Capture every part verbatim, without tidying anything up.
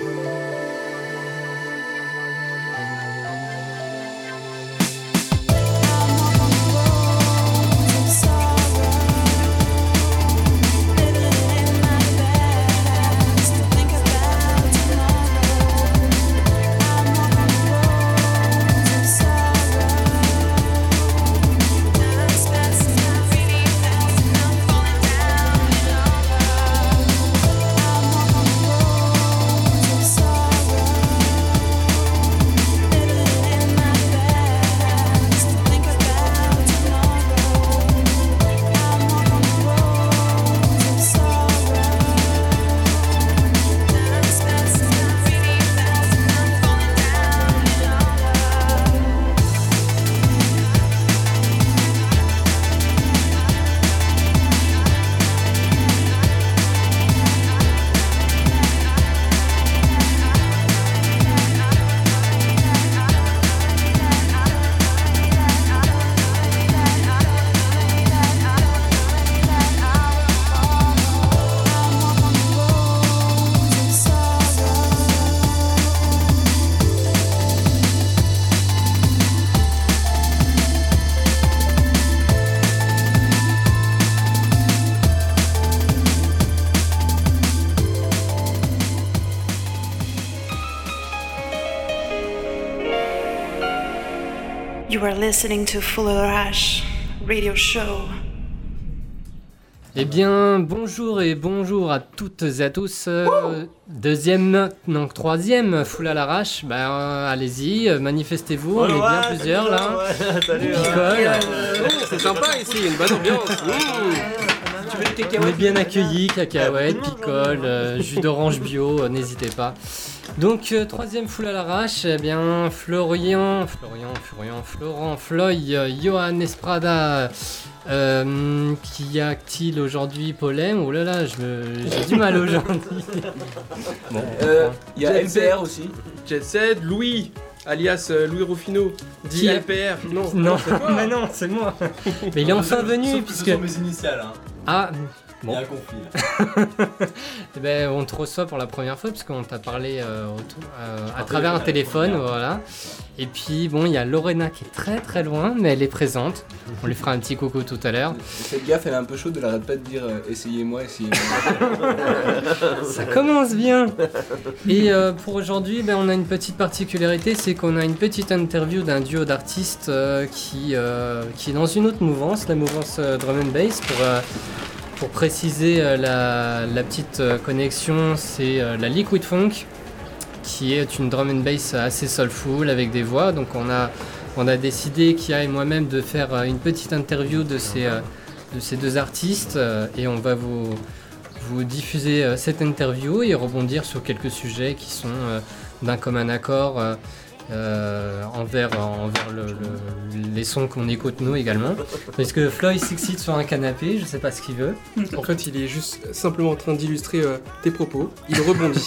You are listening to Full of Rush Radio Show. Eh bien, bonjour et bonjour à toutes et à tous. Euh, deuxième, non, troisième Full à l'arrache. Ben, euh, allez-y, euh, manifestez-vous. Oh, on est ouais, bien plusieurs salut, là. Ouais, salut, Picole. ouais. C'est sympa ici, il y a une bonne ambiance. Tu veux le On cacahuète est bien accueillis, cacahuètes, picole, euh, jus d'orange bio, euh, n'hésitez pas. Donc, euh, troisième Full à l'arrache, eh bien, Florian, Florian, Florian, Florent, Floy, euh, Johan Esprada, euh, qui a-t-il aujourd'hui Polem? Oh là là, je me... j'ai du mal aujourd'hui. Bon, Euh, il y a Jet L P R aussi. Jet Set, Louis, alias euh, Louis Ruffino, dit Qui a- L P R. Non, non, c'est toi. mais non, c'est moi. Mais il est enfin venu, puisque... Ce sont mes initiales, hein. Ah, Il y bon. a un conflit là. Eh ben, on te reçoit pour la première fois parce qu'on t'a parlé euh, autour- euh, à travers un téléphone, voilà. Et puis bon, il y a Lorena qui est très très loin, mais elle est présente. On lui fera un petit coucou tout à l'heure. Faites gaffe, elle est un peu chaude, elle arrête pas de dire euh, essayez-moi, essayez-moi. Ça commence bien. Et euh, pour aujourd'hui, ben, on a une petite particularité, c'est qu'on a une petite interview d'un duo d'artistes euh, qui, euh, qui est dans une autre mouvance, la mouvance euh, drum and bass. Pour euh, Pour préciser euh, la, la petite euh, connexion, c'est euh, la Liquid Funk, qui est une drum and bass assez soulful avec des voix. Donc on a, on a décidé, Kia et moi-même, de faire euh, une petite interview de ces, euh, de ces deux artistes euh, et on va vous, vous diffuser euh, cette interview et rebondir sur quelques sujets qui sont euh, d'un commun accord euh, euh, envers, envers le, le- les sons qu'on écoute nous également. Parce que Floyd s'excite sur un canapé, je sais pas ce qu'il veut. En fait, il est juste simplement en train d'illustrer euh, tes propos. Il rebondit.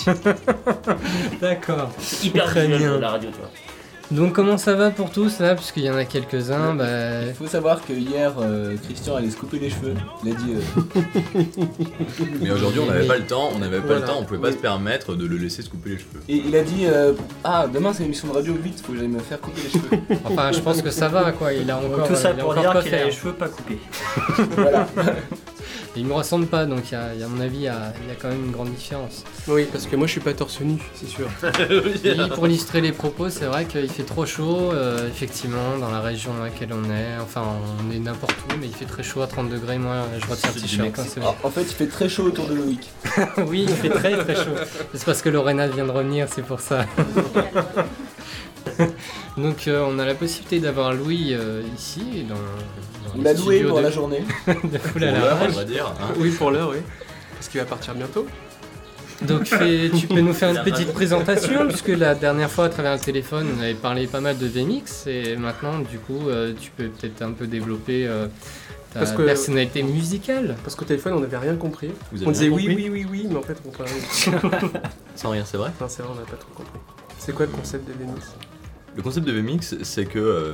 D'accord. Hyper Très visuel bien. pour la radio, tu vois. Donc comment ça va pour tous là? Puisqu'il y en a quelques-uns, bah... Il faut savoir que hier, euh, Christian allait se couper les cheveux. Il a dit. euh, Mais aujourd'hui, on n'avait pas le temps, on n'avait pas Voilà. le temps, on pouvait pas se permettre de le laisser se couper les cheveux. Et il a dit euh, ah, demain c'est une émission de radio, vite, faut que j'aille me faire couper les cheveux. Enfin, je pense que ça va quoi, il a encore, Tout ça il a pour encore dire quoi qu'il a faire. les cheveux pas coupés. Voilà. Il me ressemble pas, donc il y a, il y a, à mon avis, il y a, il y a quand même une grande différence. Oui, parce que moi je suis pas torse nu, c'est sûr. Et pour illustrer les propos, c'est vrai qu'il fait trop chaud, euh, effectivement, dans la région dans laquelle on est. Enfin, on est n'importe où, mais il fait très chaud à trente degrés. Moi, je retire le C'est du t-shirt. Mexique. hein, c'est En, en fait, il fait très chaud autour de Loïc. bon. Oui, il fait très très chaud. C'est parce que Lorena vient de revenir, c'est pour ça. Donc, euh, on a la possibilité d'avoir Louis euh, ici, dans, dans Il les m'a loué studios pour de, la journée. de Full à Pour l'heure, l'arrache. on va dire. hein. Oui, pour l'heure, oui. Parce qu'il va partir bientôt. Donc fais- tu peux nous faire une petite présentation, puisque la dernière fois à travers le téléphone on avait parlé pas mal de V M X et maintenant du coup euh, tu peux peut-être un peu développer euh, ta Parce que- personnalité musicale. Parce qu'au téléphone, on n'avait rien compris. Vous avez On disait bien oui, compris oui, oui, oui, mais en fait, on parlait. Sans rien, c'est vrai. Non, c'est vrai, on n'a pas trop compris. C'est quoi le concept de V M X? Le concept de V M X, c'est que euh,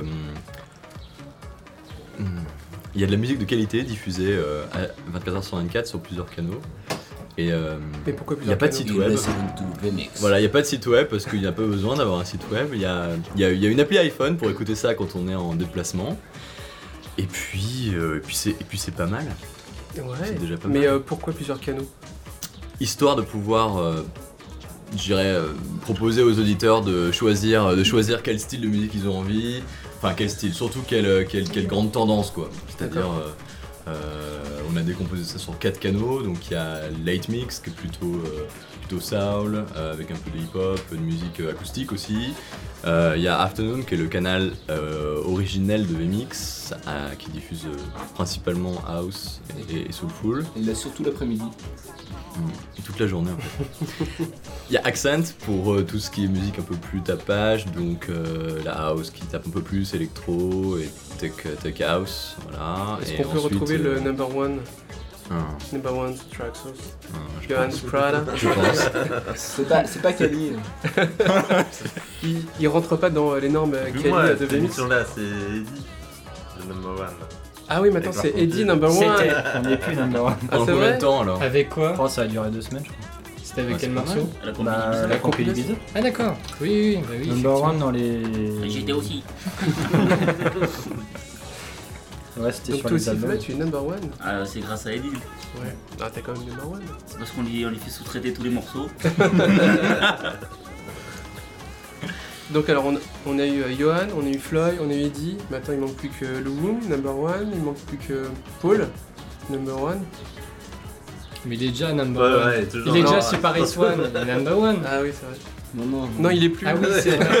hmm, il y a de la musique de qualité diffusée euh, à vingt-quatre heures sur vingt-quatre sur plusieurs canaux. Et euh, Mais pourquoi il n'y a pas de plusieurs site canaux web. Listening to V-Mix. Voilà, il n'y a pas de site web parce qu'il n'y a pas besoin d'avoir un site web. Il y a, il y a- il y a une appli iPhone pour écouter ça quand on est en déplacement. Et puis, euh, et puis c'est et puis c'est pas mal. Ouais. C'est déjà pas Mais mal. euh, pourquoi plusieurs canaux? Histoire de pouvoir, euh, je dirais, euh, proposer aux auditeurs de choisir, de choisir quel style de musique ils ont envie. Enfin, quel style, surtout quelle, quelle, quelle grande tendance, quoi. C'est-à-dire, D'accord. euh, euh, on a décomposé ça sur quatre canaux. Donc il y a Late Mix qui est plutôt, euh, plutôt soul, euh, avec un peu de hip-hop, de musique euh, acoustique aussi. Euh, Il y a Afternoon qui est le canal euh, originel de V-Mix euh, qui diffuse euh, principalement house et, et soulful. Il a surtout l'après-midi. Mm. Toute la journée en fait. Il y a Accent pour euh, tout ce qui est musique un peu plus tapage, donc euh, la house qui tape un peu plus, électro et tech, tech house, voilà. Est-ce Et qu'on peut ensuite, retrouver euh, le number one, un- number one track source? un- je Johannes pense. Prada. Je pense. C'est pas, c'est pas Kali. Il, il rentre pas dans les normes euh, Kali Moi, euh, de cette V-Mix. émission-là, c'est Eddie, le number one. Ah oui, maintenant Avec c'est leur Eddie contenu. number one. C'était, on n'y est plus number one. Ah, Pendant c'est combien vrai de temps alors Avec quoi? Oh, ça a duré deux semaines, je crois. C'était avec Ouais, quel c'est pas morceau? À la Bah, compilation. la compilation. Ah d'accord. Oui, oui, bah oui. Number one dans les. J'étais aussi. Ouais, c'était Donc sur toi les aussi, albums. Fred, tu es number one. Ah, c'est grâce à Eddie. Ouais. Ah, t'es quand même number one. C'est parce qu'on lui, on lui fait sous-traiter tous les morceaux. Donc alors on a, on a eu euh, Johan, on a eu Floyd, on a eu Eddie. Maintenant il manque plus que Louwoum, number one. Il manque plus que Paul, number one. Mais il est déjà number Ouais, one. ouais, toujours. Il est Non, déjà ouais. chez Paris One, il est number one. Ah oui, c'est vrai. Non, non. Non, il est plus. Ah oui, c'est vrai.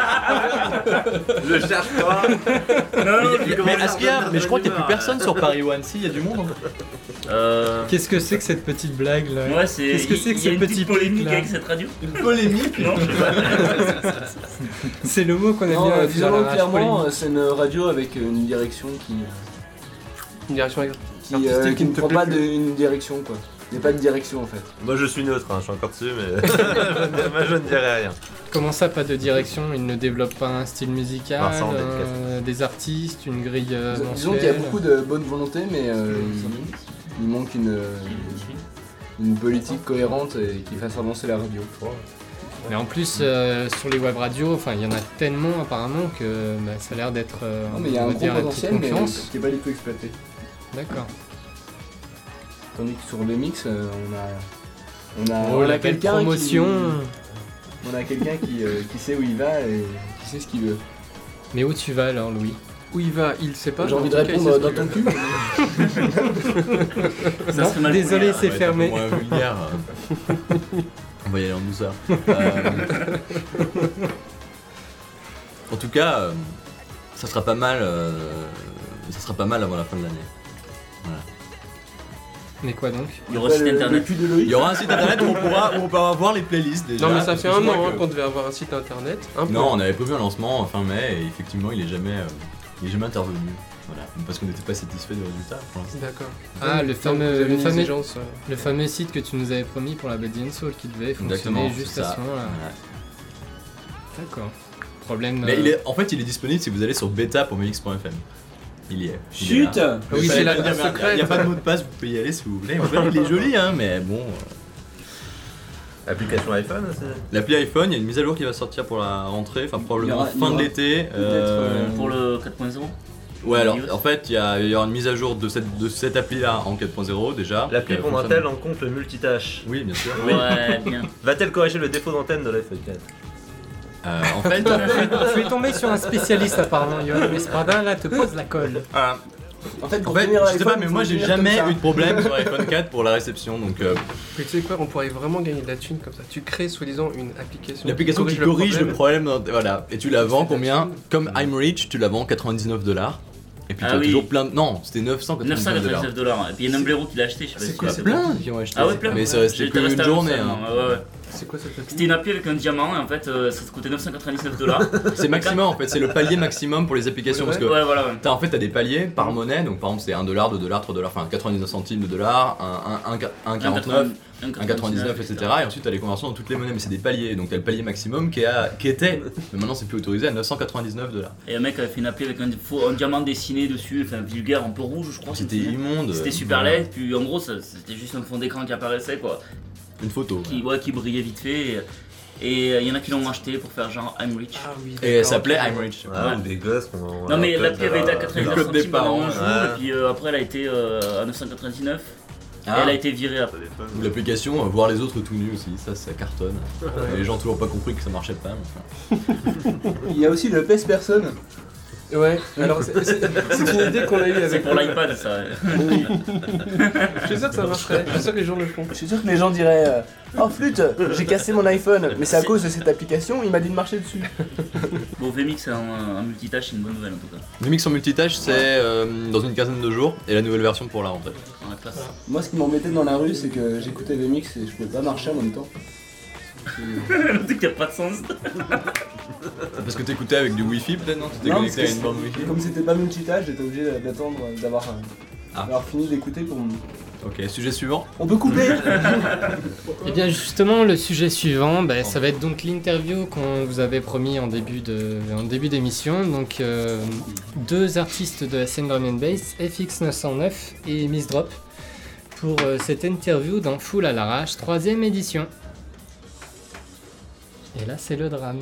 Je cherche pas. Mais, mais est-ce qu'il y a- mais je crois qu'il n'y a plus personne sur Paris One. Si, il y a du monde. Euh... Qu'est-ce que c'est que cette petite blague là? Ouais, c'est. Qu'est-ce que c'est que il y a ce une petit petite polémique pic, là avec cette radio. Une polémique. Non, je sais pas. C'est le mot qu'on aime Non, bien euh, utiliser dans disons la rage clairement, polémique. euh, c'est une radio avec une direction qui, Une direction qui, artistique euh, qui qui ne ne te prend plaît pas plus. de, une direction quoi. Il n'y a pas de direction en fait. Moi, je suis neutre, hein, je suis encore dessus, mais moi, je ne dirai rien. Comment ça, pas de direction? Il ne développe pas un style musical, Vincent, euh, des artistes, une grille euh, Dis- mensuelle. Disons qu'il y a beaucoup de bonne volonté, mais euh, il, il manque une, euh, une politique cohérente et qui fasse avancer la radio. Mais en plus, euh, sur les web radios, enfin, il y en a tellement apparemment que bah, ça a l'air d'être. euh, Non, mais il y a on un va gros dire, la petite potentiel, mais concurrence. qui n'est pas du tout exploité. D'accord. Tandis que sur V-Mix, euh, on a, on a, Oh, on a la belle quelqu'un promotion. qui, on a quelqu'un qui, euh, qui sait où il va et qui sait ce qu'il veut. Mais où tu vas alors, Louis? Où il va, il sait pas. J'ai envie de en tout cas, il répondre sait dans ce ton qu'il cul. Ça Non, serait mal désolé, pour c'est Ça va être fermé. un peu moins vulgaire. On va y aller en douceur. Euh, En tout cas, euh, ça sera pas mal. euh, Ça sera pas mal avant la fin de l'année. Voilà. Mais quoi donc? Il y aura aussi Le- le internet. cul de Loïc. Il y aura un site internet où on pourra, où on pourra voir les playlists déjà. Non, mais ça parce fait que je un crois an hein, que- qu'on devait avoir un site internet. Un peu. Non, on avait prévu un lancement en fin mai et effectivement, il est jamais, euh, il est jamais intervenu. Voilà, parce qu'on n'était pas satisfait du résultat pour l'instant. D'accord. Ah, le Donc, fameux- vous avez le une fameux- exigence, euh, Le fameux site que tu nous avais promis pour la Body and Soul qui devait fonctionner Exactement, juste c'est à ça. ce moment-là. Voilà. D'accord. Problème. Mais euh, il est, en fait, il est disponible si vous allez sur bêta point mix point f m. Il y est. Il est Chut là. Ah oui, Fallait c'est la- pas la dire, mais secrète. Il n'y a pas de mot de passe, vous pouvez y aller si vous voulez. En fait, il est joli, hein, mais bon. euh, Application iPhone, c'est. L'appli iPhone, il y a une mise à jour qui va sortir pour la rentrée, enfin Il y probablement aura- il y fin de aura l'été. euh, Pour le quatre point zéro. Ouais, alors iOS. en fait, il y, a- il y aura une mise à jour de cette, de cette appli-là en quatre point zéro déjà. L'appli qui, euh, prendra-t-elle fonctionne- en compte le multitâche? Oui, bien sûr. Ouais, bien. Va-t-elle corriger le défaut d'antenne de l'iPhone quatre? Euh, en fait, Tu es tombé sur un spécialiste apparemment, Johan Espadin, là te pose la colle. voilà. En fait, En pour fait, tenir je sais l'iPhone, pas, mais faut moi le j'ai tenir comme jamais ça. eu de problème sur l'iPhone quatre pour la réception, donc euh, Mais tu sais quoi, on pourrait vraiment gagner de la thune comme ça. Tu crées soi-disant une application. l'application qui corrige le problème, dans- voilà, et tu la vends combien? Comme I'm Rich, tu la vends quatre-vingt-dix-neuf dollars. Et puis Ah tu as oui. toujours plein de. Non, c'était neuf cent neuf cent quatre-vingt-dix-neuf dollars. quatre-vingt-dix-neuf dollars. Et puis il y a Numblero qui l'a acheté, je sais pas si Il y a c'est plein qui ont acheté. Ah ouais, plein. Mais ça Ouais. restait J'étais que resté une à journée. Amsterdam, hein. ouais, ouais. C'est quoi cette appli? C'était une appli avec un diamant et en fait euh, ça coûtait neuf cent quatre-vingt-dix-neuf dollars. C'est maximum en fait, c'est le palier maximum pour les applications Ouais, parce que Ouais, voilà, ouais. t'as, en fait t'as des paliers par monnaie, donc par exemple c'est un dollar, deux dollars, trois dollars, enfin quatre-vingt-dix-neuf centimes de dollars, un quarante-neuf, un quatre-vingt-dix-neuf, et cetera. Et ensuite t'as les conversions dans toutes les monnaies, mais c'est des paliers, donc t'as le palier maximum qui, a, qui était, mais maintenant c'est plus autorisé à neuf cent quatre-vingt-dix-neuf dollars. Et un mec avait fait une appli avec un, faux- un diamant dessiné dessus, enfin vulgaire, un peu rouge je crois. C'était c'était immonde. C'était super Voilà. laid, puis en gros ça- c'était juste un fond d'écran qui apparaissait quoi, Une photo. qui, ouais, qui brillait vite fait. Et il y en a qui l'ont acheté pour faire genre I'm rich. Ah oui. Et elle s'appelait I'm Rich. Ah, Ouais. des gosses qu'on. Non mais on l'appli avait été à la- quatre-vingt-dix-neuf le code des centimes pendant parents, un jour ouais. et puis euh, après elle a été euh, à neuf cent quatre-vingt-dix-neuf et Ah. elle a été virée après. Ou l'application euh, voir les autres tout nus aussi, ça ça cartonne. Et les gens ont toujours pas compris que ça marchait pas. mais enfin. Il y a aussi le pèse personne. Ouais, alors c'est c'est- c'est une idée qu'on a eue C'est avec. pour l'iPad ça. Je suis sûr que ça marcherait, je suis sûr que les gens le font. Je suis sûr que les gens diraient euh, oh flûte, j'ai cassé mon iPhone, mais c'est à cause de cette application, il m'a dit de marcher dessus. Bon Vmix c'est un, un multitâche, c'est une bonne nouvelle en tout cas. Vmix en multitâche c'est euh, dans une quinzaine de jours et la nouvelle version pour la rentrée. Dans la classe. Moi, ce qui m'embêtait dans la rue, c'est que j'écoutais V M X et je pouvais pas marcher en même temps. Le truc qui a pas de sens. Parce que t'écoutais avec du wifi peut-être non? T'étais Non, connecté parce à que une borne wifi? Comme c'était pas multitâche, j'étais obligé d'attendre d'avoir euh, Ah. d'avoir fini d'écouter pour me... Ok, sujet suivant. On peut couper. Et bien justement, le sujet suivant, bah, ça va être donc l'interview qu'on vous avait promis en début de, en début d'émission. Donc euh, deux artistes de la scène drum and bass, F X neuf cent neuf et Miss Drop, pour euh, cette interview dans Full à l'arrache, troisième édition. Et là, c'est le drame.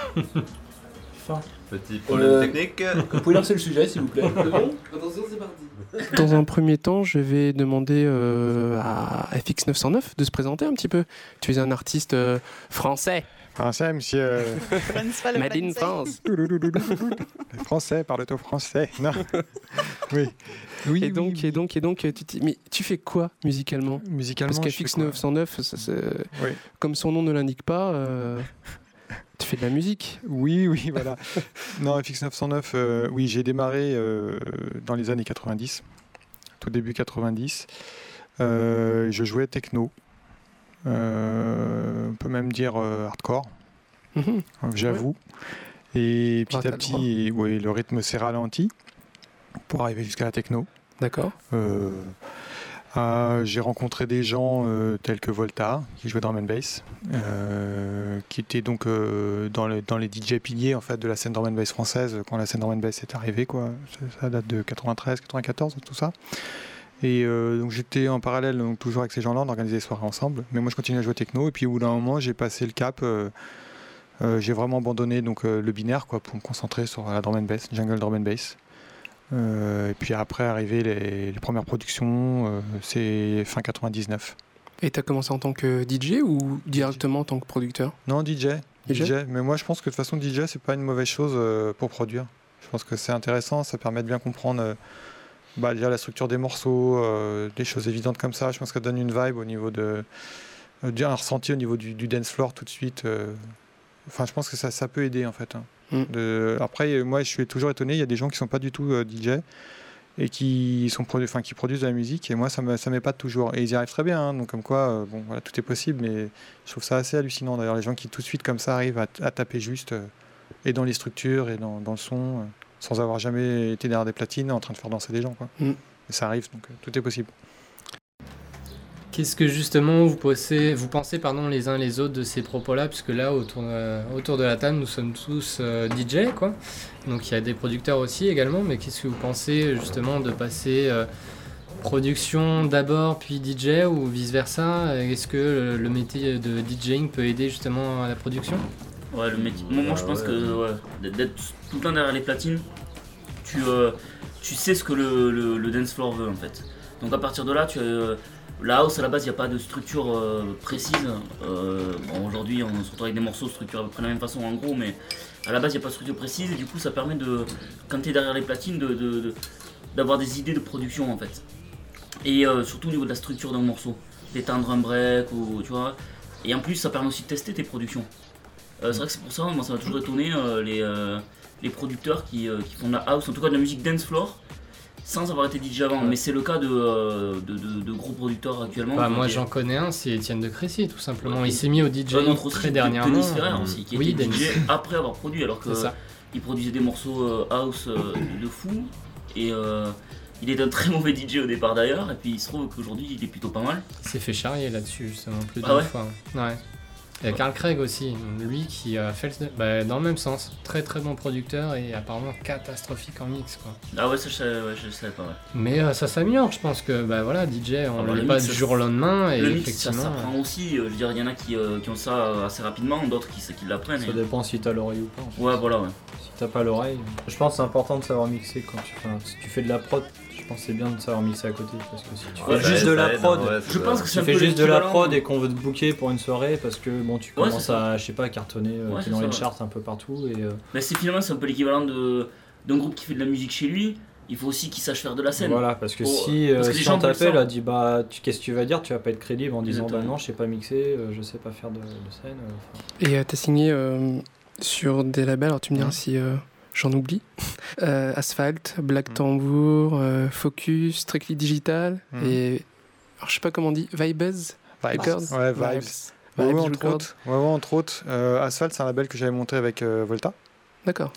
Petit problème Euh, technique. Vous pouvez lancer le sujet, s'il vous plaît. Attention, c'est parti. Dans un premier temps, je vais demander euh, à F X neuf cent neuf de se présenter un petit peu. Tu es un artiste euh, français. Français, monsieur. Made in France. Les Français parlent au français. Non. Oui. Oui. Et donc, et donc, et donc, tu, t'y- mais tu fais quoi musicalement? Musicalement. Parce je qu'F X fais quoi neuf cent neuf, ça, c'est- Oui. comme son nom ne l'indique pas, euh, tu fais de la musique. Oui, oui, voilà. Non, F X neuf cent neuf, euh, oui, j'ai démarré euh, dans les années quatre-vingt-dix, tout début quatre-vingt-dix. Euh, je jouais techno, euh, on peut même dire euh, hardcore, Mhm. j'avoue. Et Ah, petit t'as à le petit, oui, le rythme s'est ralenti pour arriver jusqu'à la techno. D'accord. Euh, euh, j'ai rencontré des gens euh, tels que Volta, qui jouait drum and bass, euh, qui était donc euh, dans, le- dans les D J piliers en fait, de la scène drum and bass française quand la scène drum and bass est arrivée, quoi. Ça, ça date de quatre-vingt-treize, quatre-vingt-quatorze, tout ça. Et euh, donc j'étais en parallèle, donc, toujours avec ces gens-là, on organisait des soirées ensemble. Mais moi je continuais à jouer techno, et puis au bout d'un moment j'ai passé le cap. euh, euh, j'ai vraiment abandonné donc, euh, le binaire quoi, pour me concentrer sur la drum and bass, jungle drum and bass. Euh, et puis après arrivé les, les premières productions, euh, c'est fin quatre-vingt-dix-neuf. Et tu as commencé en tant que D J ou directement en tant que producteur? Non, D J, D J. D J. Mais moi je pense que de toute façon D J c'est pas une mauvaise chose euh, pour produire. Je pense que c'est intéressant, ça permet de bien comprendre euh, bah, déjà la structure des morceaux, euh, des choses évidentes comme ça. Je pense que ça donne une vibe au niveau de, euh, un ressenti au niveau du, du dance floor tout de suite. euh. Enfin, je pense que ça, ça peut aider en fait. hein. Mm. De- Après, euh, moi je suis toujours étonné, il y a des gens qui sont pas du tout euh, D J et qui, sont produ- enfin, qui produisent de la musique, et moi ça me, ça m'épate toujours. Et ils y arrivent très bien, hein. Donc comme quoi, euh, bon, voilà, tout est possible, mais je trouve ça assez hallucinant d'ailleurs, les gens qui tout de suite comme ça arrivent à, à taper juste, euh, et dans les structures, et dans, dans le son, euh, sans avoir jamais été derrière des platines en train de faire danser des gens. Quoi. Mm. Et ça arrive, donc euh, tout est possible. Qu'est-ce que justement vous pensez, vous pensez pardon, les uns les autres de ces propos-là, puisque là autour de, autour de la table nous sommes tous euh, D J quoi. Donc il y a des producteurs aussi également, mais qu'est-ce que vous pensez justement de passer euh, production d'abord puis D J ou vice versa? Est-ce que le, le métier de DJing peut aider justement à la production? Ouais, le métier. Moi, moi, je Ah pense ouais. que ouais, d'être- d'être tout le temps derrière les platines, tu, euh, tu sais ce que le, le, le dance floor veut en fait. Donc à partir de là, tu, euh, la house à la base, il n'y a pas de structure euh, précise. Euh, bon, aujourd'hui, on se retrouve avec des morceaux structurés à peu près de la même façon en gros, mais à la base, il n'y a pas de structure précise et du coup, ça permet de, quand tu es derrière les platines, de, de- de- d'avoir des idées de production en fait. Et euh, surtout au niveau de la structure d'un morceau, d'éteindre un break ou tu vois. Et en plus, ça permet aussi de tester tes productions. Euh, c'est vrai que c'est pour ça, moi ça m'a toujours étonné euh, les, euh, les producteurs qui, euh, qui font de la house, en tout cas de la musique dance floor. sans avoir été D J avant, mais c'est le cas de, euh, de, de, de gros producteurs actuellement. Bah, moi qui- j'en connais un, c'est Étienne de Crécy tout simplement. Ouais, Il s'est mis au D J Un autre aussi, très Denis dernièrement. Ferrer aussi, qui Oui, était Denis. D J après avoir produit, alors que C'est ça. il produisait des morceaux euh, house euh, de, de fou. Et euh, il est un très mauvais D J au départ d'ailleurs, et puis il se trouve qu'aujourd'hui il est plutôt pas mal. Il s'est fait charrier là-dessus justement plus Ah d'une ouais fois. Ouais. Il y a Carl Craig aussi, lui qui a fait le- bah, dans le même sens. Très très bon producteur et apparemment catastrophique en mix quoi. Ah ouais, ça je savais, ouais, je savais pas. Ouais. Mais euh, ça s'améliore, je pense que bah voilà, D J on Alors, l'est le pas mix, du ça- jour au lendemain et Le mix, ça effectivement. s'apprend aussi. euh, Je veux dire, il y en a qui, euh, qui ont ça euh, assez rapidement, d'autres qui, qui l'apprennent. Ça et- dépend si t'as l'oreille ou pas. en fait. Ouais, voilà, ouais. Si t'as pas l'oreille, je pense que c'est important de savoir mixer quand tu, enfin, si tu fais de la prod. Je pense que c'est bien de savoir mixer à côté parce que si tu Ouais, fais ça juste aide, de ça la aide, prod, hein, ouais, Je ça- pense que c'est tu un fais peu juste de la l'équivalent. prod et qu'on veut te booker pour une soirée parce que bon tu Ouais, commences c'est ça. à je sais pas cartonner, euh, Ouais, t'es c'est dans ça, les ouais. charts un peu partout et euh, Mais c'est finalement c'est un peu l'équivalent de d'un groupe qui fait de la musique chez lui. Il faut aussi qu'il sache faire de la scène. voilà parce que Pour- si, parce euh, que les si gens on veulent t'appelle ça. a dit bah tu- qu'est-ce que tu vas dire, tu vas pas être crédible en disant bah Exactement. non je sais pas mixer, euh, je sais pas faire de, de scène. euh, enfin. Et euh, t'as signé euh, sur des labels, alors tu me diras Mhm. si euh, j'en oublie. Euh, Asphalt, Black Tambour, euh, Focus, Strictly Digital Mhm. et. Alors je sais pas comment on dit, Vibes Vibes. Records Ouais, Vibes. Ouais, ouais, Vibes entre Records. autres. Ouais, ouais, entre autres. Euh, Asphalt, c'est un label que j'avais monté avec euh, Volta. D'accord.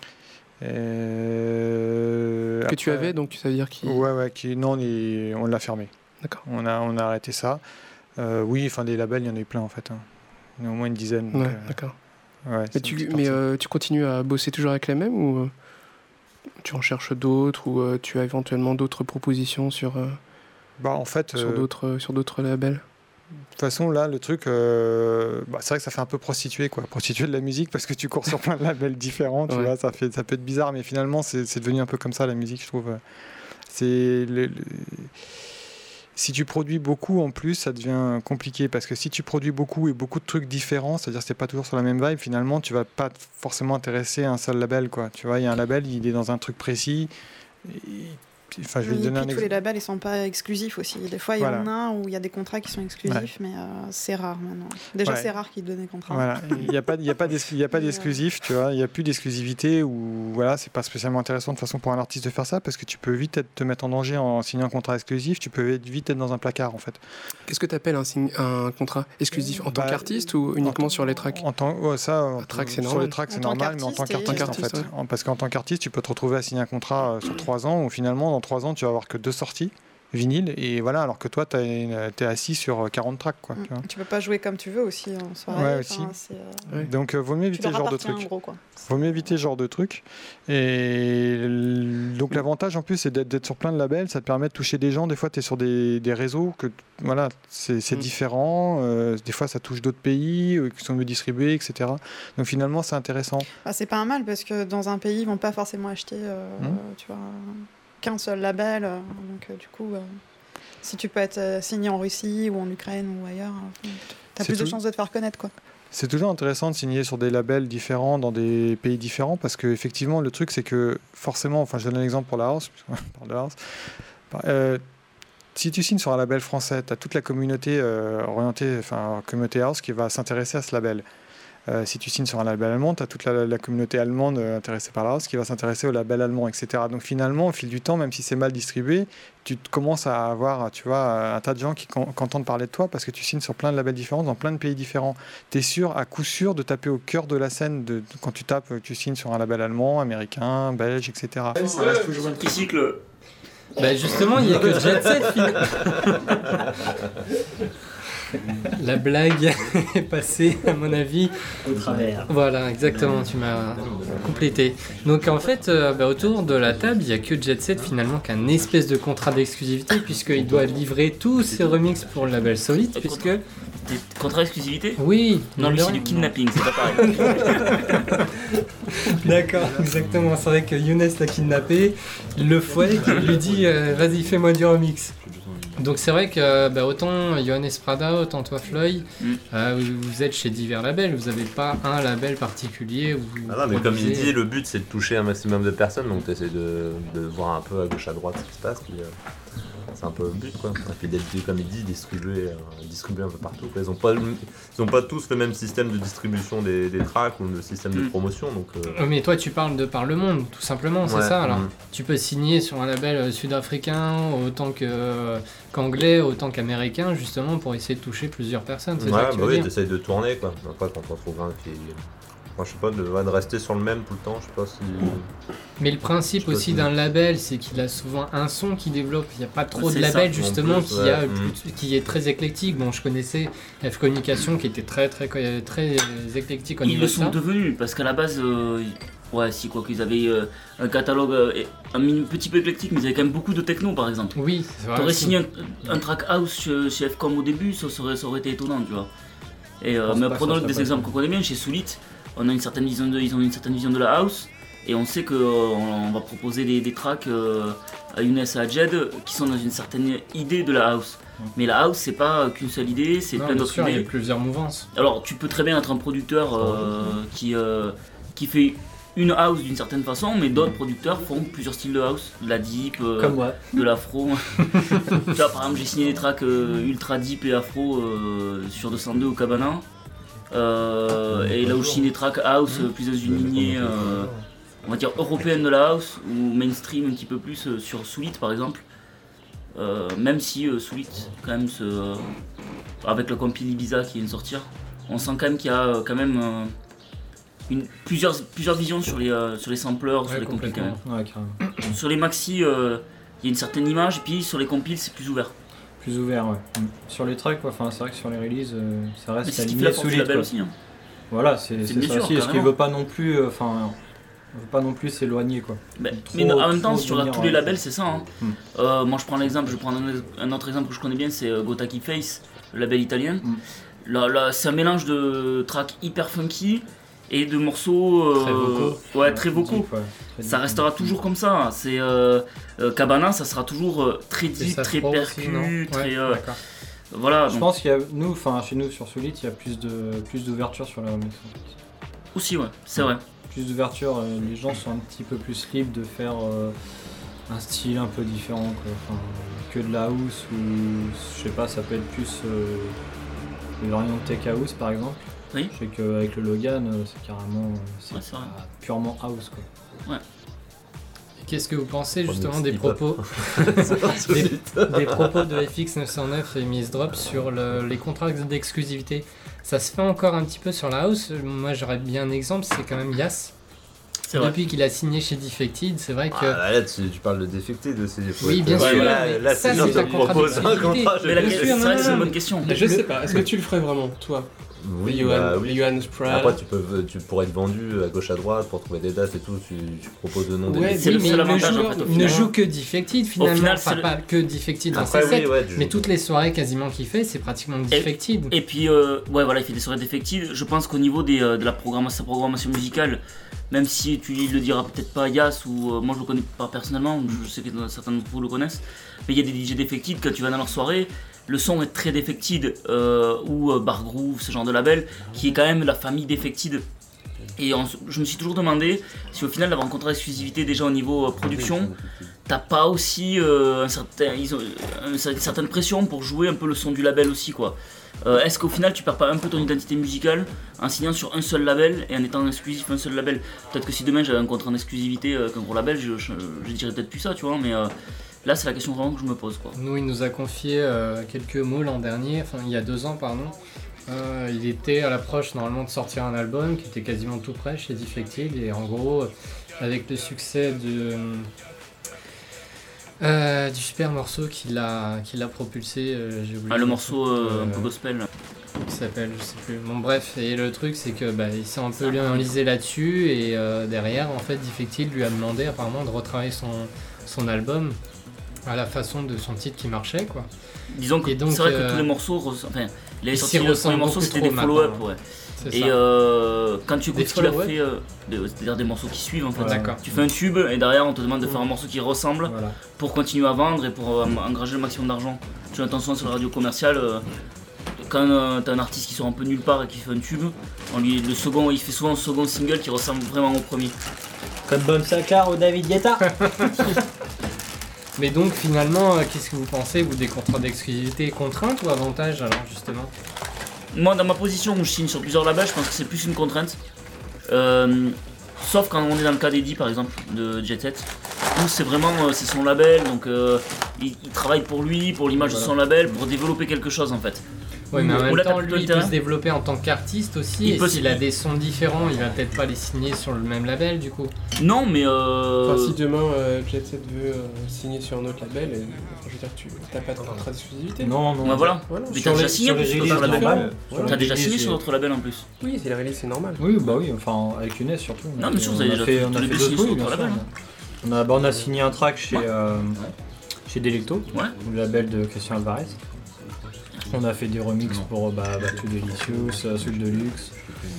Et Que tu après- avais, donc ça veut dire qu'il. Ouais, ouais, qui, non, on, est- on l'a fermé. D'accord. On a, on a arrêté ça. Euh, oui, enfin, des labels, il y en a eu plein en fait. hein. Il y en a au moins une dizaine. donc, Ouais, euh, d'accord. ouais, Mais, c'est une tu, petite mais partie. euh, tu continues à bosser toujours avec les mêmes ou euh, tu en cherches d'autres ou euh, tu as éventuellement d'autres propositions sur, euh, Bah, en fait, sur euh, d'autres euh, sur d'autres labels? de toute façon, là, le truc, euh, bah, c'est vrai que ça fait un peu prostitué, quoi. Prostitué de la musique parce que tu cours sur plein de labels différents, tu Ouais. vois, ça, fait, ça peut être bizarre, mais finalement, c'est c'est devenu un peu comme ça, la musique, je trouve. C'est le- le- Si tu produis beaucoup, en plus, ça devient compliqué parce que si tu produis beaucoup et beaucoup de trucs différents, c'est-à-dire que c'est pas toujours sur la même vibe, finalement, tu vas pas forcément intéresser à un seul label, quoi. Tu vois, il y a un label, il est dans un truc précis. et- Enfin, je vais Oui, te donner puis un tous les exemple. labels ils sont pas exclusifs aussi. Des fois il y en Voilà. a où il y a des contrats qui sont exclusifs, mais euh, c'est rare maintenant. Déjà Ouais. c'est rare qu'ils donnent des contrats. Voilà, il n'y a pas, il y a pas d'ex- il y a pas d'exclusif, tu vois, il n'y a plus d'exclusivité ou voilà, c'est pas spécialement intéressant de toute façon pour un artiste de faire ça parce que tu peux vite être- te mettre en danger en signant un contrat exclusif, tu peux être- vite être dans un placard en fait. Qu'est-ce que tu appelles un, sign- un contrat exclusif en tant Bah, qu'artiste ou uniquement sur les tracks? En tant, ouais, ça, en- track, c'est sur normal. les tracks c'est En tant normal, mais en tant qu'artiste et- qu'artiste en fait, Qu'artiste, En- parce qu'en tant qu'artiste tu peux te retrouver à signer un contrat euh, sur trois ans où finalement dans trois ans tu vas avoir que deux sorties vinyle et voilà alors que toi tu es assis sur quarante tracks quoi. Mm. Tu vois. Tu peux pas jouer comme tu veux aussi en soirée. Ouais, enfin, aussi. c'est, euh, Ouais. Donc euh, vaut mieux tu éviter leur ce genre de appartiens, truc. en gros quoi. Vaut mieux éviter ce genre de truc. Et l- donc l'avantage en plus c'est d'être d'être sur plein de labels, ça te permet de toucher des gens. Des fois tu es sur des, des réseaux que voilà, c'est c'est Mm. différent. Euh, des fois ça touche d'autres pays euh, qui sont mieux distribués, et cetera. Donc finalement c'est intéressant. Bah, c'est pas un mal parce que dans un pays ils vont pas forcément acheter euh, Mm. tu vois, qu'un seul label. euh, donc euh, du coup euh, si tu peux être euh, signé en Russie ou en Ukraine ou ailleurs, euh, t'as C'est plus de tout. chances de te faire connaître quoi. C'est toujours intéressant de signer sur des labels différents dans des pays différents parce que effectivement le truc c'est que forcément, enfin je donne un exemple pour la house, puisqu'on parle de house. Euh, si tu signes sur un label français, tu as toute la communauté euh, orientée, enfin communauté house qui va s'intéresser à ce label. Euh, si tu signes sur un label allemand, tu as toute la, la communauté allemande euh, intéressée par la house qui va s'intéresser au label allemand, et cetera. Donc finalement, au fil du temps, même si c'est mal distribué, tu te commences à avoir tu vois, un tas de gens qui, con- qui entendent parler de toi parce que tu signes sur plein de labels différents, dans plein de pays différents. Tu es sûr, à coup sûr, de taper au cœur de la scène de, de- quand tu tapes, tu signes sur un label allemand, américain, belge, et cetera. Un tricycle. Bah justement, il n'y a que Jet Set finalement. La blague est passée, à mon avis. Au travers. Voilà, exactement, tu m'as complété. Donc en fait, euh, bah, autour de la table, il n'y a que Jet Set finalement qui a un espèce de contrat d'exclusivité puisqu'il doit livrer tous ses remixes pour le label Solid, puisque... Des contrats exclusivité? Oui. Non, lui de c'est rien. du kidnapping, c'est pas pareil. D'accord, exactement. C'est vrai que Younes l'a kidnappé, il le fouette, il lui dit euh, vas-y fais-moi du remix. Donc c'est vrai que bah, autant Johannes Prada, autant toi Floyd, Mm. euh, vous, vous êtes chez divers labels, vous n'avez pas un label particulier où vous Ah non, mais comme il produisez- dit, le but c'est de toucher un maximum de personnes, donc tu essaies de, de voir un peu à gauche à droite ce qui se passe. Puis, euh, c'est un peu le but quoi. Et puis d'être, comme il dit, distribué, euh, distribué un peu partout quoi. Ils ont pas, ils ont pas tous le même système de distribution des, des tracks ou le système de Mm. promotion donc. Euh... Mais toi, tu parles de par le monde, tout simplement, c'est Ouais, ça alors. mm. Tu peux signer sur un label euh, sud-africain autant que, euh, qu'anglais, autant qu'américain, justement pour essayer de toucher plusieurs personnes. C'est Ouais, ça bah que tu veux oui, dire. t'essayes de tourner quoi. Après, quand on trouve un qui. Moi, je sais pas, de, ouais, de rester sur le même tout le temps, je sais pas si. Mais le principe Je sais pas aussi si- d'un label, c'est qu'il a souvent un son qui développe. Il n'y a pas trop C'est de ça, labels en justement plus, qui, ouais, a mm. plus- qui est très éclectique. Bon, je connaissais F Communication qui était très très très, très éclectique au Ils niveau le de sont ça. devenus parce qu'à la base, euh, ouais, si quoi qu'ils avaient euh, un catalogue euh, un mini- petit peu éclectique, mais ils avaient quand même beaucoup de techno par exemple. Oui, c'est vrai. T'aurais aussi. signé un, un track house chez, chez F Com au début, ça, serait, ça aurait été étonnant, tu vois. Et euh, pense mais pas que prenons ça serait des pas exemples qu'on connaît bien, chez Soulit, on a une certaine vision de, ils ont une certaine vision de la house, et on sait qu'on on va proposer des, des tracks euh, à Younes et à Jed qui sont dans une certaine idée de la house. Mais la house, c'est pas qu'une seule idée, c'est Non, plein bien d'autres sûr, il y a idées. plusieurs mouvances. Alors, tu peux très bien être un producteur euh, qui, euh, qui fait une house d'une certaine façon, mais d'autres producteurs font plusieurs styles de house, de la deep, euh, Comme moi. de l'afro. Tu vois, par exemple, j'ai signé des tracks euh, ultra deep et afro euh, sur deux cent deux au Cabana. Euh, et là où je signe des tracks house euh, plus dans une lignée, euh, on va dire européenne de la house, ou mainstream un petit peu plus euh, sur Soulit par exemple. Euh, même si euh, Soulit, quand même, se, euh, avec le compil Ibiza qui vient de sortir, on sent quand même qu'il y a euh, quand même euh, une, plusieurs, plusieurs visions sur les, euh, sur les samplers, sur Ouais, les compils quand même. Ouais, carrément. Sur les maxi, euh, il y a une certaine image, et puis sur les compiles, c'est plus ouvert. Plus ouvert, ouais. Mm. Sur les tracks, ouais, enfin, c'est vrai que sur les releases, euh, ça Mais reste c'est ce qui fait aligné la force du solide. label Quoi. aussi. Hein. Voilà, c'est C'est c'est une ça mesure, aussi. Est-ce qu'il carrément. veut pas non plus, euh, enfin, veut pas non plus s'éloigner quoi. Mais, Trop- mais en même temps, trop sur devenir, tous les euh, labels, c'est ça. Hein. Mm. Euh, moi, je prends l'exemple, je prends un, un autre exemple que je connais bien, c'est euh, Gotaki Face, le label italien. Mm. Là, là, c'est un mélange de tracks hyper funky et de morceaux euh, Très vocaux. Ouais, très vocaux. deep, ouais, très Ça deep. restera toujours comme ça. C'est euh, euh, Cabana, ça sera toujours euh, très Et deep, ça très se prend aussi, percu, non très Ouais, euh, d'accord. voilà. Je donc- pense qu'il y a nous, enfin chez nous sur Solid, il y a plus de plus d'ouverture sur la remix. en fait. Aussi, ouais, c'est vrai. Plus d'ouverture, euh, les gens sont un petit peu plus libres de faire euh, un style un peu différent quoi. Enfin, que de la house ou je sais pas, ça peut être plus euh, une variante tech house par exemple. Oui. Je sais qu'avec le Logan, euh, c'est carrément euh, c'est Ouais, c'est vrai. pas purement house quoi. Et qu'est-ce que vous pensez Remix justement des hip-hop. propos des, des propos de F X neuf cent neuf et Miss Drop sur le- les contrats d'exclusivité? Ça se fait encore un petit peu sur la house. Moi j'aurais bien un exemple, c'est quand même Yas. C'est vrai. Depuis qu'il a signé chez Defected, c'est vrai que... Ah, là, tu, tu parles de Defected aussi. il faut Oui, être- bien Ouais, sûr, Là, mais là ça, c'est bien c'est de un te contrat proposer un d'exclusivité. contrat. Mais la je- Bien question, sûr, c'est vrai non, que c'est une non, bonne mais- question. Mais je sais pas, est-ce que tu le ferais vraiment, toi Oui, Johan, bah oui. Johan Sprat. Après, tu, peux, tu pourrais être vendu à gauche à droite pour trouver des dates et tout. Tu, tu proposes le nom Ouais, des c'est Oui, le mais seul il ne avantage, joue, en fait, au il ne final. joue que Defected finalement, final, enfin c'est le- pas que Defected dans Après, ses sets, oui, ouais, tu mais joues- toutes les soirées quasiment qu'il fait, c'est pratiquement Defected. Et puis, euh, ouais, voilà, il fait des soirées Defected. Je pense qu'au niveau des, euh, de la programmation, sa programmation musicale, même si tu le diras peut-être pas à Yas, ou euh, moi je le connais pas personnellement, je sais que certains d'entre vous le connaissent, mais il y a des D J Defected, quand tu vas dans leur soirée, le son est très Defected, euh, ou euh, Bar Groove, ce genre de label, qui est quand même la famille Defected. Et on s- je me suis toujours demandé si au final d'avoir un contrat d'exclusivité déjà au niveau euh, production, t'as pas aussi euh, un certain, ils ont, une certaine pression pour jouer un peu le son du label aussi quoi. Euh, Est-ce qu'au final tu perds pas un peu ton identité musicale en signant sur un seul label et en étant exclusif un seul label? Peut-être que si demain j'avais un contrat d'exclusivité avec un gros label, je, je, je dirais peut-être plus ça tu vois, mais euh, là c'est la question vraiment que je me pose quoi. Nous, il nous a confié euh, quelques mots l'an dernier, enfin il y a deux ans, pardon. Euh, il était à l'approche normalement de sortir un album qui était quasiment tout prêt chez Defected, et en gros, avec le succès de, euh, du super morceau qui l'a qui l'a propulsé, euh, j'ai oublié Ah, le morceau euh, un peu euh, gospel. qui s'appelle, je sais plus. Bon bref, et le truc c'est que bah, il s'est un peu enlisé là-dessus, et euh, derrière en fait Defected lui a demandé apparemment de retravailler son, son album à la façon de son titre qui marchait quoi. Disons que Et donc, c'est vrai que euh, tous les morceaux, res- enfin, il avait ils sorti s'y les ressemblent premiers morceaux, beaucoup c'était des trop follow-up, maintenant, ouais. C'est Et ça. euh, quand tu Des écoutes ce qu'il a follow-up fait, euh, des- c'est-à-dire des morceaux qui suivent en fait. D'accord. Tu fais un tube et derrière on te demande de faire un morceau qui ressemble Voilà. pour continuer à vendre et pour euh, engager le maximum d'argent. Tu as attention sur la radio commerciale, euh, quand euh, t'as un artiste qui sort un peu nulle part et qui fait un tube, on lui, le second, il fait souvent un second single qui ressemble vraiment au premier. Comme Bon Sakar ou David Guetta. Mais donc finalement, euh, qu'est-ce que vous pensez, vous, des contrats d'exclusivité contraintes ou avantages alors justement? Moi, dans ma position où je signe sur plusieurs labels, je pense que c'est plus une contrainte. Euh, sauf quand on est dans le cas d'Eddie par exemple, de Jet Set, où c'est vraiment euh, c'est son label, donc euh, il, il travaille pour lui, pour l'image voilà. de son label, pour développer quelque chose en fait. Oui, mais en même temps, lui, il peut se développer en tant qu'artiste aussi, il et s'il a des sons différents, il va peut-être pas les signer sur le même label, du coup. Non, mais euh... Enfin, si demain, euh, Jet Set veut euh, signer sur un autre label, et, enfin, je veux dire, tu n'as pas de contrat d'exclusivité. Non, non. Bah, voilà. voilà. Mais t'as déjà signé sur d'autres labels. T'as déjà signé sur d'autres labels en plus. Oui, c'est la release, c'est normal. Oui, bah oui, enfin, avec Younes surtout. Non, mais sûr, vous avez déjà fait deux sur d'autres labels. On a, bah, on a signé un track chez, euh, chez Delecto, ouais. le label de Christian Alvarez. On a fait des remixes pour bah, Batou Delicious, Soul Deluxe.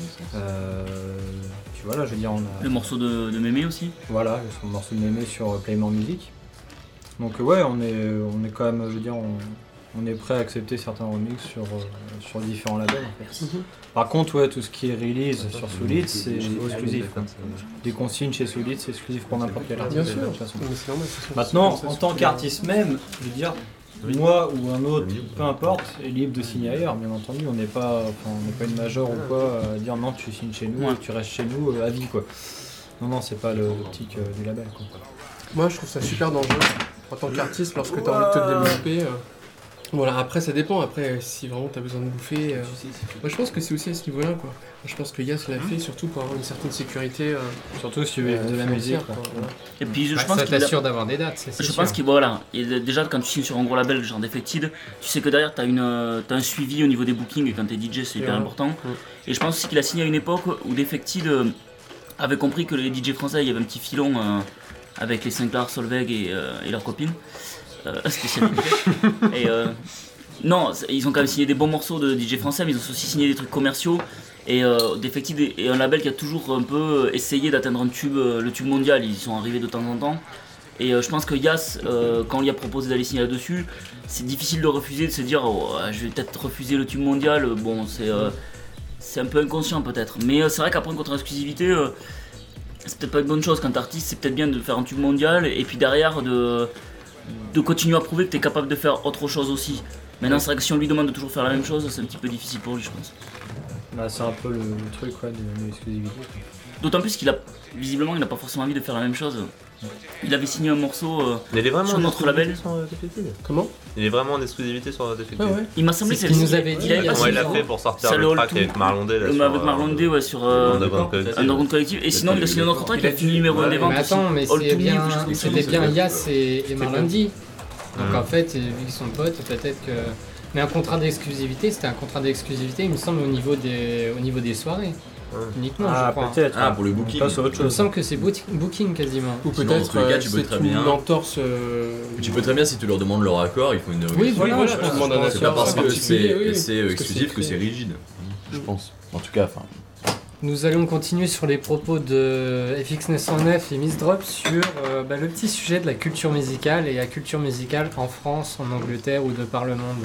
Euh, puis voilà, je veux dire, on a. Le morceau de, de Mémé aussi. Voilà, le morceau de Mémé sur Playmore Music. Donc ouais, on est, on est quand même, je veux dire, on, on est prêt à accepter certains remixes sur, euh, sur différents labels. En fait. Mm-hmm. Par contre, ouais, tout ce qui est release sur Solid, c'est exclusif. Des consignes chez Solid, c'est exclusif pour n'importe quel artiste. Bien sûr. De toute façon. Mais c'est normal, c'est sûr. Maintenant, en tant qu'artiste même, je veux dire. Moi ou un autre, peu importe, est libre de signer ailleurs, bien entendu. On n'est pas, enfin, on n'est pas une major ou quoi, à dire non, tu signes chez nous, ouais. tu restes chez nous euh, à vie, quoi. Non, non, c'est pas l'optique euh, du label, quoi. Moi, je trouve ça super dangereux en tant qu'artiste lorsque tu as envie de te développer. Euh... Voilà, après ça dépend, après si vraiment t'as besoin de bouffer. Euh... Moi je pense que c'est aussi à ce niveau-là quoi. Moi, je pense que Yass l'a fait surtout pour avoir une certaine sécurité. Euh... Surtout si tu veux euh, de la musique. Quoi. Voilà. Et puis je bah, pense ça t'assure a... d'avoir des dates, c'est Je sûr. pense qu'il voilà, et déjà quand tu signes sur un gros label genre Defected, tu sais que derrière t'as, une, t'as un suivi au niveau des bookings et quand t'es D J c'est hyper ouais. important. Ouais. Et je pense aussi qu'il a signé à une époque où Defected euh, avait compris que les D J français il y avait un petit filon euh, avec les Sinclair, Solveig et, euh, et leurs copines. Euh, spécialité. et euh, non, ils ont quand même signé des bons morceaux de D J français, mais ils ont aussi signé des trucs commerciaux. Et euh, Defected est un label qui a toujours un peu essayé d'atteindre un tube, le tube mondial. Ils y sont arrivés de temps en temps. Et euh, je pense que Yass, euh, quand on lui a proposé d'aller signer là-dessus, c'est difficile de refuser, de se dire oh, je vais peut-être refuser le tube mondial. Bon, c'est, euh, c'est un peu inconscient peut-être. Mais euh, c'est vrai qu'après une contre-exclusivité, euh, c'est peut-être pas une bonne chose. Quand t'es artiste, c'est peut-être bien de faire un tube mondial et puis derrière de, de continuer à prouver que t'es capable de faire autre chose aussi. Maintenant, c'est vrai que si on lui demande de toujours faire la même chose, c'est un petit peu difficile pour lui, je pense. Bah, c'est un peu le, le truc ouais, de, de l'exclusivité. D'autant plus qu'il a, visiblement, il n'a pas forcément envie de faire la même chose. Il avait signé un morceau euh, il est vraiment sur notre label. Sur Defected. Comment ? Il est vraiment en exclusivité sur Defected. Ouais, ouais. Il m'a semblé c'est ce qu'il nous avait dit. Il comment il l'a fait pour sortir le track avec Marlon D. Là, avec Marlon D, ouais, sur euh, Underground Collective. Et sinon, il a signé un autre track qui a fini numéro un des ventes. Mais attends, mais c'est bien, c'était bien Yass et, et Marlon D. Donc mmh. en fait, vu qu'ils sont potes, peut-être que. Mais un contrat d'exclusivité, c'était un contrat d'exclusivité, il me semble, au niveau des, au niveau des soirées. Ouais. Uniquement, ah, je crois. Peut-être. Ah, pour le booking. Pas sur autre chose. Il me semble que c'est booking quasiment. Ou peut-être euh, cas, c'est une bien... entorse. Euh... Tu peux très bien, si tu leur demandes leur accord, il faut une. Oui, voilà, voilà, je pense. demande un accord. C'est pas parce que c'est, oui, c'est parce exclusif que, que c'est rigide. Je pense. En tout cas, enfin. Nous allons continuer sur les propos de F X neuf cent neuf et Miss Drop sur euh, bah, le petit sujet de la culture musicale et la culture musicale en France, en Angleterre ou de par le monde.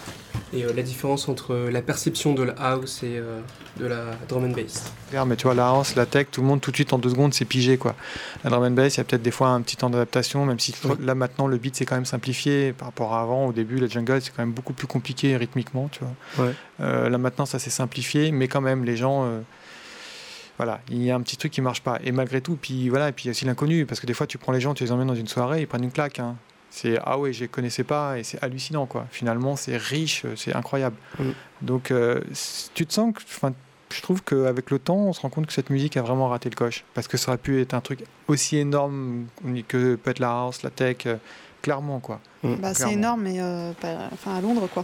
Et euh, la différence entre la perception de la house et euh, de la drum and bass. Regarde, mais tu vois, la house, la tech, tout le monde tout de suite en deux secondes c'est pigé quoi. La drum and bass, il y a peut-être des fois un petit temps d'adaptation, même si oui. là maintenant le beat c'est quand même simplifié par rapport à avant. Au début, la jungle c'est quand même beaucoup plus compliqué rythmiquement, tu vois. Ouais. Euh, là maintenant ça s'est simplifié, mais quand même les gens. Euh, Voilà, il y a un petit truc qui marche pas. Et malgré tout, puis voilà, et puis il y a aussi l'inconnu, parce que des fois tu prends les gens, tu les emmènes dans une soirée, ils prennent une claque. Hein. C'est ah ouais, je les connaissais pas, et c'est hallucinant quoi. Finalement, c'est riche, c'est incroyable. Mm. Donc euh, tu te sens que, enfin, je trouve qu'avec le temps, on se rend compte que cette musique a vraiment raté le coche, parce que ça aurait pu être un truc aussi énorme que peut être la house, la tech, euh, clairement quoi. Mm. Bah, c'est énorme, mais euh, pas, enfin à Londres quoi.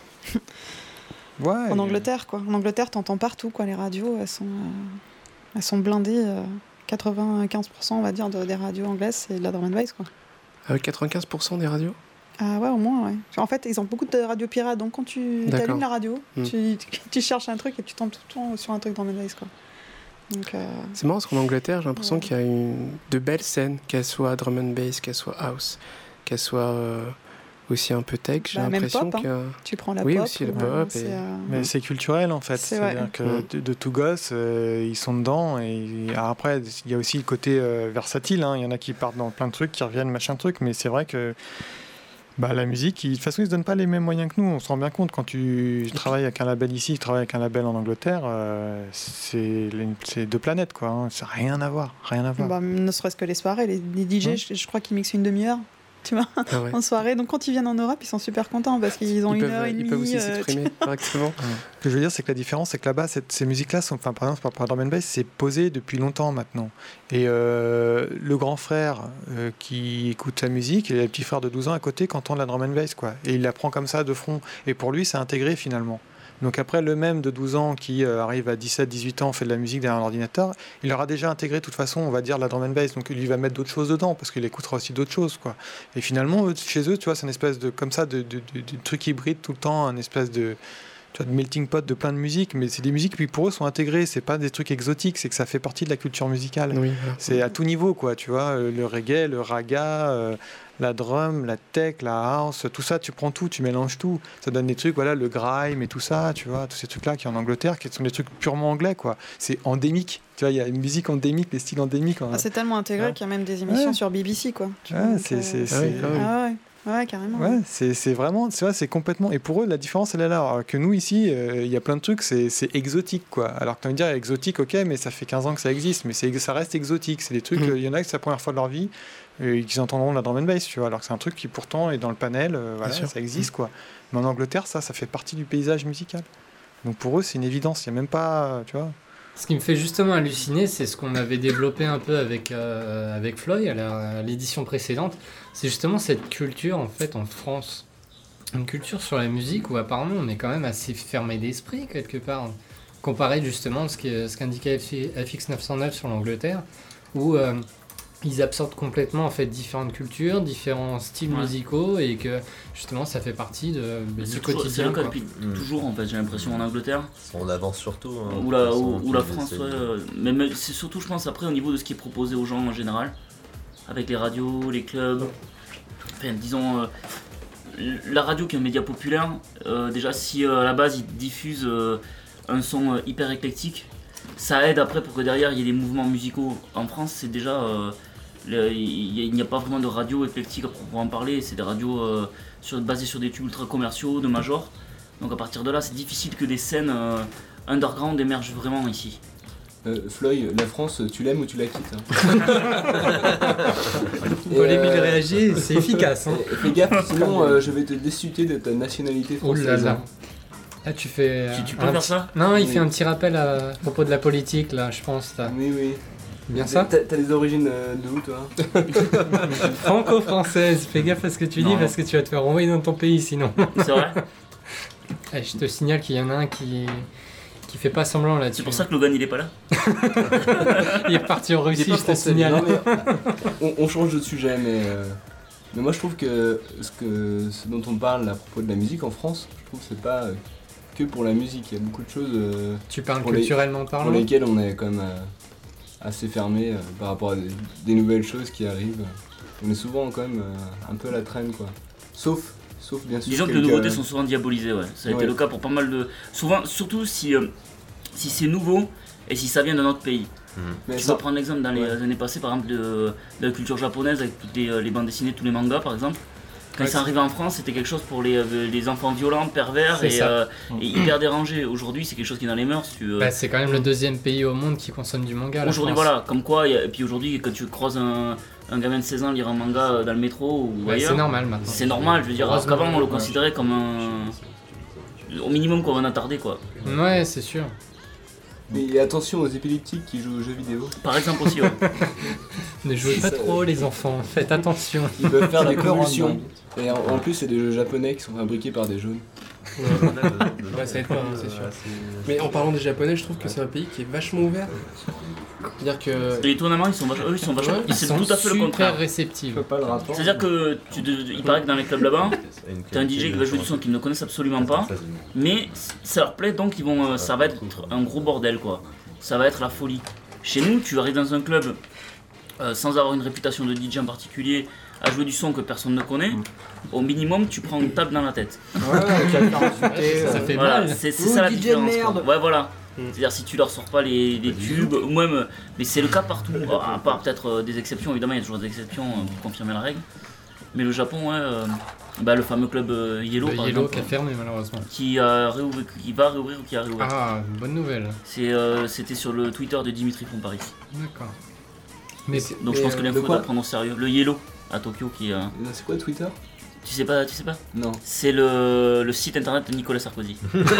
Ouais. En Angleterre quoi. En Angleterre, t'entends partout quoi. Les radios, elles sont euh... Elles sont blindées, euh, quatre-vingt-quinze pour cent on va dire de, des radios anglaises, c'est de la drum and bass quoi. Ah oui, quatre-vingt-quinze pour cent des radios ? Ah ouais, au moins, ouais. En fait, ils ont beaucoup de radios pirates, donc quand tu D'accord. t'allumes la radio, mm. tu, tu cherches un truc et tu tombes tout le temps sur un truc drum and bass quoi. Donc, euh... c'est marrant parce qu'en Angleterre, j'ai l'impression ouais. qu'il y a une, de belles scènes, qu'elles soient drum and bass, qu'elles soient house, qu'elles soient euh, aussi un peu tech, j'ai bah, l'impression même pop, que... hein. Tu prends la oui, pop. aussi le ou, pop. c'est, Et... euh... Mais c'est culturel en fait. C'est C'est-à-dire vrai. que Mm. de, de tout gosse, euh, ils sont dedans. Et alors après, il y a aussi le côté euh, versatile. hein. Il y en a qui partent dans plein de trucs, qui reviennent machin truc. Mais c'est vrai que bah, la musique, ils- de toute façon, ils se donnent pas les mêmes moyens que nous. On se rend bien compte quand tu travailles avec un label ici, tu travailles avec un label en Angleterre, euh, c'est les- c'est deux planètes quoi. hein. Ça n'a rien à voir, rien à voir. Bah, ne serait-ce que les soirées, les, les D J, Ouais. je, je crois qu'ils mixent une demi-heure. Tu vois, Ah ouais. en soirée. Donc quand ils viennent en Europe, ils sont super contents parce qu'ils ont Ils une peuvent, heure et ils demie. peuvent aussi euh, s'exprimer correctement. Ce que je veux dire, c'est que la différence, c'est que là-bas, cette- ces musiques-là, sont, enfin, par exemple, pour la drum and bass, c'est posé depuis longtemps maintenant. Et euh, le grand frère euh, qui écoute la musique, et le petit frère de douze ans à côté, qui entend de la drum and bass, quoi. Et il l'apprend comme ça de front. Et pour lui, c'est intégré finalement. Donc après, le même de douze ans qui euh, arrive à dix-sept dix-huit ans, fait de la musique derrière un ordinateur, il aura déjà intégré de toute façon, on va dire, la drum and bass. Donc il va mettre d'autres choses dedans, parce qu'il écoutera aussi d'autres choses, quoi. Et finalement, eux, chez eux, tu vois, c'est une espèce de, comme ça, de, de, de- de truc hybride tout le temps, un espèce de, tu vois, de melting pot de plein de musiques, mais c'est des musiques qui pour eux sont intégrées, c'est pas des trucs exotiques, c'est que ça fait partie de la culture musicale. Oui, voilà. C'est à tout niveau, quoi, tu vois, euh, le reggae, le raga, euh, la drum, la tech, la house, tout ça, tu prends tout, tu mélanges tout. Ça donne des trucs, voilà, le grime et tout ça, tu vois, tous ces trucs-là qui en Angleterre, qui sont des trucs purement anglais, quoi. C'est endémique, tu vois, il y a une musique endémique, des styles endémiques. hein. Ah, c'est tellement intégré Ouais. qu'il y a même des émissions Ouais. sur B B C, quoi. Tu vois, Ouais, donc, c'est, euh, c'est, Ah oui, c'est- quand même. Ah ouais, ouais, carrément. Ouais, c'est, c'est vraiment, c'est, vrai, c'est complètement. Et pour eux, la différence, elle est là. Alors que nous, ici, euh, il y a plein de trucs, c'est, c'est exotique, quoi. Alors que tu vas me dire, exotique, ok, mais ça fait quinze ans que ça existe, mais c'est, ça reste exotique. C'est des trucs, Mhm. euh, il y en a que c'est la première fois de leur vie, et qu'ils entendront de la drum and bass, tu vois. Alors que c'est un truc qui, pourtant, est dans le panel, euh, voilà, sûr. ça existe, quoi. Mais en Angleterre, ça, ça fait partie du paysage musical. Donc pour eux, c'est une évidence. Il n'y a même pas, tu vois. Ce qui me fait justement halluciner, c'est ce qu'on avait développé un peu avec, euh, avec Floyd à, la- à l'édition précédente. C'est justement cette culture en fait en France. Une culture sur la musique où apparemment on est quand même assez fermé d'esprit quelque part. Comparé justement à ce qui- ce qu'indiquait F X neuf cent neuf sur l'Angleterre, où euh, ils absorbent complètement en fait différentes cultures, différents styles Ouais. musicaux et que justement ça fait partie de, Mais du c'est toujours- c'est quotidien. le cas quoi. depuis Mm. toujours en fait, j'ai l'impression en Angleterre. On avance surtout. hein, Ou de la, toute façon, ou, ou la puis France, ils ouais, essaient de- euh, mais, mais c'est surtout, je pense, après au niveau de ce qui est proposé aux gens en général, avec les radios, les clubs. Enfin, disons, euh, la radio qui est un média populaire, euh, déjà, si euh, à la base ils diffusent euh, un son euh, hyper éclectique, ça aide après pour que derrière il y ait des mouvements musicaux. En France, c'est déjà. euh, le- il y a- il n'y a pas vraiment de radio éclectique à proprement parler, c'est des radios euh, sur, basées sur des tubes ultra commerciaux, de majors. Donc à partir de là, c'est difficile que des scènes euh, underground émergent vraiment ici. Euh, Floyd, la France, tu l'aimes ou tu la quittes hein Et, Paul Émile euh, réagit, c'est efficace. Hein. et- Fais gaffe, sinon euh, je vais te destituer de ta nationalité Oh française. là là. hein. Ah, tu fais. Tu, euh, tu peux un faire petit- ça? Non, il Oui. fait un petit rappel à, à propos de la politique, là, je pense. T'as Oui, oui. bien ça T'as t'as des origines euh, de où toi Franco-française, fais gaffe à ce que tu dis Non. parce que tu vas te faire renvoyer dans ton pays sinon. C'est vrai? Eh, je te signale qu'il y en a un qui, qui fait pas semblant là-dessus. C'est pour ça que Logan il est pas là? Il est parti en Russie, Il est pas je te français, signale. Non, mais, on, on change de sujet, mais, euh, mais moi je trouve que ce, que ce dont on parle à propos de la musique en France, je trouve que c'est pas euh, que pour la musique. Il y a beaucoup de choses euh, Tu parles Pour les- culturellement pour parlant. lesquelles on est quand même euh, assez fermé euh, par rapport à des, des nouvelles choses qui arrivent. On est souvent quand même euh, un peu à la traîne, quoi. Sauf, sauf bien sûr. Disons que les quelques- nouveautés sont souvent diabolisées, ouais. Ça a été Ouais. le cas pour pas mal de. Souvent, surtout si, euh, si c'est nouveau et si ça vient d'un autre pays. Mais Tu ça- vas prendre l'exemple dans les Ouais. années passées, par exemple, de, de la culture japonaise avec toutes les, euh, les bandes dessinées, tous les mangas, par exemple. Quand Ouais, ils sont arrivés en France, c'était quelque chose pour les, euh, les enfants violents, pervers C'est et, ça. euh, et hyper dérangés. Aujourd'hui, c'est quelque chose qui est dans les mœurs. Tu, euh, Bah, c'est quand même le deuxième pays au monde qui consomme du manga. la Aujourd'hui, France. voilà, comme quoi, y a- et puis aujourd'hui, quand tu croises un, un gamin de seize ans lire un manga euh, dans le métro ou Ouais, ailleurs, c'est normal maintenant. c'est normal, je veux dire, Heureusement. qu'avant on le considérait comme un. Au minimum comme un attardé, quoi. Ouais, c'est sûr. Mais attention aux épileptiques qui jouent aux jeux vidéo. Par exemple aussi, ouais. Ne jouez pas Ça- trop les enfants, faites attention. Ils peuvent faire Ça des peut rendre convulsions. dingue. Et en, en plus, c'est des jeux japonais qui sont fabriqués par des jaunes. Ouais, ça aide pas, hein, c'est sûr. Mais en parlant des Japonais, je trouve que c'est un pays qui est vachement ouvert. C'est-à-dire que. Et les tournements, ils sont vachement. Eux, ils sont vachement. Ouais, Ils c'est sont tout à fait le super contraire. réceptifs. Je vois pas le rapport. C'est-à-dire que tu de- il paraît que dans les clubs là-bas, t'as un D J qui va jouer du son qu'ils ne connaissent absolument pas, mais ça leur plaît donc ils vont, euh, ça va être un gros bordel quoi. Ça va être la folie. Chez nous, tu arrives dans un club euh, sans avoir une réputation de D J en particulier, à jouer du son que personne ne connaît, au minimum tu prends une table dans la tête. Ouais, ouais, ça fait voilà, mal. c'est, c'est Ouh, ça la D J différence. merde. Quoi. Ouais, voilà. Mm. C'est-à-dire si tu leur sors pas les, les tubes, ou même, mais c'est le cas partout, à part peut-être euh, des exceptions, évidemment il y a toujours des exceptions euh, pour confirmer la règle. Mais le Japon, ouais, euh, bah, le fameux club euh, Yellow, Le par Yellow exemple, qui a fermé malheureusement. qui, a réouvert, qui va réouvrir ou qui a réouvert. Ah, une bonne nouvelle. C'est, euh, c'était sur le Twitter de Dimitri Fomparis. D'accord. Mais Donc je pense que euh, l'info le quoi doit prendre au sérieux. Le Yellow à Tokyo qui. Euh, C'est quoi Twitter? tu sais pas, tu sais pas Non. C'est le, le site internet de Nicolas Sarkozy.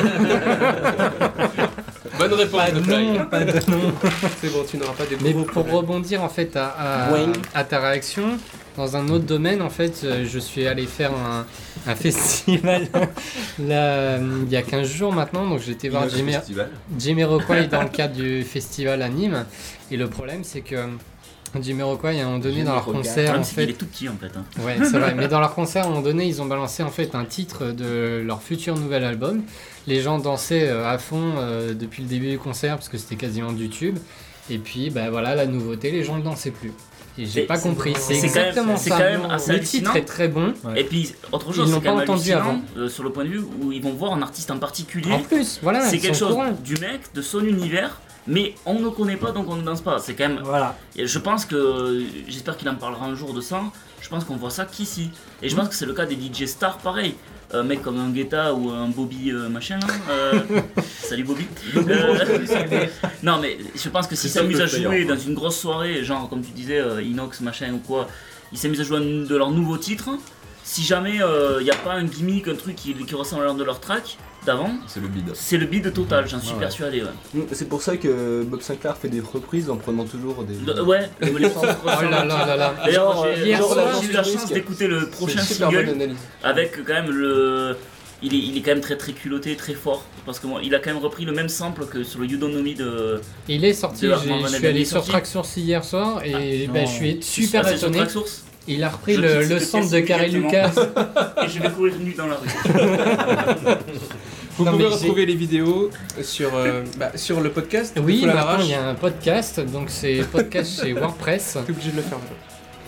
Bonne réponse pas de de Fly. nom, pas de nom. C'est bon, tu n'auras pas de Mais gros pour problèmes. rebondir en fait à, à, Wayne. à ta réaction, dans un autre domaine, en fait, euh, je suis allé faire un, un festival là, il y a quinze jours maintenant, donc j'étais voir Jimmy, Festival. Jamiroquai dans le cadre du festival à Nîmes. Et le problème, c'est que Jamiroquai, à un moment donné, dans leur Jamiroquai. Le concert, problème, en c'est qu'il fait, est tout petit en fait. Hein. ouais, c'est vrai, mais dans leur concert, à un moment donné, ils ont balancé en fait un titre de leur futur nouvel album. Les gens dansaient euh, à fond euh, depuis le début du concert parce que c'était quasiment du tube. Et puis, bah voilà, la nouveauté, les gens ne dansaient plus. Et j'ai C'est- pas compris. C'est c'est quand même- exactement c'est ça. quand même assez Le titre hallucinant. est très bon. Ouais. Et puis autre Ils chose, l'ont c'est quand pas même entendu hallucinant euh, sur le point de vue où ils vont voir un artiste en particulier. En plus, voilà, c'est ils quelque sont chose courants. du mec, de son univers, mais on ne le connaît pas donc on ne danse pas. C'est quand même. Voilà. Et je pense que, j'espère qu'il en parlera un jour de ça, je pense qu'on voit ça qu'ici. Et je pense que c'est le cas des D J stars pareil. Un mec comme un Guetta ou un Bobby euh, machin là. Euh, salut Bobby. Euh, non mais je pense que s'ils C'est ça s'amusent à le jouer player, quoi. dans une grosse soirée, genre comme tu disais euh, Inox machin ou quoi, ils s'amusent à jouer un de leurs nouveaux titres. Si jamais il n'y a pas un gimmick, un truc qui, qui ressemble à l'un de leurs tracks d'avant, C'est le bid. c'est le bide total, j'en suis Ouais. persuadé. Ouais, C'est pour ça que Bob Sinclair fait des reprises en prenant toujours des. Le- ouais les sons se Oh ressemblent là un là là là. D'ailleurs, Genre, j'ai, hier genre, soir, j'ai eu la je chance risque. d'écouter le C'est prochain une super bonne single analyse. avec quand même le. Il est, il est quand même très très culotté, très fort. Parce que moi, il a quand même repris le même sample que sur le You Don't Know Me de. Il est sorti, De j'ai- Armand Van je suis Helden, il allé est sur sorti. Tracksource hier soir et Ah, bah, non. je suis super Ah, c'est sur étonné. Tracksource. Il a repris Je le, quitte le cette sample de pièce Carré Lucas. immédiatement. Et je vais courir nu dans la rue. Vous Non, pouvez mais j'ai- retrouver les vidéos sur, euh, bah, sur le podcast. de Oui, Full à maintenant l'arrache. il y a un podcast, donc c'est podcast chez WordPress. T'es obligé de le faire. maintenant.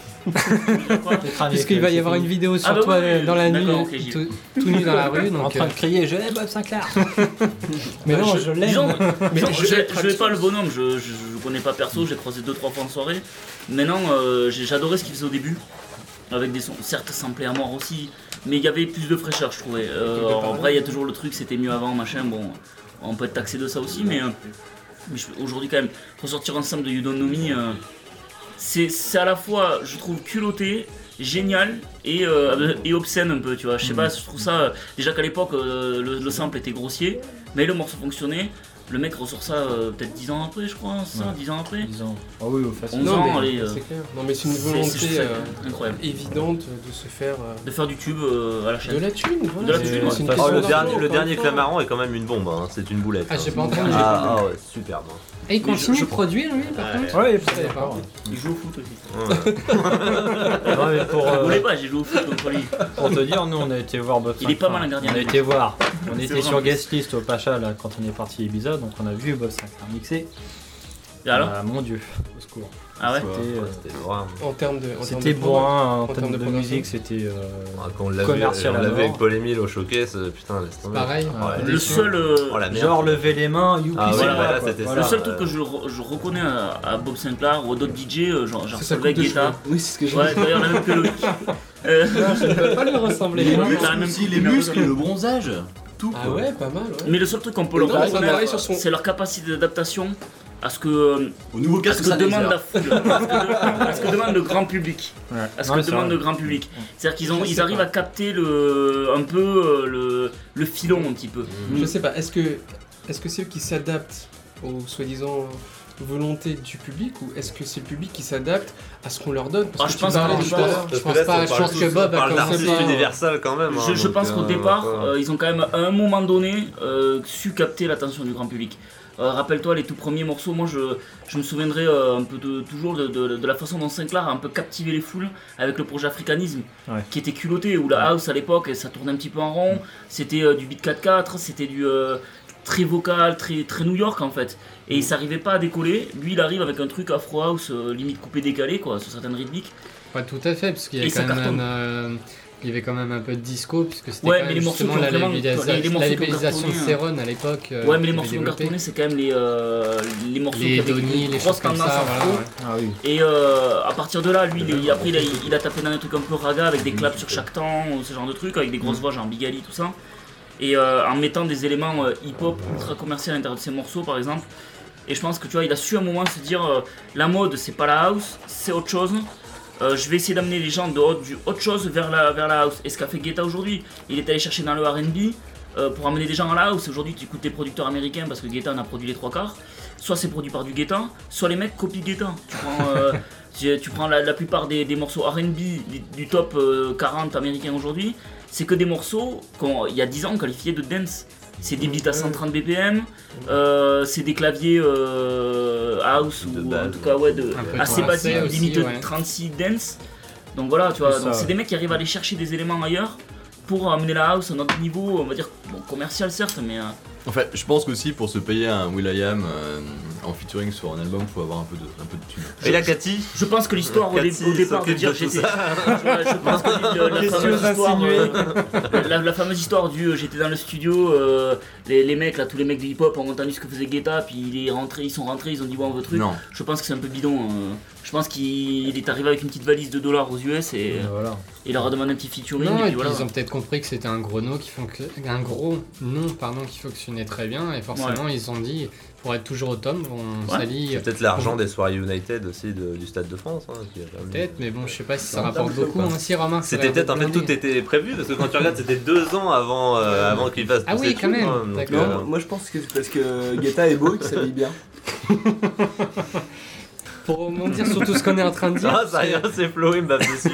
Puisqu'il va y avoir une vidéo sur Ah bah toi oui, dans la nuit, d'accord, ok, j'y tout, tout nu dans la rue. En Donc, train euh, de crier, je l'ai Bob Sinclair. mais non, je, je l'aime. disons, Mais disons, je- je, je- je vais pas le bonhomme, je, je, je le connais pas perso, j'ai croisé deux trois fois en soirée. Maintenant, euh, j'ai- j'adorais ce qu'il faisait au début, avec des sons, certes samplés à mort aussi, mais il y avait plus de fraîcheur, je trouvais. Euh, alors, en vrai, il y a toujours le truc, c'était mieux avant, machin, bon, on peut être taxé de ça aussi, mais, euh, mais je- aujourd'hui, quand même, ressortir ensemble de You Don't Know Me, euh, c'est c'est à la fois, je trouve, culotté, génial et, euh, et obscène un peu, tu vois. Je sais pas, je trouve ça. euh, Déjà qu'à l'époque, euh, le, le sample était grossier, mais le morceau fonctionnait. Le mec ressort ça euh, peut-être dix ans après, je crois, c'est ça, Ouais. dix ans après. Disons. Ah oui, au facile. onze Non, ans, mais allez, euh, c'est clair. Non, mais c'est une C'est- volonté c'est- euh, incroyable. évidente de se faire euh, De faire du tube euh, à la chaîne. de la thune. Voilà. De la C'est- thune, c'est une ouais. Oh, question le d'argent, dernier, le encore dernier une fois. Clamaran est quand même une bombe, hein. C'est une boulette. Ah, j'ai hein. pas entendu. Ah, ah ouais, superbe. hein. Et il continue je- de produire lui par Ouais. contre. Ouais, Je savais pas. Il joue au foot aussi. Ouais. Non, mais pour, Je euh, voulais pas, j'ai joué au foot contre lui. pour te dire, nous on a été voir Bob Il est Sinclair. pas mal, un gardien On a de but. été voir. On C'est était vrai, sur en plus. guest list au Pacha là quand on est parti à Ibiza, donc on a vu Bob Sinclair mixer. Et alors Ah, mon dieu, au secours. Ah ouais Ouais, C'était, euh, C'était l'horreur. En termes de. en termes C'était de bourrin, en termes termes de de, production. musique, c'était. euh, Ah, Quand on l'avait Commercial on à l'avait mort. avec Paul Émile au showcase, euh, putain, laisse tomber. Pareil. Ouais. Le seul. euh, Oh la merde. Genre lever les mains, youpi, Ah oui, voilà, bah là, quoi. c'était Voilà. Le seul euh, truc que je, re- je reconnais à, à Bob Sinclair ou à d'autres D J, euh, genre, genre C'est sa Solveig, coupe de Guetta. Oui, c'est ce que j'ai Ouais, d'ailleurs, la même que le. Euh, Je ne peux pas lui ressembler. t'as la même Aussi coupe les de muscles, merde. le bronzage, tout. Ah quoi. ouais, pas mal, ouais. Mais le seul truc qu'on peut Et leur non, mais ça reconnaître, travaille sur son- c'est leur capacité d'adaptation à ce que, euh, Au nouveau à casque, ce que ça demande laser. la foule, à ce que, de- à ce que demande le grand public, Ouais. à ce Non, que c'est demande vrai. le grand public. C'est-à-dire qu'ils ont, Je ils sais arrivent pas. à capter le, un peu euh, le, le filon un petit peu. Je sais pas, est-ce que est-ce que c'est eux qui s'adaptent aux soi-disant volontés du public ou est-ce que c'est le public qui s'adapte à ce qu'on leur donne? Parce Ah, que je tu pense parlais que- tout je à pense- l'heure. Je Parce pense là, pas, on je parle pense tous- que Bob on a parle commencé d'artiste par- universel quand même. Je, hein, je donc, pense qu'au euh, départ, voilà. euh, ils ont quand même à un moment donné euh, su capter l'attention du grand public. Euh, Rappelle-toi les tout premiers morceaux, moi je, je me souviendrai euh, un peu de, toujours de, de- de la façon dont Sinclair a un peu captivé les foules avec le projet Africanisme, Ouais. qui était culotté, où la house à l'époque ça tournait un petit peu en rond, c'était euh, du beat quatre quatre, c'était du euh, très vocal, très, très New York en fait, et il s'arrivait pas à décoller. Lui il arrive avec un truc afro house euh, limite coupé décalé quoi, sur certaines rythmiques, Pas tout à fait, parce qu'il y, a quand même, euh, il y avait quand même un peu de disco, puisque c'était ouais, quand même justement la labellisation de Céron à l'époque. Euh, ouais, mais les morceaux qui ont cartonné, c'est quand même les, euh, les morceaux les qui avaient Donny, une les grosse tendance ça, à voilà, ouais. Ah, oui. Et euh, à partir de là, lui, il, il, après, il a, il a tapé dans des trucs un peu raga, avec des claps sur chaque temps, ou ce genre de trucs, avec des grosses voix, genre Bigali, tout ça. Et euh, en mettant des éléments euh, hip-hop ultra commercial à l'intérieur de ses morceaux, par exemple. Et je pense que tu vois, il a su à un moment se dire euh, la mode, c'est pas la house, c'est autre chose. Euh, je vais essayer d'amener les gens de haute, du autre chose vers la, vers la house. Et ce qu'a fait Guetta aujourd'hui, il est allé chercher dans le R and B euh, pour amener des gens à la house. Aujourd'hui, tu écoutes des producteurs américains parce que Guetta en a produit les trois quarts. Soit c'est produit par du Guetta, soit les mecs copient Guetta. Tu prends, euh, tu, tu prends la, la plupart des, des morceaux R and B du, du top euh, quarante américain aujourd'hui, c'est que des morceaux qu'il y a dix ans qualifiés de dance. C'est des beats à cent trente B P M, euh, c'est des claviers euh, house ou base, en tout cas ouais, de, assez basiques, limite ouais. trente-six dance. Donc voilà, tu vois, c'est, donc c'est des mecs qui arrivent à aller chercher des éléments ailleurs pour amener la house à notre niveau, on va dire bon, commercial certes, mais... Euh... En fait, je pense qu'aussi pour se payer un will.i.am euh, en featuring sur un album, il faut avoir un peu de, un peu de thune. Et la Cathy Je pense que l'histoire au, dé- au départ de dire j'étais... je, je pense que la, la, fameuse histoire, euh, la, la fameuse histoire du euh, j'étais dans le studio, euh, les, les mecs là, tous les mecs du hip-hop ont entendu ce que faisait Guetta, puis il est rentré, ils sont rentrés, ils ont dit ouais on veut truc. Non. Je pense que c'est un peu bidon. Euh, je pense qu'il est arrivé avec une petite valise de dollars aux U S et voilà. Il leur a demandé un petit featuring. Non, et, et puis voilà. Ils ont peut-être compris que c'était un gros nom qui fonc... un gros nom pardon qui fonctionnait très bien et forcément ouais. ils ont dit pour être toujours au top on ouais. s'allie. C'est peut-être l'argent des soirées United aussi de, du Stade de France. Hein, qui peut-être, mais bon je sais pas si ça rapporte beaucoup hein, si Romain. C'était peut-être en fait tout était prévu parce que quand tu regardes c'était deux ans avant euh, avant qu'il fasse. Ah oui quand même. Hein, donc, euh... Moi je pense que c'est parce que Guetta est beau et qu'il s'habille bien. Pour rebondir sur tout ce qu'on est en train de dire. Ah, ça rien, c'est Flo, il me bat dessus.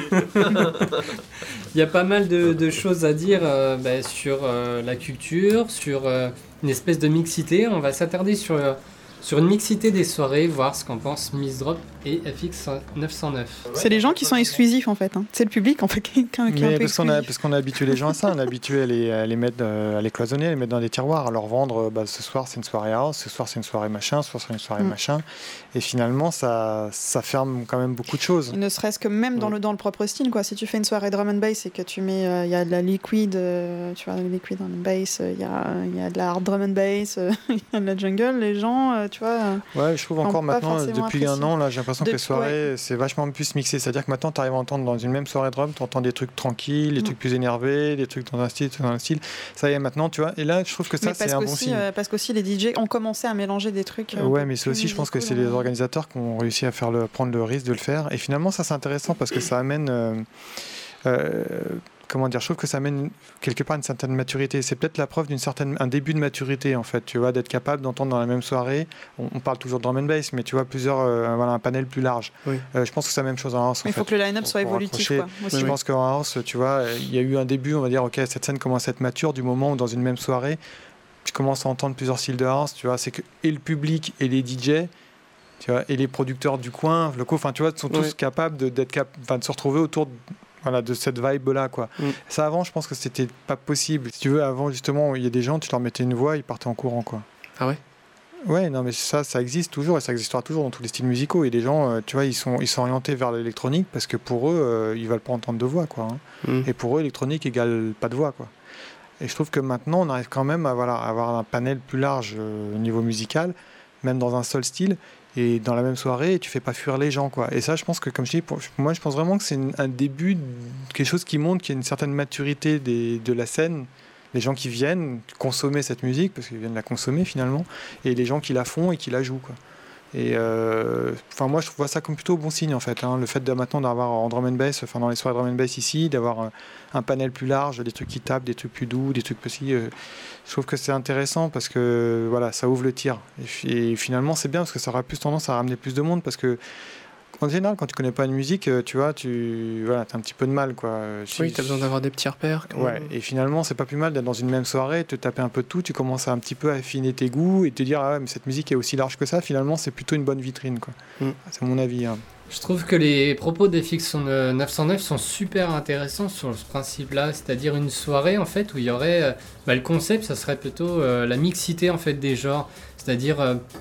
Il y a pas mal de, de choses à dire euh, bah, sur euh, la culture, sur euh, une espèce de mixité. On va s'attarder sur, euh, sur une mixité des soirées, voir ce qu'en pense Miss Drop et F X neuf cent neuf. C'est les gens qui sont exclusifs en fait. Hein. C'est le public en fait qui, qui est un peu parce exclusif. qu'on a, parce qu'on a habitué les gens à ça. On a habitué à les, à les mettre, à les cloisonner, à les mettre dans des tiroirs, à leur vendre. Bah, ce soir c'est une soirée house, ce soir c'est une soirée machin, ce soir c'est une soirée mm. machin. Et finalement ça, ça ferme quand même beaucoup de choses. Et ne serait-ce que même dans, mm. le, dans le propre style quoi. Si tu fais une soirée drum and bass et que tu mets, il euh, y a de la liquid, euh, tu vois, liquid drum and bass, il euh, y, a, y a de la hard drum and bass, il euh, y a de la jungle, les gens, euh, tu vois. Ouais, je trouve encore maintenant depuis apprécié. un an là, j'ai l'impression de, que les soirées ouais. c'est vachement plus mixé. C'est-à-dire que maintenant, tu arrives à entendre dans une même soirée drum, tu entends des trucs tranquilles, des mmh. trucs plus énervés, des trucs dans un style, dans un style. Ça y est, maintenant, tu vois. Et là, je trouve que ça, c'est un bon signe. Euh, parce qu'aussi, les D J ont commencé à mélanger des trucs. Euh, ouais, mais c'est aussi, je pense que c'est les organisateurs qui ont réussi à faire le, prendre le risque de le faire. Et finalement, ça, c'est intéressant parce que ça amène. Euh, euh, Comment dire, je trouve que ça amène quelque part une certaine maturité. C'est peut-être la preuve d'une certaine, un début de maturité en fait, tu vois, d'être capable d'entendre dans la même soirée. On, on parle toujours de drum and bass, mais tu vois plusieurs, euh, voilà, un panel plus large. Oui. Euh, je pense que c'est la même chose en house. Il faut que le line-up soit évolutif. Quoi, je oui. pense qu'en house, tu vois, il y a eu un début, on va dire, ok, cette scène commence à être mature du moment où dans une même soirée, tu commences à entendre plusieurs styles de house. Tu vois, c'est que et le public et les D J. Tu vois, et les producteurs du coin, locaux, enfin, tu vois, sont tous oui. capables de, d'être cap- de se retrouver autour de Voilà, de cette vibe-là, quoi. Mm. Ça, avant, je pense que c'était pas possible. Si tu veux, avant, justement, il y a des gens, tu leur mettais une voix, ils partaient en courant, quoi. Ah ouais ? Ouais, non, mais ça, ça existe toujours et ça existera toujours dans tous les styles musicaux. Et les gens, euh, tu vois, ils sont, ils sont orientés vers l'électronique parce que pour eux, euh, ils veulent pas entendre de voix, quoi. Hein. Mm. Et pour eux, électronique égale pas de voix, quoi. Et je trouve que maintenant, on arrive quand même à, voilà, à avoir un panel plus large euh, au niveau musical, même dans un seul style. Et dans la même soirée, tu fais pas fuir les gens, quoi. Et ça, je pense que, comme je dis, pour, moi, je pense vraiment que c'est une, un début de quelque chose qui montre qu'il y a une certaine maturité des, de la scène, les gens qui viennent consommer cette musique, parce qu'ils viennent la consommer finalement, et les gens qui la font et qui la jouent, quoi. Et euh, enfin, moi, je vois ça comme plutôt bon signe, en fait. Hein, le fait de maintenant d'avoir en drum and bass, enfin dans les soirées drum and bass ici, d'avoir un, un panel plus large, des trucs qui tapent, des trucs plus doux, des trucs petits. Euh, je trouve que c'est intéressant parce que voilà, ça ouvre le tir. Et, et finalement, c'est bien parce que ça aura plus tendance à ramener plus de monde parce que en général, quand tu connais pas une musique, tu vois, tu voilà, t'as un petit peu de mal, quoi. Tu, oui, t'as besoin d'avoir des petits repères. Ouais. Même. Et finalement, c'est pas plus mal d'être dans une même soirée, te taper un peu de tout. Tu commences à un petit peu affiner tes goûts et te dire ah ouais, mais cette musique est aussi large que ça. Finalement, c'est plutôt une bonne vitrine, quoi. Mm. C'est mon avis. Hein. Je trouve que les propos d'F X neuf cent neuf sont super intéressants sur ce principe-là, c'est-à-dire une soirée en fait où il y aurait, bah, le concept, ça serait plutôt euh, la mixité en fait des genres, c'est-à-dire euh,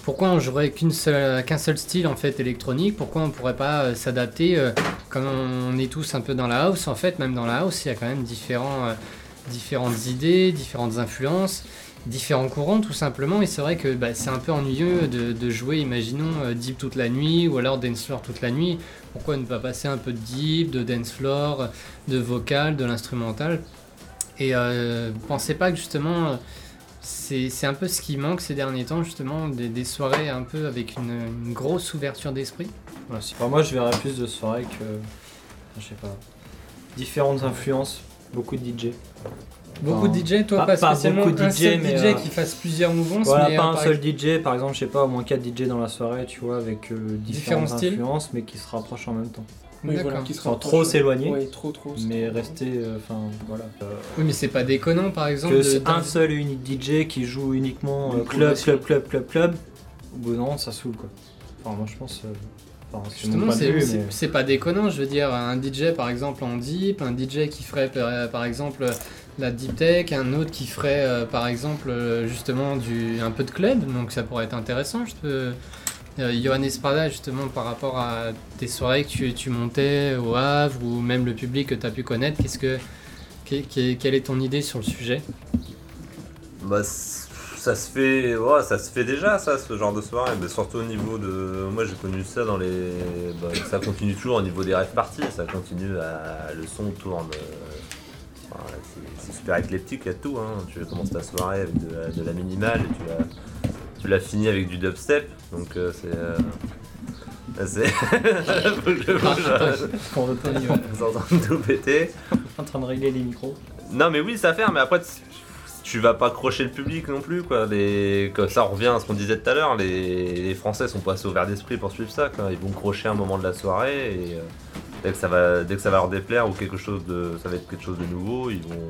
pourquoi on jouerait qu'une seule, qu'un seul style en fait électronique? Pourquoi on pourrait pas euh, s'adapter euh, comme on est tous un peu dans la house en fait, même dans la house il y a quand même différents, euh, différentes idées, différentes influences, différents courants tout simplement, et c'est vrai que bah, c'est un peu ennuyeux de, de jouer, imaginons euh, deep toute la nuit ou alors dance floor toute la nuit. Pourquoi ne pas passer un peu de deep, de dance floor, de vocal, de l'instrumental? Et euh, vous pensez pas que justement c'est, c'est un peu ce qui manque ces derniers temps, justement, des, des soirées un peu avec une, une grosse ouverture d'esprit? Ouais, c'est- enfin, moi je verrais plus de soirées que. Je sais pas. Différentes influences, beaucoup de D J. Beaucoup de D J, toi pas- pas, pas spécialement beaucoup de un D J, seul mais, D J euh, qui fasse plusieurs mouvances, Voilà, mais pas euh, un par seul D J, par exemple, je sais pas, au moins quatre D J dans la soirée, tu vois, avec euh, différentes Différents styles. influences, mais qui se rapprochent en même temps. Oui, D'accord. voilà, qui se Sans rapproche, trop ouais. s'éloigner, Ouais, trop, trop. mais rester, euh, enfin, voilà. Euh, Oui, mais c'est pas déconnant, par exemple. que de- c'est un d'un- seul et unique D J qui joue uniquement euh, Une club, progression. club, club, club, club, au bout d'un moment, ça saoule, quoi. Enfin, moi, je pense... euh, enfin, c'est mon Justement, point de c'est, vue, c'est, mais- c'est pas déconnant, je veux dire, un D J par exemple en deep, un D J qui ferait par, par exemple la deep tech, un autre qui ferait euh, par exemple euh, justement du, un peu de club, donc ça pourrait être intéressant. Je peux, euh, Johannes Prada, justement, par rapport à tes soirées que tu, tu montais au Havre ou même le public que tu as pu connaître, qu'est-ce que, que- que- quelle est ton idée sur le sujet? Bah, c- ça se fait, ouais, ça se fait déjà, ça, ce genre de soirée, mais surtout au niveau de, moi j'ai connu ça dans les, bah, ça continue toujours au niveau des rave parties, ça continue à, le son tourne, euh, enfin, c'est, c'est super éclectique, il y a tout, hein. Tu commences ta soirée avec de la, de la minimale et tu la, tu l'as fini avec du dubstep, donc euh, c'est, euh, c'est, faut que je bouge, Qu'on veut pas dire. vous entendez tout péter. En train de régler les micros. Non mais oui ça fait, mais après t- tu vas pas crocher le public non plus quoi. Les... que ça revient à ce qu'on disait tout à l'heure, les... les Français sont pas assez ouverts d'esprit pour suivre ça quoi. Ils vont crocher un moment de la soirée et euh, dès, que ça va... dès que ça va leur déplaire ou quelque chose de. Ça va être quelque chose de nouveau, ils vont.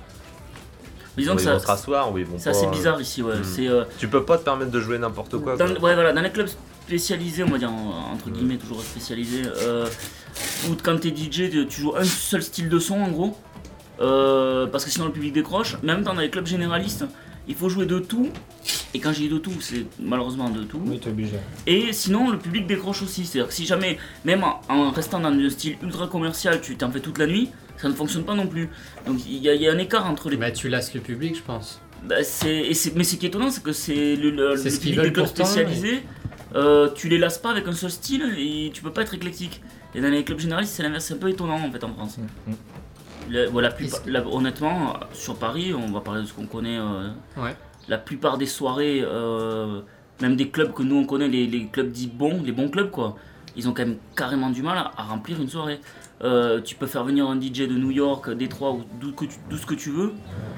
Disons ils que vont ça, se rasseoir ou ils vont c'est pas. assez bizarre ici, ouais. Hmm. C'est, euh, Tu peux pas te permettre de jouer n'importe quoi. Dans, quoi. ouais, voilà, dans les clubs spécialisés, on va dire en- entre guillemets toujours spécialisés, euh, où quand t'es D J, tu joues un seul style de son en gros, euh, parce que sinon le public décroche. Même dans les clubs généralistes, il faut jouer de tout, et quand je dis de tout, c'est malheureusement de tout. Oui, t'es obligé. Et sinon le public décroche aussi, c'est-à-dire que si jamais, même en, en restant dans un style ultra commercial, tu t'en fais toute la nuit, ça ne fonctionne pas non plus. Donc il y, a- il y a un écart entre les... Bah, tu lasses le public, je pense. Bah, c'est, et c'est- mais ce qui est étonnant, c'est que c'est le, le, C'est le ce qu'ils public veulent des clubs pourtant, spécialisés, euh, tu les lasses pas avec un seul style et tu peux pas être éclectique. Et dans les clubs généralistes, c'est l'inverse, c'est un peu étonnant en fait en France. Mm, mm. Le- voilà, la plupart- Est-ce que- la- honnêtement, sur Paris, on va parler de ce qu'on connaît. euh, Ouais. La plupart des soirées, euh, même des clubs que nous on connaît, les, les clubs dits bons, les bons clubs quoi, ils ont quand même carrément du mal à, à remplir une soirée. Euh, tu peux faire venir un D J de New York, Détroit ou d'où que tu, d'où ce que tu veux.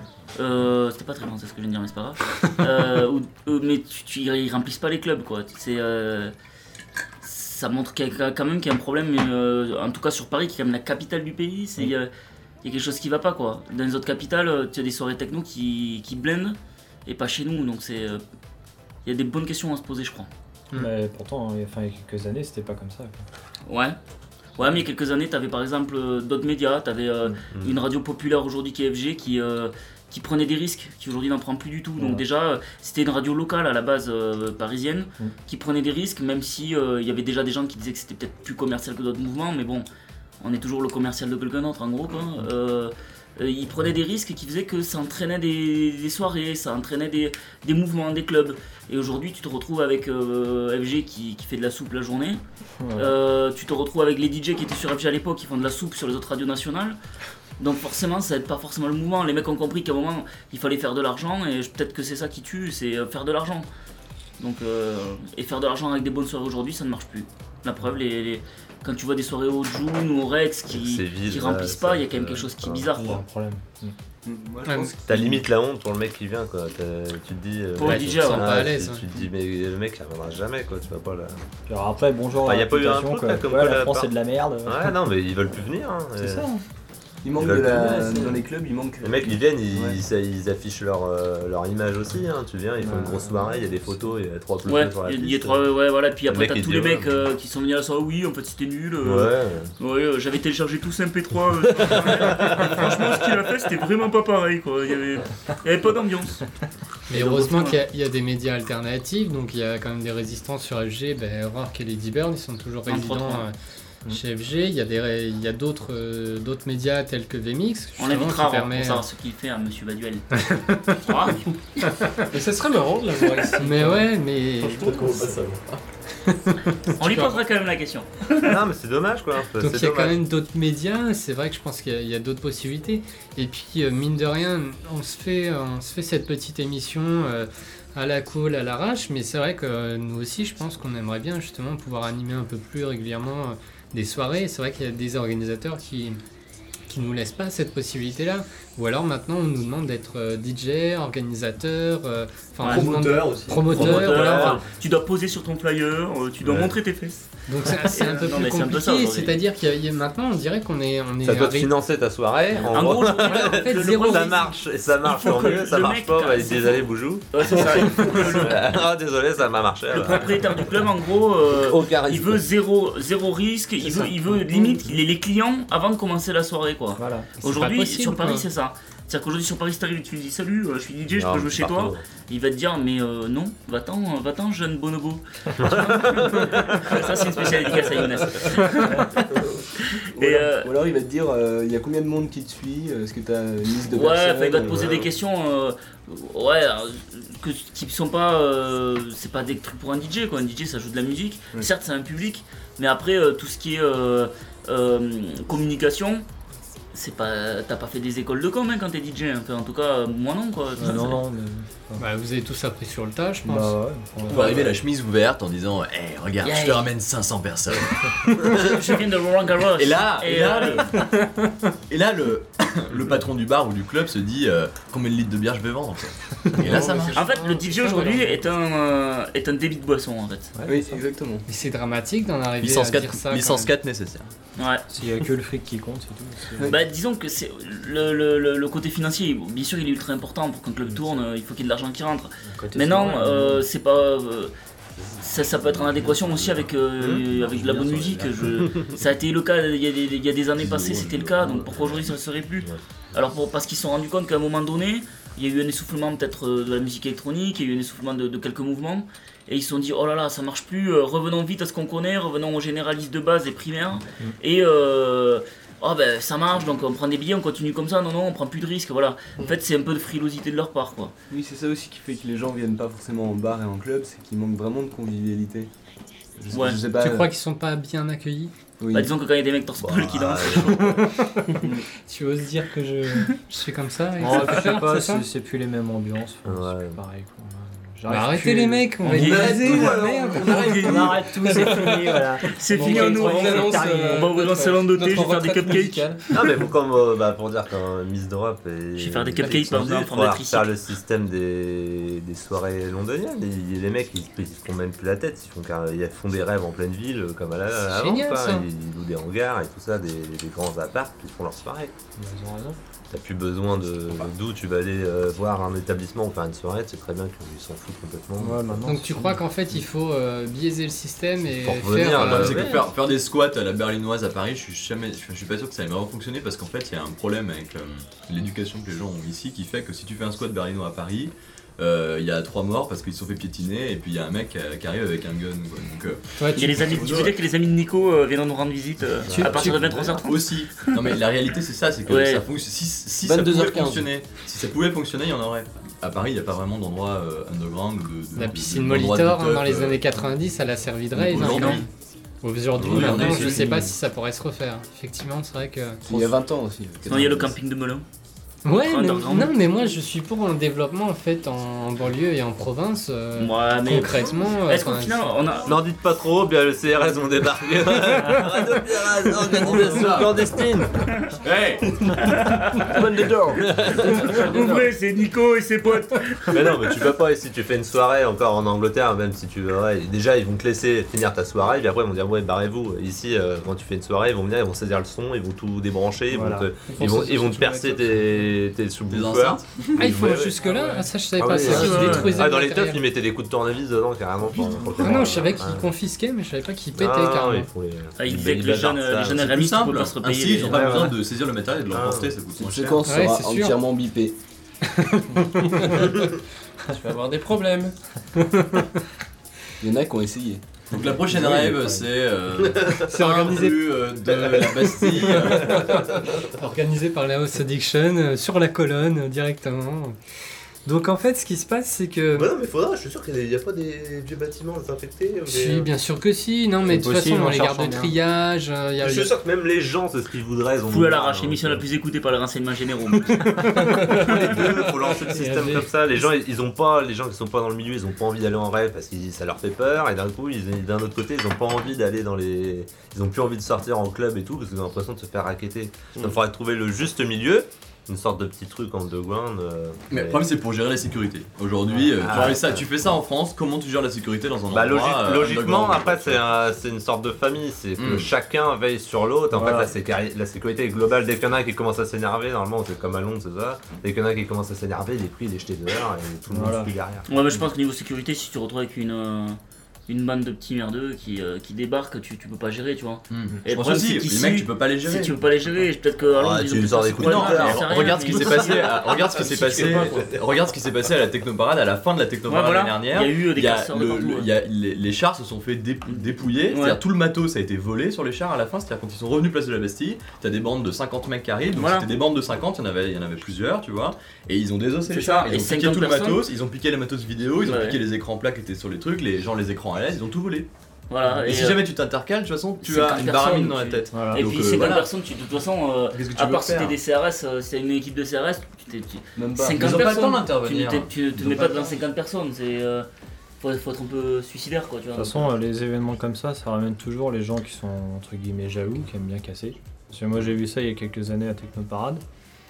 Euh, c'était pas très bon, c'est ce que je viens de dire, mais c'est pas grave. Euh, ou- euh, mais tu, tu, ils remplissent pas les clubs quoi. C'est, euh, ça montre qu'il y a quand même qu'il y a un problème, euh, en tout cas sur Paris, qui est quand même la capitale du pays. C'est, il y a, il y a quelque chose qui va pas quoi. Dans les autres capitales, euh, tu as des soirées techno qui, qui blendent et pas chez nous. Donc c'est, euh, il y a des bonnes questions à se poser, je crois. Mm. Mais pourtant, il y a- enfin, il y a quelques années, c'était pas comme ça. quoi. Ouais. Ouais, mais il y a quelques années, tu avais par exemple euh, d'autres médias, tu avais Mm. une radio populaire aujourd'hui qui est F G qui, euh, qui prenait des risques, qui aujourd'hui n'en prend plus du tout. Donc Ouais. déjà, euh, c'était une radio locale à la base euh, parisienne Mm. qui prenait des risques, même si euh, il y avait déjà des gens qui disaient que c'était peut-être plus commercial que d'autres mouvements, mais bon, on est toujours le commercial de quelqu'un d'autre en gros quoi. Euh, euh, ils prenaient des risques qui faisaient que ça entraînait des, des soirées, ça entraînait des, des mouvements, des clubs. Et aujourd'hui, tu te retrouves avec euh, F G qui, qui fait de la soupe la journée. Ouais. Euh, tu te retrouves avec les D J qui étaient sur F G à l'époque, qui font de la soupe sur les autres radios nationales. Donc forcément, ça aide pas forcément le mouvement. Les mecs ont compris qu'à un moment, il fallait faire de l'argent, et je- peut-être que c'est ça qui tue, c'est euh, faire de l'argent. Donc, euh, et faire de l'argent avec des bonnes soirées aujourd'hui, ça ne marche plus. La preuve, les, les- quand tu vois des soirées au June ou au Rex qui, C'est vide, qui remplissent ouais, pas, ça- il y a quand même quelque chose qui est ouais. bizarre. Il y a un Quoi. problème. Mm. Moi, je Ouais, pense T'as qu'il- limite la honte pour le mec qui vient quoi. T'as- tu te dis. euh, Pour le ouais, D J, tu te ouais. sens Pas à l'aise, tu, ouais. tu te dis mais le mec il reviendra jamais quoi. Tu vas pas là. Puis alors après, bonjour, Enfin, la y a pas eu un réputation, truc, quoi. là, comme Ouais, quoi, la la France part- c'est de la merde. Ouais non mais ils veulent plus venir. Hein. C'est Et- ça. hein. Il manque Ils de veulent la... plus, ouais, Dans c'est- les clubs, il manque... Les mecs ils viennent, ils, Ouais. ils, ils affichent leur, euh, leur image aussi, hein. Tu viens, ils font une grosse soirée, il y a des photos, il y a trois photos Ouais, sur la il y a- piste. il y a trois, ouais, voilà. Puis Le après, mec, t'as il tous dit, les ouais, mecs euh, qui sont venus à la soirée. Oui, en fait, c'était nul. euh, Ouais. Ouais, euh, j'avais téléchargé tous un P trois. euh, franchement, ce qu'il a fait, c'était vraiment pas pareil, quoi. Il y avait, il y avait pas d'ambiance. Mais heureusement qu'il y a, il y a des médias alternatifs, donc il y a quand même des résistants sur F G. Ben, Rourke et Lady Bird, ils sont toujours résidents euh, chez F G. Il y a, des, il y a d'autres, euh, d'autres médias tels que V M X. On l'invitera qui permet... pour savoir ce qu'il fait à Monsieur Baduel. Mais ça serait marrant de l'avoir ici. Mais ouais, mais... On lui posera quand même la question. Non, mais c'est dommage quoi. Donc c'est il y a dommage. quand même d'autres médias, c'est vrai que je pense qu'il y a, il y a d'autres possibilités. Et puis euh, mine de rien, on se fait, on se fait cette petite émission euh, à la cool, à l'arrache, mais c'est vrai que euh, nous aussi, je pense qu'on aimerait bien justement pouvoir animer un peu plus régulièrement euh, des soirées. C'est vrai qu'il y a des organisateurs qui qui nous laissent pas cette possibilité-là. Ou alors maintenant, on nous demande d'être euh, D J, organisateur, euh, enfin Ouais, on nous demande- promoteur aussi. promoteur, Promoteur, voilà, enfin, tu dois poser sur ton flyer, euh, tu dois Ouais. montrer tes fesses. donc c'est, c'est un peu Non, plus mais c'est un peu ça, compliqué. aujourd'hui. C'est-à-dire qu'il y a, il y a- maintenant, on dirait qu'on est, on est Ça doit te arri- financer ta soirée. En, En gros, gros, Voilà, en fait, le- le zéro problème, ça marche et ça marche il faut tant que mieux, ça le marche mec, pas, bah, quand- ils disent allez boujou. Ouais, c'est ça. Il faut que le, Ah désolé, ça m'a marché. le alors. propriétaire du club, en gros, euh, Aucun il risque. veut zéro, zéro risque, il veut, il veut limite les, les clients avant de commencer la soirée, quoi. Voilà. C'est Aujourd'hui, pas possible, sur Paris, quoi. c'est ça. C'est-à-dire qu'aujourd'hui, sur Paris, si t'arrives et tu lui dis salut, euh, je suis D J, je Non, peux jouer c'est chez toi. partout. Il va te dire, mais euh, non, va-t'en, euh, va-t'en, jeune bonobo. Ça, c'est une spéciale dédicace à Younes. Ou, Et, alors, euh, ou alors il va te dire euh, il y a combien de monde qui te suit, euh, est-ce que tu as une liste de Ouais, personnes enfin, il va te poser euh, des questions, euh, ouais, euh, que, qui sont pas, euh, c'est pas des trucs pour un D J quoi. Un D J ça joue de la musique, Ouais. certes c'est un public, mais après euh, tout ce qui est euh, euh, communication, c'est pas, t'as pas fait des écoles de com hein, quand t'es D J. Hein. Enfin, en tout cas, euh, moi non quoi. Ah, non, non, mais. Bah, vous avez tous appris sur le tas, je pense. Bah ouais. On va arriver la chemise ouverte en disant hey, regarde, Yeah. je te ramène cinq cents personnes. je, je viens de Roland Garros. Et là, et là, euh, le, et là le, le patron du bar ou du club se dit euh, combien de litres de bière je vais vendre. quoi. Et là, ça marche. en fait, le D J aujourd'hui est un, euh, est un débit de boisson en fait. Oui, exactement. Mais c'est dramatique d'en arriver Licence à dire quatre, ça. licence quand quatre nécessaire. Ouais. S'il y a que le fric qui compte, c'est tout. c'est- Bah disons que c'est le, le, le, le côté financier, bien sûr il est ultra important pour qu'un club tourne, il faut qu'il y ait de l'argent qui rentre. Côté Maintenant soirée, euh, c'est pas euh, ça, ça peut être en adéquation aussi avec, euh, avec de la bonne musique. Je, ça a été le cas il y a des, il y a des années passées, c'était le cas, donc pourquoi aujourd'hui ça ne serait plus? Alors pour, parce qu'ils se sont rendus compte qu'à un moment donné, il y a eu un essoufflement peut-être euh, de la musique électronique, il y a eu un essoufflement de, de quelques mouvements, et ils se sont dit oh là là ça marche plus, euh, revenons vite à ce qu'on connaît, revenons aux généralistes de base et primaires, et euh, oh ben ça marche donc on prend des billets, on continue comme ça, non non on prend plus de risques, voilà. En fait c'est un peu de frilosité de leur part quoi. Oui, c'est ça aussi qui fait que les gens viennent pas forcément en bar et en club, c'est qu'il manque vraiment de convivialité. Je sais, Ouais. je sais pas. Tu euh, crois qu'ils sont pas bien accueillis? oui. Bah disons que quand il y a des mecs torse-poil qui dansent. Tu oses dire que je, je fais comme ça et Oh, ça je fait sais peur, pas, c'est ça? c'est c'est plus les mêmes ambiances. enfin, Ouais. C'est plus pareil quoi. Bah, J'arrive arrêtez plus- les mecs, on va On y arrête baser tout, la alors. merde. On arrête On arrête tout, c'est fini, voilà. C'est Bon, fini, on nous on on annonce, va euh, ouvrir un salon de thé, je vais faire des cupcakes. Non mais vous comme euh, bah, pour dire quand Miss Drop et Je vais faire des cupcakes par exemple en format faire tricycle. le système des, des soirées londoniennes, les, les mecs ils, ils se font même plus la tête, ils font, car- ils font des rêves en pleine ville comme à la C'est avant, génial, quoi. ça. Ils, ils louent des hangars et tout ça, des, des grands apparts qui font leurs soirées. Ils ont raison. T'as plus besoin de d'où tu vas aller euh, voir un établissement ou faire une soirée, tu sais très bien qu'ils s'en foutent complètement. Ouais, maintenant, Donc c'est tu fini. crois qu'en fait il faut euh, biaiser le système et Pour revenir, faire... euh, Le problème, c'est ouais. que faire, faire des squats à la berlinoise à Paris, je suis jamais, je suis pas sûr que ça ait vraiment fonctionné parce qu'en fait, il y a un problème avec euh, l'éducation que les gens ont ici qui fait que si tu fais un squat berlinois à Paris, euh, il y a trois morts parce qu'ils se sont fait piétiner et puis il y a un mec euh, qui arrive avec un gun. Quoi. Donc, euh, Ouais, Il y a les amis, tu veux dire que les amis de Nico euh, viennent nous rendre visite euh, Tu- à partir tu- de vingt-trois heures trente? aussi. Non mais la réalité c'est ça, c'est que Ouais. ça fonctionne. Si, si ça vingt-deux pouvait heures quinze. fonctionner, si ça pouvait fonctionner, il y en aurait. À Paris, il n'y a pas vraiment d'endroit euh, underground ou de, de- La de- piscine d'endroit de Molitor teuf, dans les euh, années quatre-vingt-dix, elle a servi de rêve. Aujourd'hui, hein, non Aujourd'hui, Oui, maintenant, on est- je sais pas si ça pourrait se refaire. Effectivement, c'est vrai que... Il y a vingt ans aussi. Sinon il y a le camping de Melun. Ouais, mais, Underground. non, mais moi je suis pour un développement en fait en, en banlieue et en province. euh, Ouais, mais concrètement. euh, est-ce qu'au enfin, final on a. N'en dites pas trop, bien le C R S vont débarquer. Radio Pirate, organisation clandestine. Hey Open the door. Ouvrez, c'est Nico et ses potes. Mais non, mais tu peux pas, si tu fais une soirée encore en Angleterre, même si tu veux, ouais, déjà ils vont te laisser finir ta soirée, puis après ils vont dire ouais barrez-vous. Ici, euh, quand tu fais une soirée, ils vont venir, ils vont saisir le son, ils vont tout débrancher, ils Voilà. vont te, ils vont, ils vont te percer tes, tes Des sous-boofers. enceintes. Ah, il faut Ouais, ouais. jusque là ah, ça je savais Ah pas, ouais, c'est ouais, qu'ils ouais, détruisaient Ah, le dans les matériel. teufs, ils mettaient des coups de tournevis dedans carrément. pour- pour Ah non, je savais Ouais. qu'ils confisquaient, mais je savais pas qu'ils pétaient Ah, carrément. ils font les- Ah, ils ils disaient que les bazardent jeunes, ça. les jeunes C'est plus Aramis ne simple. pouvaient pas se repayer. Ainsi, ils n'ont pas Ouais, besoin ouais. de saisir le matériel et de Ah. l'emporter, ça coûte Cette moins cher. séquence Ouais, sera c'est sûr. entièrement bipée. Tu vas avoir des problèmes. Il y en a qui ont essayé. Donc la prochaine Oui, rave, ouais. c'est euh, C'est organisé. rue, euh, de la Bastille. Organisé par la House Addiction euh, sur la colonne euh, directement. Donc en fait, ce qui se passe, c'est que. Bah non, mais faudra, je suis sûr qu'il n'y a pas des vieux bâtiments désinfectés. ou des- Si, bien sûr que si. Non, mais de toute possible, façon, dans en les gares cherchant de bien. triage, euh, il y a. Je suis sûr que même les gens, c'est ce qu'ils voudraient. Ils ont Foule à marre, l'arrache, hein, l'émission donc, la plus écoutée par les renseignements généraux. les deux, faut lancer le Et système avec- comme ça. Les gens, ils, ils ont pas, les gens qui sont pas dans le milieu, ils ont pas envie d'aller en rêve parce que ça leur fait peur. Et d'un coup, ils, d'un autre côté, ils ont pas envie d'aller dans les, ils ont plus envie de sortir en club et tout parce qu'ils ont l'impression de se faire racketter. Donc, il faudrait trouver le juste milieu, une sorte de petit truc en underground. Euh, Mais le problème c'est pour gérer la sécurité. Aujourd'hui, euh, Ah tu, ouais. fais ça, tu fais ça en France, comment tu gères la sécurité dans un Bah, endroit logique- euh, logiquement, underground, après, tu c'est vois. un- c'est une sorte de famille, c'est que Mm. chacun veille sur l'autre. En Voilà. fait, la, sécuri- la sécurité est globale. Dès qu'il y en a un qui commence à s'énerver, normalement, c'est comme à Londres, c'est ça. Dès qu'il y en a un qui commence à s'énerver, il est pris, il est jeté dehors et tout le monde Voilà. suit derrière. Ouais, mais je pense que niveau sécurité, si tu te retrouves avec une, euh, une bande de petits merdeux qui, euh, qui débarquent, tu, tu peux pas gérer, tu vois. Mmh. Et Je le pense problème, aussi, c'est les qu'ici, mecs tu peux pas les Si gérer. tu veux pas les gérer, peut-être que. à Londres, Ah, ils tu ont lui sors peut-être des coups de ce problème, poing, j'en sais rien, Regarde ce mais qui s'est ils ont- passé, à, regarde ce qui s'est Si tu passé, fais pas, quoi. regarde ce qui s'est passé à la Technoparade, à la fin de la Technoparade Ouais, voilà. l'année dernière. Il y a eu, euh, des Il y a casseurs de le- partout, le- ouais. il y a les, les chars se sont fait dé- dépouiller, c'est-à-dire tout le matos a été volé sur les chars à la fin, c'est-à-dire quand ils sont revenus place de la Bastille, t'as des bandes de cinquante mecs qui arrivent, donc Voilà. c'était des bandes de cinquante, il y en avait, il y en avait plusieurs, tu vois, et ils ont désossé C'est les ça, chars, et ils ont piqué cinquante tout le personnes. matos, ils ont piqué les matos vidéo, ils ont Ouais. piqué les écrans plats qui étaient sur les trucs, les gens les écrans à l'aise, ils ont tout volé. Voilà, Et, et, si euh, jamais tu t'intercales, de toute façon, tu cinquante as une personnes, baramine dans la tu- tête. Voilà. Et Donc, puis euh, cinquante voilà. personnes, tu, de toute façon, euh, Qu'est-ce que tu à veux part si faire t'es des C R S, euh, si t'as une équipe de C R S, tu t'es. tu- Même pas. cinquante Ils ont pas le temps personnes, d'intervenir. Tu ne t'es- tu te Ils ont mets pas pas le devant temps. cinquante personnes, c'est. euh, faut, faut être un peu suicidaire, quoi, tu vois. De toute façon, euh, les événements comme ça, ça ramène toujours les gens qui sont entre guillemets jaloux, qui aiment bien casser. Parce que moi j'ai vu ça il y a quelques années à Technoparade.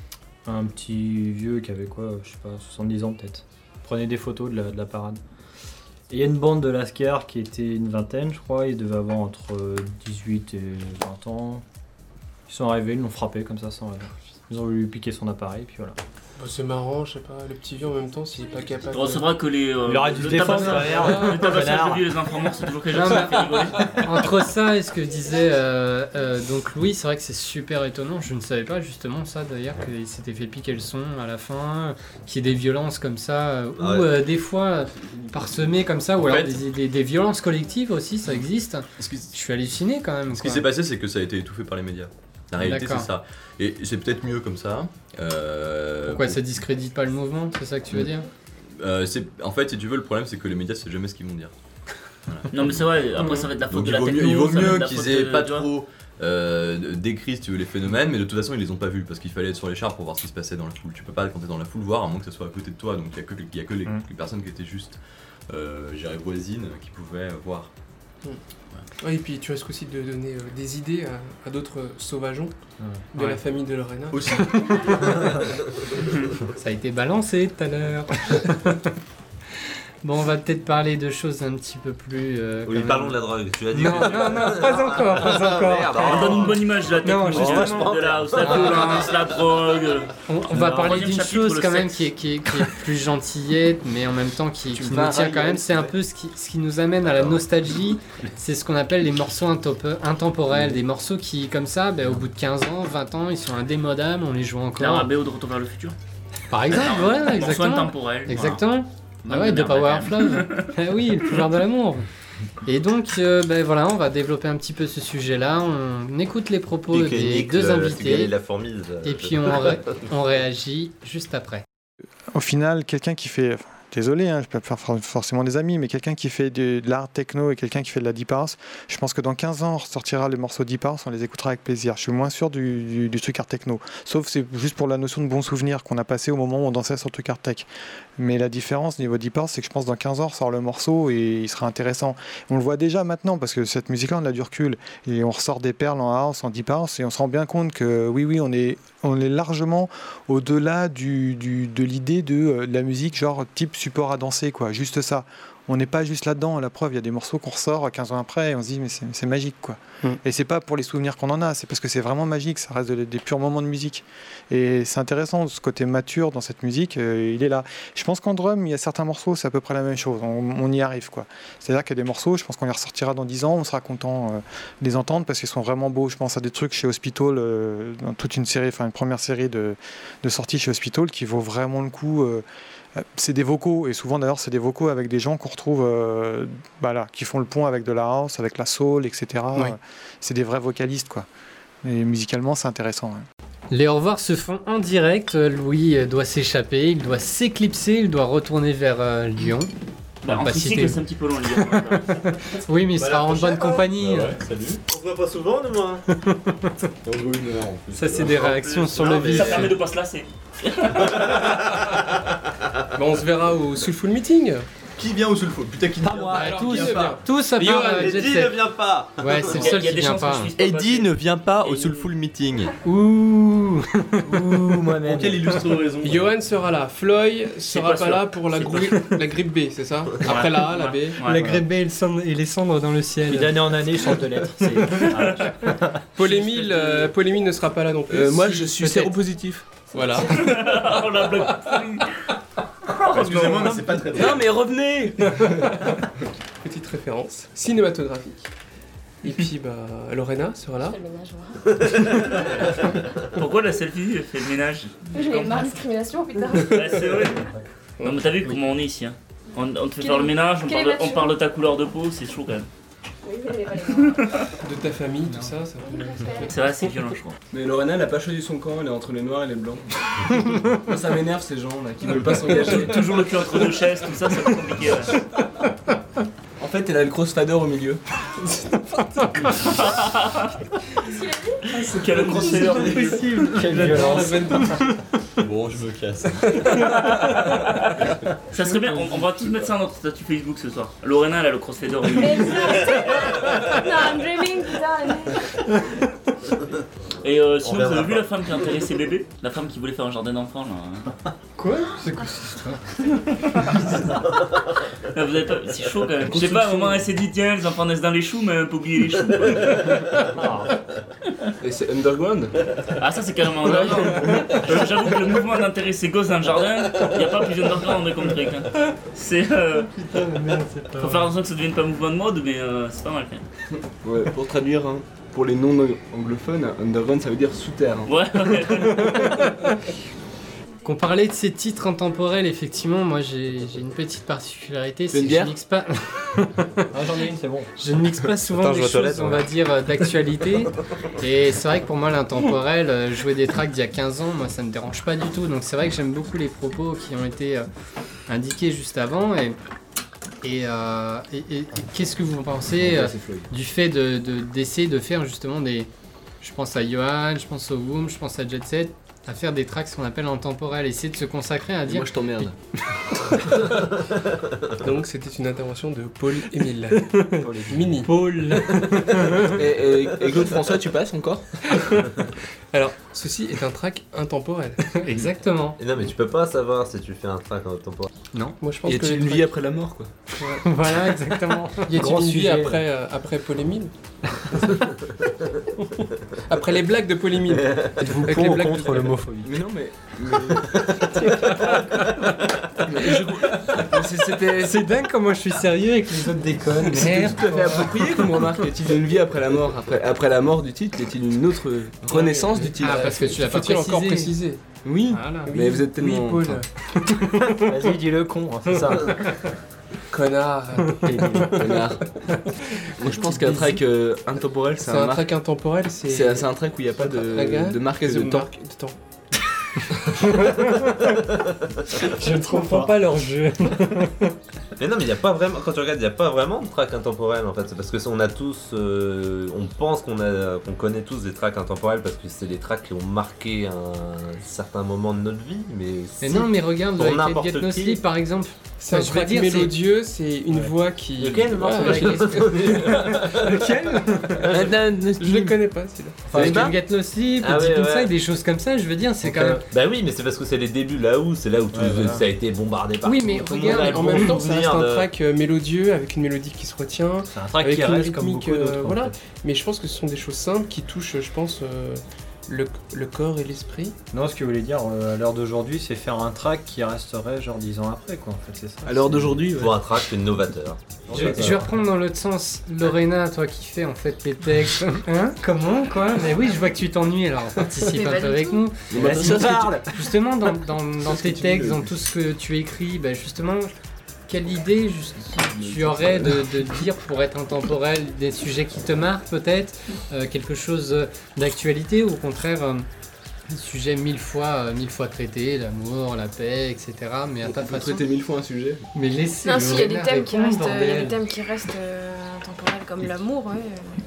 Un petit vieux qui avait quoi, je sais pas, soixante-dix ans peut-être. Prenait des photos de la, de la parade. Et il y a une bande de Lascar qui était une vingtaine, je crois. Ils devaient avoir entre dix-huit et vingt ans. Ils sont arrivés, ils l'ont frappé comme ça sans raison. Ils ont voulu lui piquer son appareil, puis voilà. Bah, c'est marrant, je sais pas, le petit vieux en même temps, s'il est pas capable. Tu recevras que les. euh, Il aurait dû le se défendre, tabassage- derrière. Le tabassage Connard. de vieux, les informants, c'est toujours quelque Non, chose qui mais- me fait rigoler. Entre ça et ce que disait euh, euh, donc Louis, c'est vrai que c'est super étonnant. Je ne savais pas justement ça d'ailleurs, qu'il s'était fait piquer le son à la fin, qu'il y ait des violences comme ça, euh, ou Ah ouais. euh, des fois euh, parsemées comme ça, ou En alors fait- des, des- des violences collectives aussi, ça existe. Ce qui- Je suis halluciné quand même. Ce qui quoi. s'est passé, c'est que ça a été étouffé par les médias. La réalité, c'est D'accord. ça. Et c'est peut-être mieux comme ça. Euh, Pourquoi pour- ça discrédite pas le mouvement, c'est ça que tu veux dire? euh, c'est- En fait, si tu veux, le problème, c'est que les médias, c'est jamais ce qu'ils vont dire. Non, mais c'est vrai, après ça va être la faute Donc de il la vaut mieux, techno. il vaut ça va mieux être la qu'ils faute aient de- pas tu vois. trop euh, décrit, si tu veux, les phénomènes, mais de toute façon, ils les ont pas vus parce qu'il fallait être sur les chars pour voir ce qui se passait dans la foule. Tu peux pas, quand t'es dans la foule, voir à moins que ça soit à côté de toi. Donc il y a que, il y a que les, Mm. les personnes qui étaient juste, euh, je dirais, voisines qui pouvaient voir. Ouais, et puis tu risques aussi de donner euh, des idées à, à d'autres euh, sauvageons de Ouais. la famille de Lorena. Aussi. Ça a été balancé tout à l'heure. Bon, on va peut-être parler de choses un petit peu plus. euh, Oui, quand même- parlons de la drogue. Tu as dit Non, que- non, non, pas encore, pas encore. Merde, On donne une bonne image de la techno, Non, justement. justement, de la, la violence, la drogue. On, on va Alors, parler troisième d'une chapitre, chose le quand même sexe. qui est, qui, est, qui est plus gentillette, mais en même temps qui, Tu qui me nous vas tient railler, quand même. s'il C'est te un plaît. peu ce qui, ce qui nous amène à la nostalgie. C'est ce qu'on appelle les morceaux intop- intemporels. Des morceaux qui, comme ça, ben, au bout de quinze ans, vingt ans, ils sont indémodables, on les joue La encore. B O de Retour vers le futur. Par exemple, voilà, Morceau exactement. intemporel. Exactement. Ah Voilà. ouais, de Merde, Power quand of même. Love. Ah oui, le pouvoir de l'amour. Et donc, euh, ben voilà, on va développer un petit peu ce sujet-là. On écoute les propos Pique des Nick, deux euh, Sigali invités. la fourmise. Et puis on, ré- on réagit juste après. Au final, quelqu'un qui fait, enfin, désolé, hein, je peux pas faire for- forcément des amis, mais quelqu'un qui fait de, de l'art techno et quelqu'un qui fait de la deep house, je pense que dans quinze ans, on ressortira les morceaux deep house, on les écoutera avec plaisir. Je suis moins sûr du, du, du truc art techno, sauf c'est juste pour la notion de bon souvenir qu'on a passé au moment où on dansait sur le truc art tech. Mais la différence niveau deep house, c'est que je pense que dans quinze ans, on sort le morceau et il sera intéressant. On le voit déjà maintenant parce que cette musique-là, on a du recul et on ressort des perles en house, en deep house et on se rend bien compte que oui, oui, on est, on est largement au-delà du, du, de l'idée de, euh, de la musique genre type support à danser, quoi. Juste ça. on n'est pas juste là-dedans. La preuve, il y a des morceaux qu'on ressort quinze ans après et on se dit mais c'est, c'est magique quoi. Mm. Et c'est pas pour les souvenirs qu'on en a, c'est parce que c'est vraiment magique, ça reste de, des purs moments de musique. Et c'est intéressant, ce côté mature dans cette musique, euh, il est là. Je pense qu'en drum, il y a certains morceaux, c'est à peu près la même chose, on, on y arrive quoi. C'est-à-dire qu'il y a des morceaux, je pense qu'on les ressortira dans dix ans, on sera content euh, de les entendre parce qu'ils sont vraiment beaux. Je pense à des trucs chez Hospital, euh, dans toute une série, enfin une première série de, de sorties chez Hospital qui vaut vraiment le coup. Euh, c'est des vocaux, et souvent d'ailleurs c'est des vocaux avec des gens qu'on retrouve euh, bah là, qui font le pont avec de la house, avec la soul, et cetera. Oui. C'est des vrais vocalistes quoi. Et musicalement c'est intéressant. Ouais. Les au revoir se font en direct. Louis doit s'échapper, il doit s'éclipser, il doit retourner vers euh, Lyon. Bah, en tricycle, c'est un petit peu long, Lyon. Oui, mais il sera en bonne compagnie. Bah ouais, salut. On se voit pas souvent, nous, moi. On joue une heure en plus. Ça, c'est des réactions sur le vif. Ça permet de pas se lasser. Bah, on se verra au Soulful Meeting. Qui vient au Soulful? Putain, qui ne vient pas? Alors, tous, tous à part euh, Eddie ne vient pas. Ouais, c'est le seul qui vient pas. Eddie ne vient pas au Soulful Meeting. Ouh. Ouh, moi-même. Pour quelle illustre raison? Johan sera là, Floyd sera pas pas sûr. là pour la, grou- la grippe B, c'est ça? Après la A, la B. Ouais, La ouais. grippe B et, le cendre- et les cendres dans le ciel. Puis d'année en année, ils changent de lettres. C'est... Paul-Émile euh, Paul-Émile ne sera pas là non plus. Euh, moi Si, je suis peut-être. séropositif. Voilà. Oh la blague. Excusez-moi, mais c'est pas très bien. Non mais revenez. Petite référence cinématographique. Et puis bah Lorena sera là. Je fais le ménage, moi. Pourquoi la selfie fait le ménage? J'en ai marre de discrimination, putain. Ouais, c'est vrai. Non, mais t'as vu comment on est ici, hein. On, on te fait Quel faire le est- ménage, on quel est parle, de, votre on parle de ta couleur de peau, c'est chaud quand même. Oui, vous n'avez pas les mains. De ta famille, tout ça. ça peut- C'est vrai, c'est violent, je crois. Mais Lorena elle a pas choisi son camp, elle est entre les noirs et les blancs. Moi ça m'énerve ces gens là qui veulent pas s'engager. Toujours le cul entre deux chaises, tout ça, c'est pas compliqué. Ouais. En fait elle a le crossfader au milieu. Quel crossfader possible. Quelle violence. Bon, je me casse. Ça serait bien, on, on va tous mettre ça dans notre statut Facebook ce soir. Lorena, elle a le crossfader au milieu. Mais non, I'm dreaming, putain. Et euh, sinon, vous reviendra avez vu pas. la femme qui a enterré ses bébés? La femme qui voulait faire un jardin d'enfants là. Quoi? C'est quoi cette histoire? Là, vous avez pas... C'est chaud quand même. Je sais pas, à un moment elle s'est dit tiens, les enfants naissent dans les choux, mais on peut oublier les choux. Et c'est underground. Ah, ça c'est carrément underground. Euh, J'avoue que le mouvement d'enterrer ses gosses dans le jardin, y a pas plus underground comme truc. Hein. C'est. Euh... Faut faire attention que ça devienne pas un mouvement de mode, mais euh, c'est pas mal quand même. Ouais, pour traduire, hein, pour les non-anglophones, underground ça veut dire sous terre. Hein. Ouais, ouais. Qu'on parlait de ces titres intemporels, effectivement, moi j'ai j'ai une petite particularité, c'est une que je bière mixe pas, Ah, j'en ai une, c'est bon. je ne mixe pas souvent Attends, je des vais aux choses, toilettes, on ouais. va dire, euh, d'actualité. Et c'est vrai que pour moi, l'intemporel, euh, jouer des tracks d'il y a quinze ans, moi ça me dérange pas du tout. Donc c'est vrai que j'aime beaucoup les propos qui ont été euh, indiqués juste avant. Et, et, euh, et, et- et qu'est-ce que vous en pensez euh, C'est Floyd. du fait de, de- d'essayer de faire justement des. Je pense à Johan, je pense au Woom, je pense à Jet Set, à faire des tracks qu'on appelle intemporels, essayer de se consacrer à dire. Moi je t'emmerde. Donc c'était une intervention de Paul-Émile. Mini. Paul. Et, et- et Claude François tu passes encore? Alors, ceci est un track intemporel. Exactement. Et non, mais tu peux pas savoir si tu fais un track en temporaire. Non. Moi je pense Y que a-t-il le une track- vie après la mort quoi? Voilà, exactement. Y a-t-il Grand une vie sujet. après, euh, après Paul-Émile Après les blagues de Paul-Émile. Êtes-vous Avec pour les ou blagues de- contre l'homophobie? Mais non mais... mais... Mais je- mais c'est- C'était... C'est dingue comment je suis sérieux et que les autres déconnent. C'était Merde. tout à fait approprié comme remarque. Y a-t-il une vie après la mort? Après, après la mort du titre, y a-t-il une autre renaissance du titre? Ah, parce que tu l'as pas Faut-il précisé. encore préciser Oui, Voilà. mais vous êtes tellement... Oui, Paul. enfin, Vas-y, dis-le con, hein, c'est ça. Connard. connard. Moi je pense qu'un track euh, intemporel, c'est C'est un, un mar- track intemporel, c'est. c'est c'est un track où il n'y a pas de, de marque de de temps. marque de temps. Je ne comprends pas leur jeu. Mais non, mais il y a pas vraiment, quand tu regardes, il n'y a pas vraiment de track intemporel en fait. C'est parce que on a tous, euh, on pense qu'on a, qu'on connaît tous des tracks intemporels parce que c'est des tracks qui ont marqué un certain moment de notre vie. Mais Mais si- non, mais regarde, pour avec n'importe Get No qui. Sleep par exemple. C'est un Enfin, je veux track dire, c'est- mélodieux, c'est une voix qui. Lequel, le morceau Ah, avec les- Lequel Je le connais pas celui-là. Enfin, C'est Can pas Get Lossy, Ah Petit ouais, Inside, ouais. des choses comme ça, je veux dire, c'est Donc, quand même... euh, Bah oui, mais c'est parce que c'est les débuts là où c'est là où tout Ouais, voilà. ça a été bombardé par Oui, mais tout le regarde, monde a le En bon même temps, ça reste souvenir un de- track euh, mélodieux avec une mélodie qui se retient. C'est un track Avec qui une reste comme rythmique, beaucoup d'autres. euh, en voilà. fait. Mais je pense que ce sont des choses simples qui touchent, je pense, euh, le, le corps et l'esprit. Non, ce que je voulais dire euh, à l'heure d'aujourd'hui, c'est faire un track qui resterait genre dix ans après, quoi. En fait, c'est ça. À l'heure d'aujourd'hui, ouais. Pour un track novateur. Je, je vais reprendre dans l'autre sens. Lorena, toi qui fais en fait les textes. Hein? Comment quoi? Mais oui, je vois que tu t'ennuies, alors participe Mais un pas peu du avec tout. nous. Mais bah, Parce ça que parle. tu- Justement, dans, dans, dans ce tes que tu textes, veux. dans tout ce que tu écris, bah, justement, quelle idée juste, tu aurais de, de dire pour être intemporel, des sujets qui te marquent peut-être, euh, quelque chose d'actualité ou au contraire euh, des sujets mille fois, euh, mille fois traités, l'amour, la paix, et cetera. Mais à ta Faut façon. traiter mille fois un sujet. Mais laissez Non, si, il y a des Lorena thèmes qui répondre, restent, il y a des bordel. thèmes qui restent euh, intemporels comme l'amour, ouais.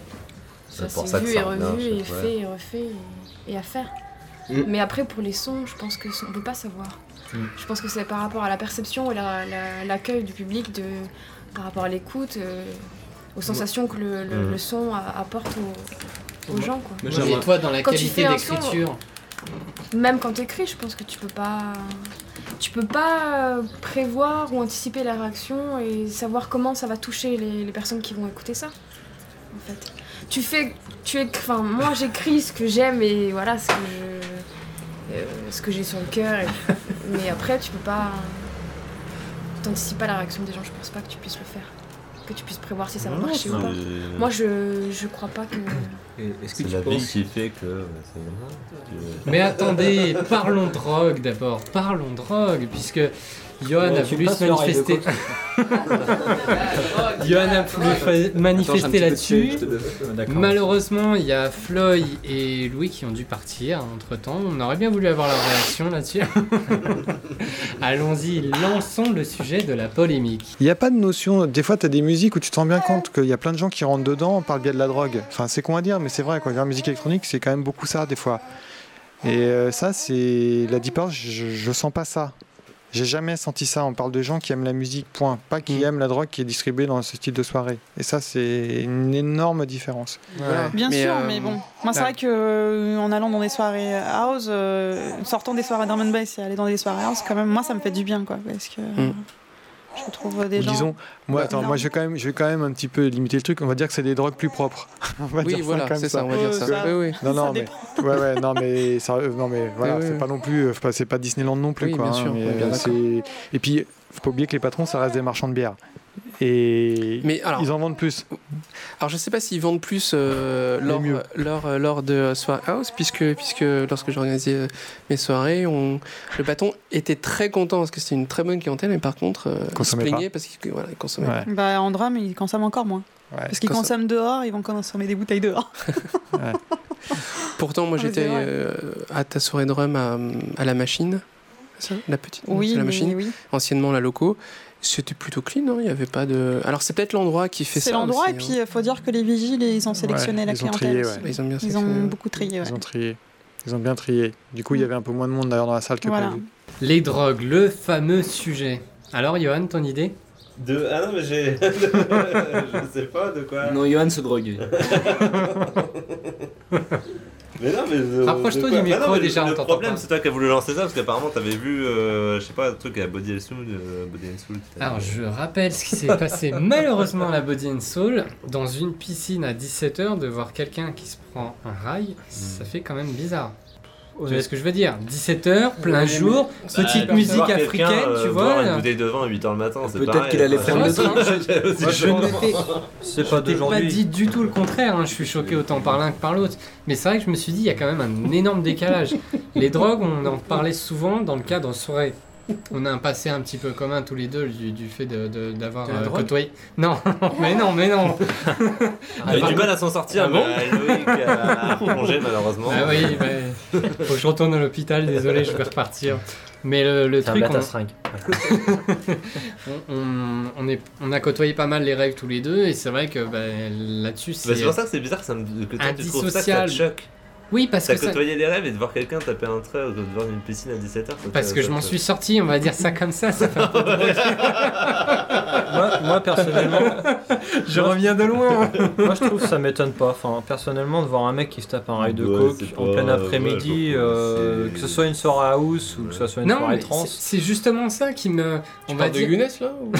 Ça C'est pour c'est ça que vu ça et revient, revu je et sais, ouais. fait et refait et, et à faire. Mm. Mais après pour les sons, je pense que on peut pas savoir. Mm. Je pense que c'est par rapport à la perception et la- la- l'accueil du public, de, par rapport à l'écoute, euh, aux sensations que le, le- Mm. le son a- apporte aux, aux Moi- gens. Quoi. moi, Ouais, j'aimerais- Et toi, dans la Quand tu qualité fais un son- d'écriture, Même quand tu écris, je pense que tu peux pas tu peux pas euh, prévoir ou anticiper la réaction et savoir comment ça va toucher les, les personnes qui vont écouter ça. En fait, tu fais tu éc- enfin moi j'écris ce que j'aime et voilà ce que je- euh, ce que j'ai sur le cœur et- mais après tu peux pas t'anticipes pas la réaction des gens, je pense pas que tu puisses le faire. Que tu puisses prévoir si ça va Non, marcher ou c'est- pas. Moi je je crois pas que Et Est-ce que C'est tu la vie penses qui fait que. ouais, c'est comme ça. Tu- mais attendez, parlons drogue d'abord, parlons drogue, puisque Johan Ouais, a tu voulu passes se l'oreille de manifester. coke. Johan a voulu fa- manifester là-dessus. Euh, D'accord. Malheureusement, il y a Floyd et Louis qui ont dû partir entre temps. On aurait bien voulu avoir leur réaction là-dessus. Allons-y, lançons le sujet de la polémique. Il n'y a pas de notion. Des fois, tu as des musiques où tu te rends bien compte qu'il y a plein de gens qui rentrent dedans par le biais de la drogue. Enfin, c'est con à dire, mais c'est vrai. Quand la musique électronique, c'est quand même beaucoup ça, des fois. Et euh, ça, c'est. La Deep House, je, je sens pas ça. J'ai jamais senti ça. On parle de gens qui aiment la musique, point. Pas qui Mm. aiment la drogue qui est distribuée dans ce style de soirée. Et ça, c'est une énorme différence. Voilà. Bien sûr, euh, mais bon. Moi, c'est bah, vrai que euh, en allant dans des soirées house, euh, sortant des soirées drum and bass et aller dans des soirées house, quand même, moi, ça me fait du bien, quoi, parce que euh, Mm. je trouve des Ou gens. disons, moi, Ouais. attends, moi, je vais quand même, je vais quand même un petit peu limiter le truc. On va dire que c'est des drogues plus propres. On va Oui, dire voilà, comme c'est ça, on va Euh, dire ça. ça- Oui, oui. Non, Ça non, mais, ouais, ouais, non, mais, ça, euh, non, mais voilà, Oui, oui, c'est oui. pas non plus, euh, c'est pas, c'est pas Disneyland non plus, Oui, quoi. bien hein, sûr, mais, on est bien euh, d'accord. c'est- Et puis, faut pas oublier que les patrons, ça reste des marchands de bière. Et Mais alors, ils en vendent plus. alors je sais pas s'ils vendent plus euh, Mais lors, mieux. lors, euh, lors de soirée house, puisque, puisque lorsque j'organisais euh, mes soirées, on, le patron était très content parce que c'était une très bonne clientèle, mais par contre, euh, il se Consommait plaignait parce qu'il voilà, il consommait Ouais. Bah, en drum, ils consomment encore moins. Ouais. Parce qu'ils Consom- consomment dehors, ils vont consommer des bouteilles dehors. Pourtant, moi Ah, mais j'étais c'est vrai. euh, à ta soirée drum à, à la machine, c'est ça, la petite, non, Oui, c'est la mais machine, oui. anciennement la loco. C'était plutôt clean, hein, il y avait pas de. Alors c'est peut-être l'endroit qui fait ça. C'est l'endroit, aussi, et puis il faut dire que les vigiles, ils ont sélectionné Ouais, la ils ont clientèle. trié, aussi. ouais. hein. Ils ont bien Ils sélectionné, ont ouais. beaucoup trié, ouais. Ils ont trié. Ils ont bien trié. Du coup, il y avait un peu moins de monde d'ailleurs dans la salle que Voilà. prévu. Les drogues, le fameux sujet. Alors, Johan, ton idée? De... Ah non, mais j'ai. Je sais pas de quoi. Non, Johan se drogue. Mais non, mais. de- Rapproche-toi de quoi du micro, Ah non, mais déjà, Le on le t'entend problème, pas. c'est toi qui as voulu lancer ça parce qu'apparemment t'avais vu, euh, je sais pas, un truc à Body and Soul. euh, Body and Soul qui t'a- Alors, je rappelle ce qui s'est passé malheureusement à la Body and Soul. Dans une piscine à dix-sept heures, de voir quelqu'un qui se prend un rail, ça fait quand même bizarre. Tu vois ce que je veux dire? dix-sept heures, plein Ouais, jour, Bah, petite tu peux musique voir quelqu'un, africaine, euh, tu boire vois. une bouteille de vin à huit heures le matin, c'est Peut-être pareil, qu'il allait enfin, faire Moi, le c'est- truc. aussi Moi, je chaud. ne fais- C'est Je pas t'ai pas d'aujourd'hui. dit du tout le contraire, hein. Je suis choqué autant par l'un que par l'autre. Mais c'est vrai que je me suis dit, il y a quand même un énorme décalage. Les drogues, on en parlait souvent dans le cadre soirée. On a un passé un petit peu commun tous les deux du, du fait de- de- d'avoir De la euh, drogue côtoyé. Non, mais non, mais non. Elle a du mal à s'en sortir, Ah mais bon euh, Loïc a plongé malheureusement. Ah oui, bah, faut que je retourne à l'hôpital, désolé, je vais repartir. Mais le, le C'est un truc, bête à on, seringue. on, on- on est, on a côtoyé pas mal les règles tous les deux, et c'est vrai que bah, là-dessus, Bah, c'est... c'est pour ça que c'est bizarre que, ça me... que toi tu trouves ça, que ça indissociable. te choque. Oui, parce T'as que ça- côtoyé les rêves et de voir quelqu'un taper un trait devant une piscine à dix-sept heures. Parce que je m'en suis sorti, on va dire ça comme ça, ça fait un peu drôle. moi, moi, personnellement, Je moi, reviens de loin. Moi je trouve que ça m'étonne pas. Enfin, personnellement, de voir un mec qui se tape un rail de Ouais, coke c'est en pas- plein ouais, après-midi, je comprends, euh, c'est- que ce soit une soirée house ou que ce soit une Non, soirée mais trans. c'est c'est justement ça qui me. On Tu va parles de dire. Younes là ou...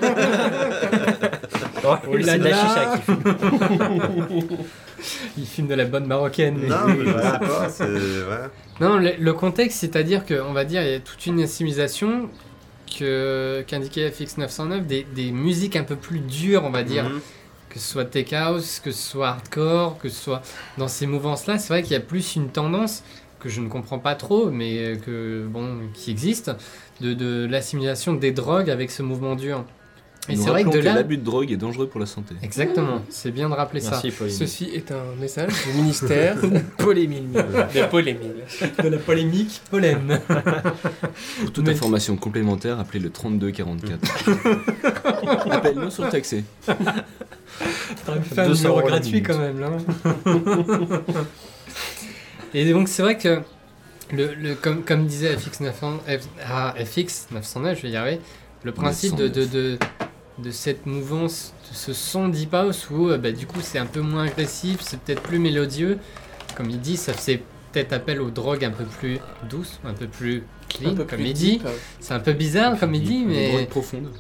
Oui, c'est de la chicha qui fume. Il filme de la bonne marocaine. mais- Non, mais je sais pas, c'est. Ouais. Non, le, le contexte, c'est-à-dire qu'on va dire il y a toute une assimilation que qu'indiquait F X neuf cent neuf des, des musiques un peu plus dures, on va dire, Mhm. que ce soit tech house, que ce soit hardcore, que ce soit dans ces mouvances-là. C'est vrai qu'il y a plus une tendance que je ne comprends pas trop, mais que bon, qui existe, de, de l'assimilation des drogues avec ce mouvement dur. Et Nous c'est vrai que de rappelons là. l'abus de drogue est dangereux pour la santé. Exactement, c'est bien de rappeler Merci, Pauline. Ceci est un message du ministère Polémine. de polémique. ça. De la polémique, pollen. Pour toute Mais- information complémentaire, appelez le trente-deux quarante-quatre. Appelle-nous sur le taxi. T'aurais pu faire un deux cents numéro euros la gratuit minute. quand même là. Et donc c'est vrai que le, le, comme, comme disait F X neuf cents, F, ah, F X neuf cent neuf, je vais y arriver, le principe de, de, de, de cette mouvance, de ce son deep house où euh, bah, du coup c'est un peu moins agressif, c'est peut-être plus mélodieux. Comme il dit, ça faisait peut-être appel aux drogues un peu plus douces, un peu plus clean, Un peu comme plus il dit. deep. C'est un peu bizarre comme il dit, Des mais... drogues profondes.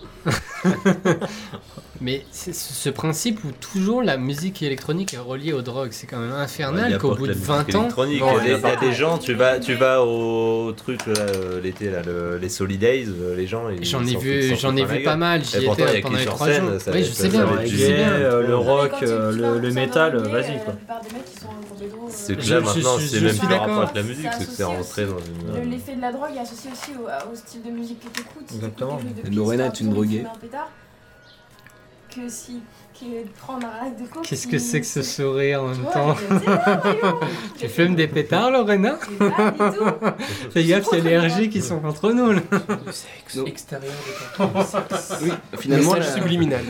Mais c'est ce ce principe où toujours la musique électronique est reliée aux drogues, c'est quand même Ouais, infernal il qu'au apporte bout la de musique vingt ans... électronique. Bon, Il y a des, il y a pas- des gens, tu vas, tu vas au truc là, euh, l'été, là, le- les Solidays, euh, les gens. ils J'en ai s'en vu, foutent- s'en j'en ai foutent vu la pas gueule. mal, Et j'y pourtant, il y étais a pendant qui les sur trois scène, jours. ça- Oui, je ça- sais ça bien, va Le être je du- sais bien. reggae, euh, le Mais rock, quand tu euh, tu le, vas le au métal, concert de vas-y reggae, quoi. La plupart des mecs qui sont en bédo, euh, C'est que Je- là je- maintenant, je- c'est je même suis plus un rapport d'accord. avec la musique, c'est que c'est rentré dans Le- une. L'effet de la drogue est associé aussi au, à- au style de musique que tu écoutes. Exactement. Lorena est une droguée. Que si que de prendre un rack de coke. Qu'est-ce qui- que c'est que ce sourire en même Ouais, temps mais c'est là, voyons. Tu fumes des pétards, Lorena Mais pas du tout. Fais gaffe, il y a les R G qui sont contre nous là. Le sexe Non. extérieur de ton Oui, finalement, message la- subliminal.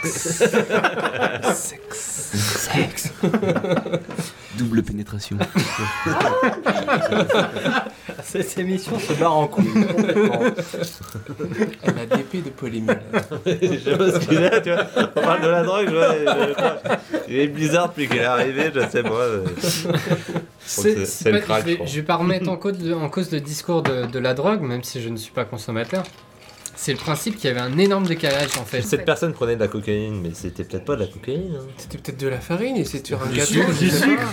double pénétration. Cette émission se barre en couille. La D P de polémique. Je sais pas ce qu'il a, tu vois. On parle de la drogue, je vois. je- Il est bizarre depuis qu'il est arrivé, je sais moi. euh. C'est- c'est- c'est c'est le pas- crack, je, vais, je crois. je vais pas remettre en cause, le, en cause le discours de, de la drogue, même si je ne suis pas consommateur. C'est le principe qu'il y avait un énorme décalage en fait. Cette personne prenait de la cocaïne, mais c'était peut-être pas de la cocaïne. hein. C'était peut-être de la farine et c'est sur un Du gâteau. sucre, du sucre.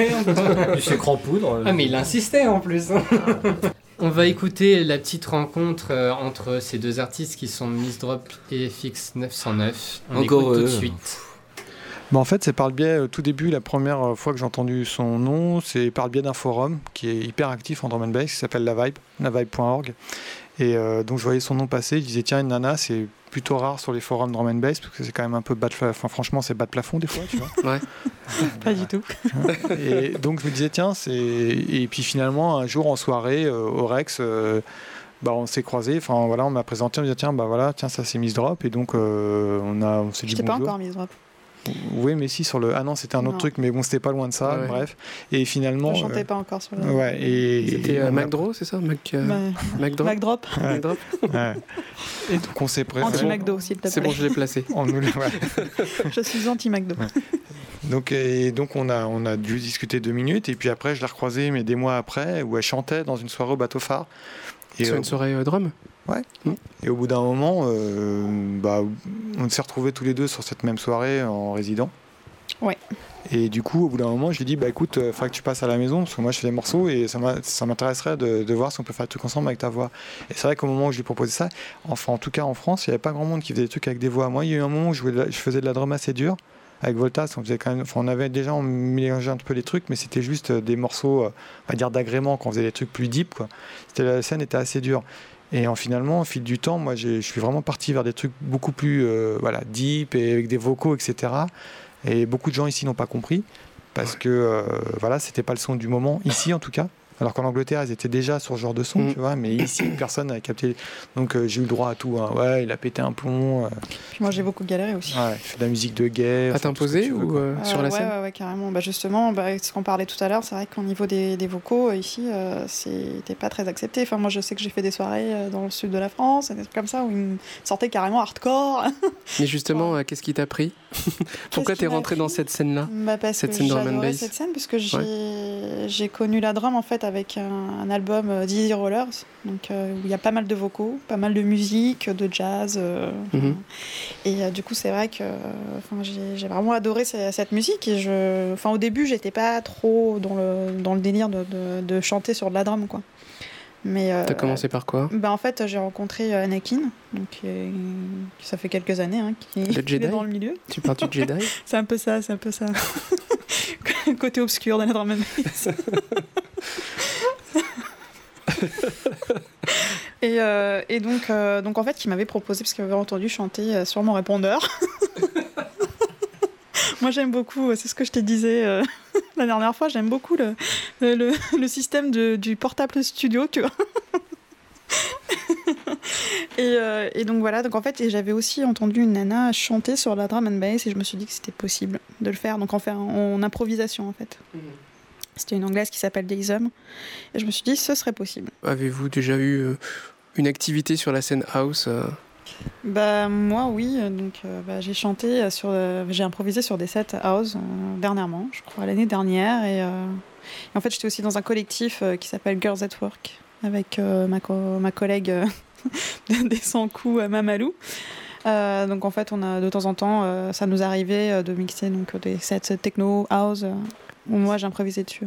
Du sucre en poudre. Ah mais il insistait en plus. hein. On va écouter la petite rencontre euh, entre ces deux artistes qui sont Miss Drop et F X neuf cent neuf. On Encore écoute tout de eux. suite. Bah, en fait, c'est par le biais, euh, tout début, la première fois que j'ai entendu son nom, c'est par le biais d'un forum qui est hyper actif en drum and bass, qui s'appelle La Vibe, la vibe point org. Et euh, donc je voyais son nom passer, je disais tiens, une nana, c'est plutôt rare sur les forums drum and bass, parce que c'est quand même un peu bas de plafond, enfin franchement c'est bas de plafond des fois, tu vois. Ouais. Pas du tout. Et donc je me disais tiens, c'est... Et puis finalement, un jour en soirée, euh, au Rex... euh, bah, on s'est croisés, enfin voilà, on m'a présenté, on me dit tiens, bah voilà, tiens, ça c'est Miss Drop, et donc euh, on, a, on s'est dit Je t'ai pas bonjour. encore mise drop. Oui, mais si, sur le. Ah non, c'était un autre Non. truc, mais bon, c'était pas loin de ça, Ouais. bref. Et finalement. Je chantais euh, pas encore sur le. Ouais, et. C'était et euh, on a- McDraw, c'est ça Mac, euh, Bah, McDraw McDrop. Ouais. McDraw Ouais. Et donc on s'est préféré. Anti-McDo, s'il te plaît. C'est bon, je l'ai placé. On nous l'a- ouais. Je suis anti-McDo. Donc, et donc on, a, on a dû discuter deux minutes, et puis après, je l'ai recroisée, mais des mois après, où elle chantait dans une soirée au bateau phare. Et, Sur euh, une soirée euh, drum. et au bout d'un moment, euh, bah, on s'est retrouvés tous les deux sur cette même soirée en résident. Ouais. Et du coup, au bout d'un moment, je lui ai dit, bah écoute, il faudra que tu passes à la maison, parce que moi je fais des morceaux et ça, m'a- ça m'intéresserait de, de voir si on peut faire des trucs ensemble avec ta voix. Et c'est vrai qu'au moment où je lui ai proposé ça, enfin en tout cas en France, il n'y avait pas grand monde qui faisait des trucs avec des voix. Moi, il y a eu un moment où je, jouais de la- je faisais de la drum assez dure. Avec Voltas, on, faisait quand même, enfin, on avait déjà on mélangeait un peu les trucs, mais c'était juste des morceaux, euh, on va dire d'agrément, quand on faisait des trucs plus deep. Quoi. C'était, la scène était assez dure. Et en, finalement, au fil du temps, moi, j'ai- je suis vraiment parti vers des trucs beaucoup plus euh, voilà, deep et avec des vocaux, et cetera. Et beaucoup de gens ici n'ont pas compris parce que euh, voilà, c'était pas le son du moment ici, en tout cas. Alors qu'en Angleterre, ils étaient déjà sur ce genre de son, Mm. tu vois, mais ici, personne n'a capté. Donc euh, j'ai eu le droit à tout. Hein. Ouais, il a pété un plomb. euh, Puis moi j'ai beaucoup galéré aussi. ouais, il fait de la musique de gay. À enfin, tout ce que t'imposer tu veux, ou quoi. euh, sur Euh, la ouais, scène ouais, ouais, carrément. Bah, justement, bah, ce qu'on parlait tout à l'heure, c'est vrai qu'au niveau des, des vocaux, euh, ici, euh, c'était pas très accepté. Enfin, moi, je sais que j'ai fait des soirées euh, dans le sud de la France, et des trucs comme ça, où ils me sortaient carrément hardcore. Mais justement, euh, qu'est-ce qui t'a pris Pourquoi qui t'es m'a rentré pris dans cette scène-là Bah, parce Cette que scène drum and j'adorais bass. cette scène, parce que j'ai j'ai connu la drum, en fait, avec un, un album euh, Dizzy Rollers, donc, euh, où il y a pas mal de vocaux, pas mal de musique, de jazz. euh, Mhm. Et euh, du coup, c'est vrai que euh, enfin, j'ai j'ai vraiment adoré ce- cette musique. Et je, enfin, au début, j'étais pas trop dans le, dans le délire de, de, de chanter sur de la drum, quoi. Mais euh, T'as commencé par quoi bah, en fait, j'ai rencontré euh, Anakin, donc euh, ça fait quelques années, hein, qui, Le qui est Jedi dans le milieu. Tu parles du Jedi C'est un peu ça, c'est un peu ça. Côté obscur de la drum and bass. et, euh, et donc, euh, donc en fait, il m'avait proposé, parce qu'il m'avait entendu chanter euh, sur mon répondeur. Moi, j'aime beaucoup, euh, c'est ce que je te disais euh, la dernière fois, j'aime beaucoup le, le, le- le système de- du portable studio, tu vois. et, euh, et donc voilà, donc en fait, et j'avais aussi entendu une nana chanter sur la drum and bass, et je me suis dit que c'était possible de le faire, donc en faire en, en improvisation en fait. C'était une anglaise qui s'appelle Daisum, et je me suis dit ce serait possible. Avez-vous déjà eu euh, une activité sur la scène house euh, Bah moi oui, euh, donc euh, bah, j'ai chanté euh, sur, euh, j'ai improvisé sur des sets house euh, dernièrement, je crois l'année dernière, et, euh, et en fait j'étais aussi dans un collectif euh, qui s'appelle Girls at Work avec euh, ma, co- ma collègue euh, des cent coups à Mamalou. Euh, donc en fait on a de temps en temps, euh, ça nous arrivait euh, de mixer donc des sets techno house euh, où moi j'improvisais dessus.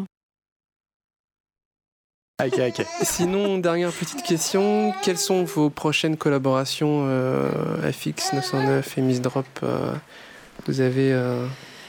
Ok, ok. Sinon, dernière petite question, quelles sont vos prochaines collaborations euh, F X neuf cent neuf et Miss Drop euh, Vous avez... euh,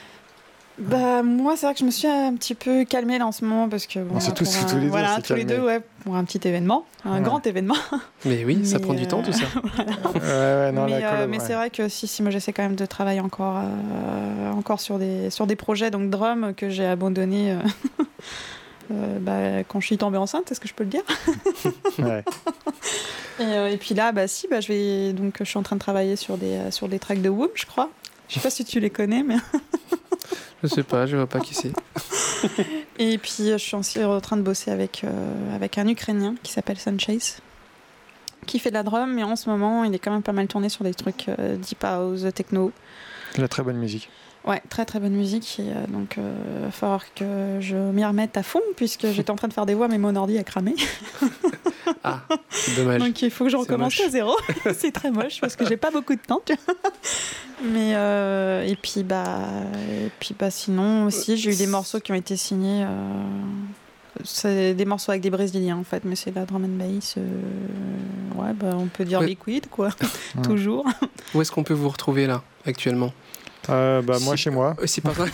Bah moi c'est vrai que je me suis un petit peu calmée là en ce moment parce que bon, On s'est tous- pour un- tous les deux, on voilà, s'est tous les calmés. deux ouais, pour un petit événement, un Ouais. grand événement. Mais oui, ça Mais, prend du temps tout ça. Ouais, ouais, non, mais la euh, collab, mais ouais. c'est vrai que si, si moi j'essaie quand même de travailler encore, euh, encore sur, des, sur des projets donc drum que j'ai abandonné euh, euh, bah, quand je suis tombée enceinte, est-ce que je peux le dire? Ouais. et, euh, et puis là, bah si, bah, je vais donc je suis en train de travailler sur des, euh, sur des tracks de Woom, je crois. Je sais pas si tu les connais, mais Je sais pas, je vois pas qui c'est. et puis je suis aussi en train de bosser avec, euh, avec un Ukrainien qui s'appelle Sunchase, qui fait de la drum, mais en ce moment il est quand même pas mal tourné sur des trucs euh, deep house, techno. De la très bonne musique. Ouais, très très bonne musique, et euh, donc il euh, va falloir que je m'y remette à fond puisque j'étais en train de faire des voix mais mon ordi a cramé. Ah, c'est dommage. Donc il faut que je C'est recommence moche. à zéro. C'est très moche parce que j'ai pas beaucoup de temps. Tu vois. Mais euh, et puis bah et puis bah sinon aussi j'ai eu des morceaux qui ont été signés. Euh, c'est des morceaux avec des Brésiliens en fait, mais c'est de la drum and bass. euh, ouais, bah on peut dire Ouais. liquid quoi, toujours. Où est-ce qu'on peut vous retrouver là, actuellement Euh, bah, moi, Si- chez moi. Euh, C'est pas vrai.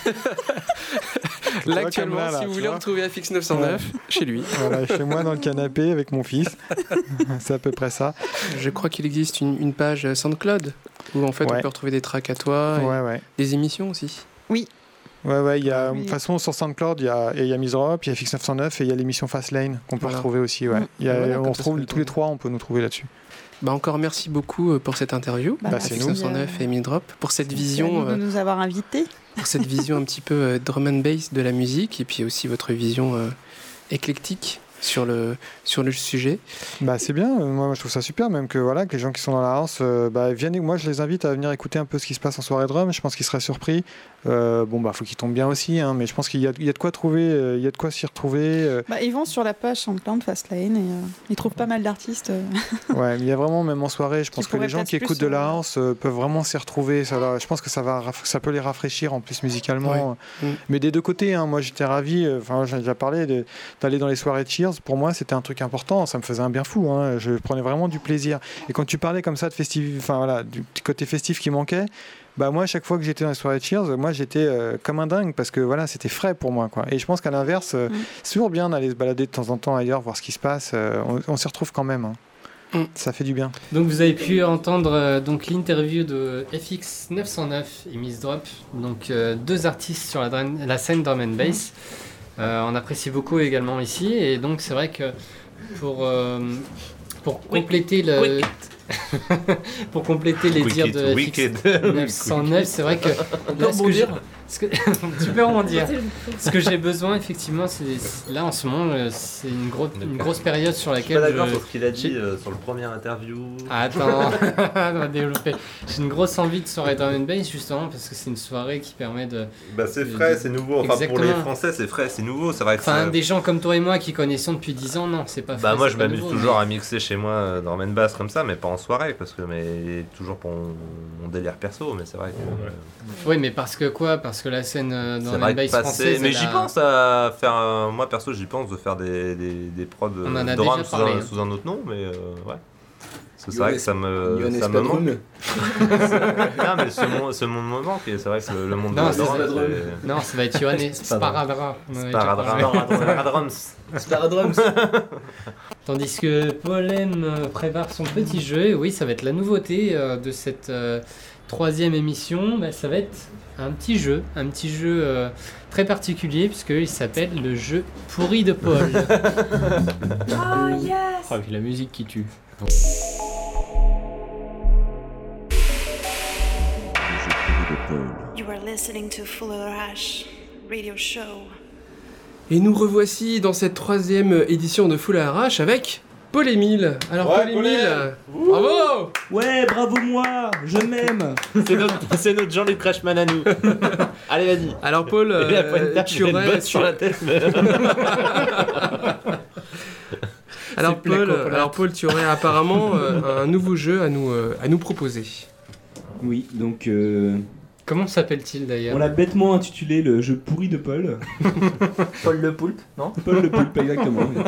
Là, vois, actuellement, comme là, là, si vous tu voulez vois. retrouver F X neuf cent neuf, chez lui. Voilà, chez moi dans le canapé avec mon fils. C'est à peu près ça. Je crois qu'il existe une, une page SoundCloud où en fait Ouais. on peut retrouver des tracks à toi, et Ouais, ouais. des émissions aussi. Oui. Ouais, ouais, il y a, de Oui. toute façon, sur SoundCloud, il y a, il y a Miss Drop, il y a F X neuf cent neuf et il y a l'émission Fastlane qu'on peut Voilà. retrouver aussi. Ouais. Mm. Il y a, Voilà, on comme ça, retrouve ça peut tous les être- trois, on peut nous trouver là-dessus. Bah encore merci beaucoup euh, pour cette interview, Bah, Bah, F c'est X nous. neuf cent neuf et Miss Drop, pour cette vision, Merci à nous euh, de nous avoir invités. pour cette vision un petit peu euh, drum and bass de la musique et puis aussi votre vision euh, éclectique sur le, sur le sujet. Bah, c'est bien, euh, moi je trouve ça super, même que, voilà, que les gens qui sont dans la house, euh, bah, viennent, moi je les invite à venir écouter un peu ce qui se passe en soirée drum, je pense qu'ils seraient surpris. Euh, bon, bah, faut qu'ils tombent bien aussi, hein, mais je pense qu'il y a, il y a de quoi trouver, euh, il y a de quoi s'y retrouver. euh, Bah, ils vont sur la page SoundCloud Fastlane et euh, ils trouvent pas mal d'artistes. euh. Ouais, mais il y a vraiment, même en soirée, je pense que pourraient les gens peut-être qui plus, écoutent de la euh, house euh, peuvent vraiment s'y retrouver. Ça, leur- je pense que ça, va, raff- ça peut les rafraîchir en plus musicalement. Ouais. Mm. Mais des deux côtés, hein, moi j'étais ravi, euh, enfin j'ai déjà parlé de- d'aller dans les soirées de Cheers. Pour moi, c'était un truc important, ça me faisait un bien fou. Hein, je prenais vraiment du plaisir. Et quand tu parlais comme ça de festif, enfin voilà, du petit côté festif qui manquait. Bah moi, à chaque fois que j'étais dans les soirées de Cheers, moi j'étais euh, comme un dingue parce que voilà, c'était frais pour moi, quoi. Et je pense qu'à l'inverse, euh, Mm. c'est toujours bien d'aller se balader de temps en temps ailleurs, voir ce qui se passe. euh, on on s'y retrouve quand même. Hein. Mm. Ça fait du bien. Donc vous avez pu entendre euh, donc l'interview de F X neuf cent neuf et Miss Drop, donc euh, deux artistes sur la, drum- la scène drum and bass. Euh, on apprécie beaucoup également ici, et donc c'est vrai que pour, euh, pour compléter le... pour compléter les dires de F X neuf cent neuf, c'est vrai que là, ce que j'ai- ce que... tu peux rebondir. Ce que j'ai besoin effectivement, c'est là en ce moment, euh, c'est une, gros... une grosse période sur Je suis laquelle pas d'accord je- sur ce qu'il a dit j'ai- euh, sur le premier interview. Attends, on va développer. J'ai une grosse envie de soirée drum and bass justement parce que c'est une soirée qui permet de. Bah c'est de- frais, de- c'est nouveau. Enfin pour les Exactement. Français c'est frais, c'est nouveau. C'est vrai que Enfin, c'est- des gens comme toi et moi qui connaissons depuis dix ans, non, c'est pas Bah frais, moi c'est je pas m'amuse nouveau, toujours mais- à mixer chez moi euh, dans main bass comme ça, mais pas en soirée parce que mais toujours pour mon, mon délire perso. Mais c'est vrai que. euh, Oui, mais parce que quoi? Parce que la scène euh, dans C'est la vrai bass que passer- française. mais elle j'y a- pense à faire. un- Moi perso, j'y pense de faire des, des, des prods On en a euh, déjà drums sous, parlé, un, hein. sous un autre nom, mais euh, ouais. Parce que c'est Johannes- vrai que ça me, Johannes ça me Spadrum. manque. non, mais ce monde, ce monde me manque et c'est vrai que le, le monde Non, de la c'est drum, Spadrum. c'est- Non, ça va être Johannes Sparadra. On en avait déjà parlé. Sparadrums. Sparadrums. Tandis que Paul M euh, prépare son petit jeu, et oui, ça va être la nouveauté euh, de cette euh, troisième émission. Bah, ça va être un petit jeu, un petit jeu euh, très particulier puisqu'il s'appelle le jeu pourri de Paul. Oh yes. Ah, puis la musique qui tue. You are listening to Full of Rush Radio Show. Et nous revoici dans cette troisième édition de Full à Arrache avec Paul Émile. Alors Ouais, Paul Paul Émile, Émile. bravo. Ouais, bravo moi, je m'aime. C'est notre, c'est notre Jean-Luc Reichmann à nous. Allez, vas-y. Alors Paul, Et puis après une euh, tape, tu j'ai une aurais botte sur la tête. mais- alors C'est plus la Paul, cocolade. alors Paul, tu aurais apparemment euh, un nouveau jeu à nous euh, à nous proposer. Oui, donc euh, Comment s'appelle-t-il d'ailleurs? on l'a bêtement intitulé le jeu pourri de Paul. Paul le poulpe, non? Paul le poulpe, exactement. oui.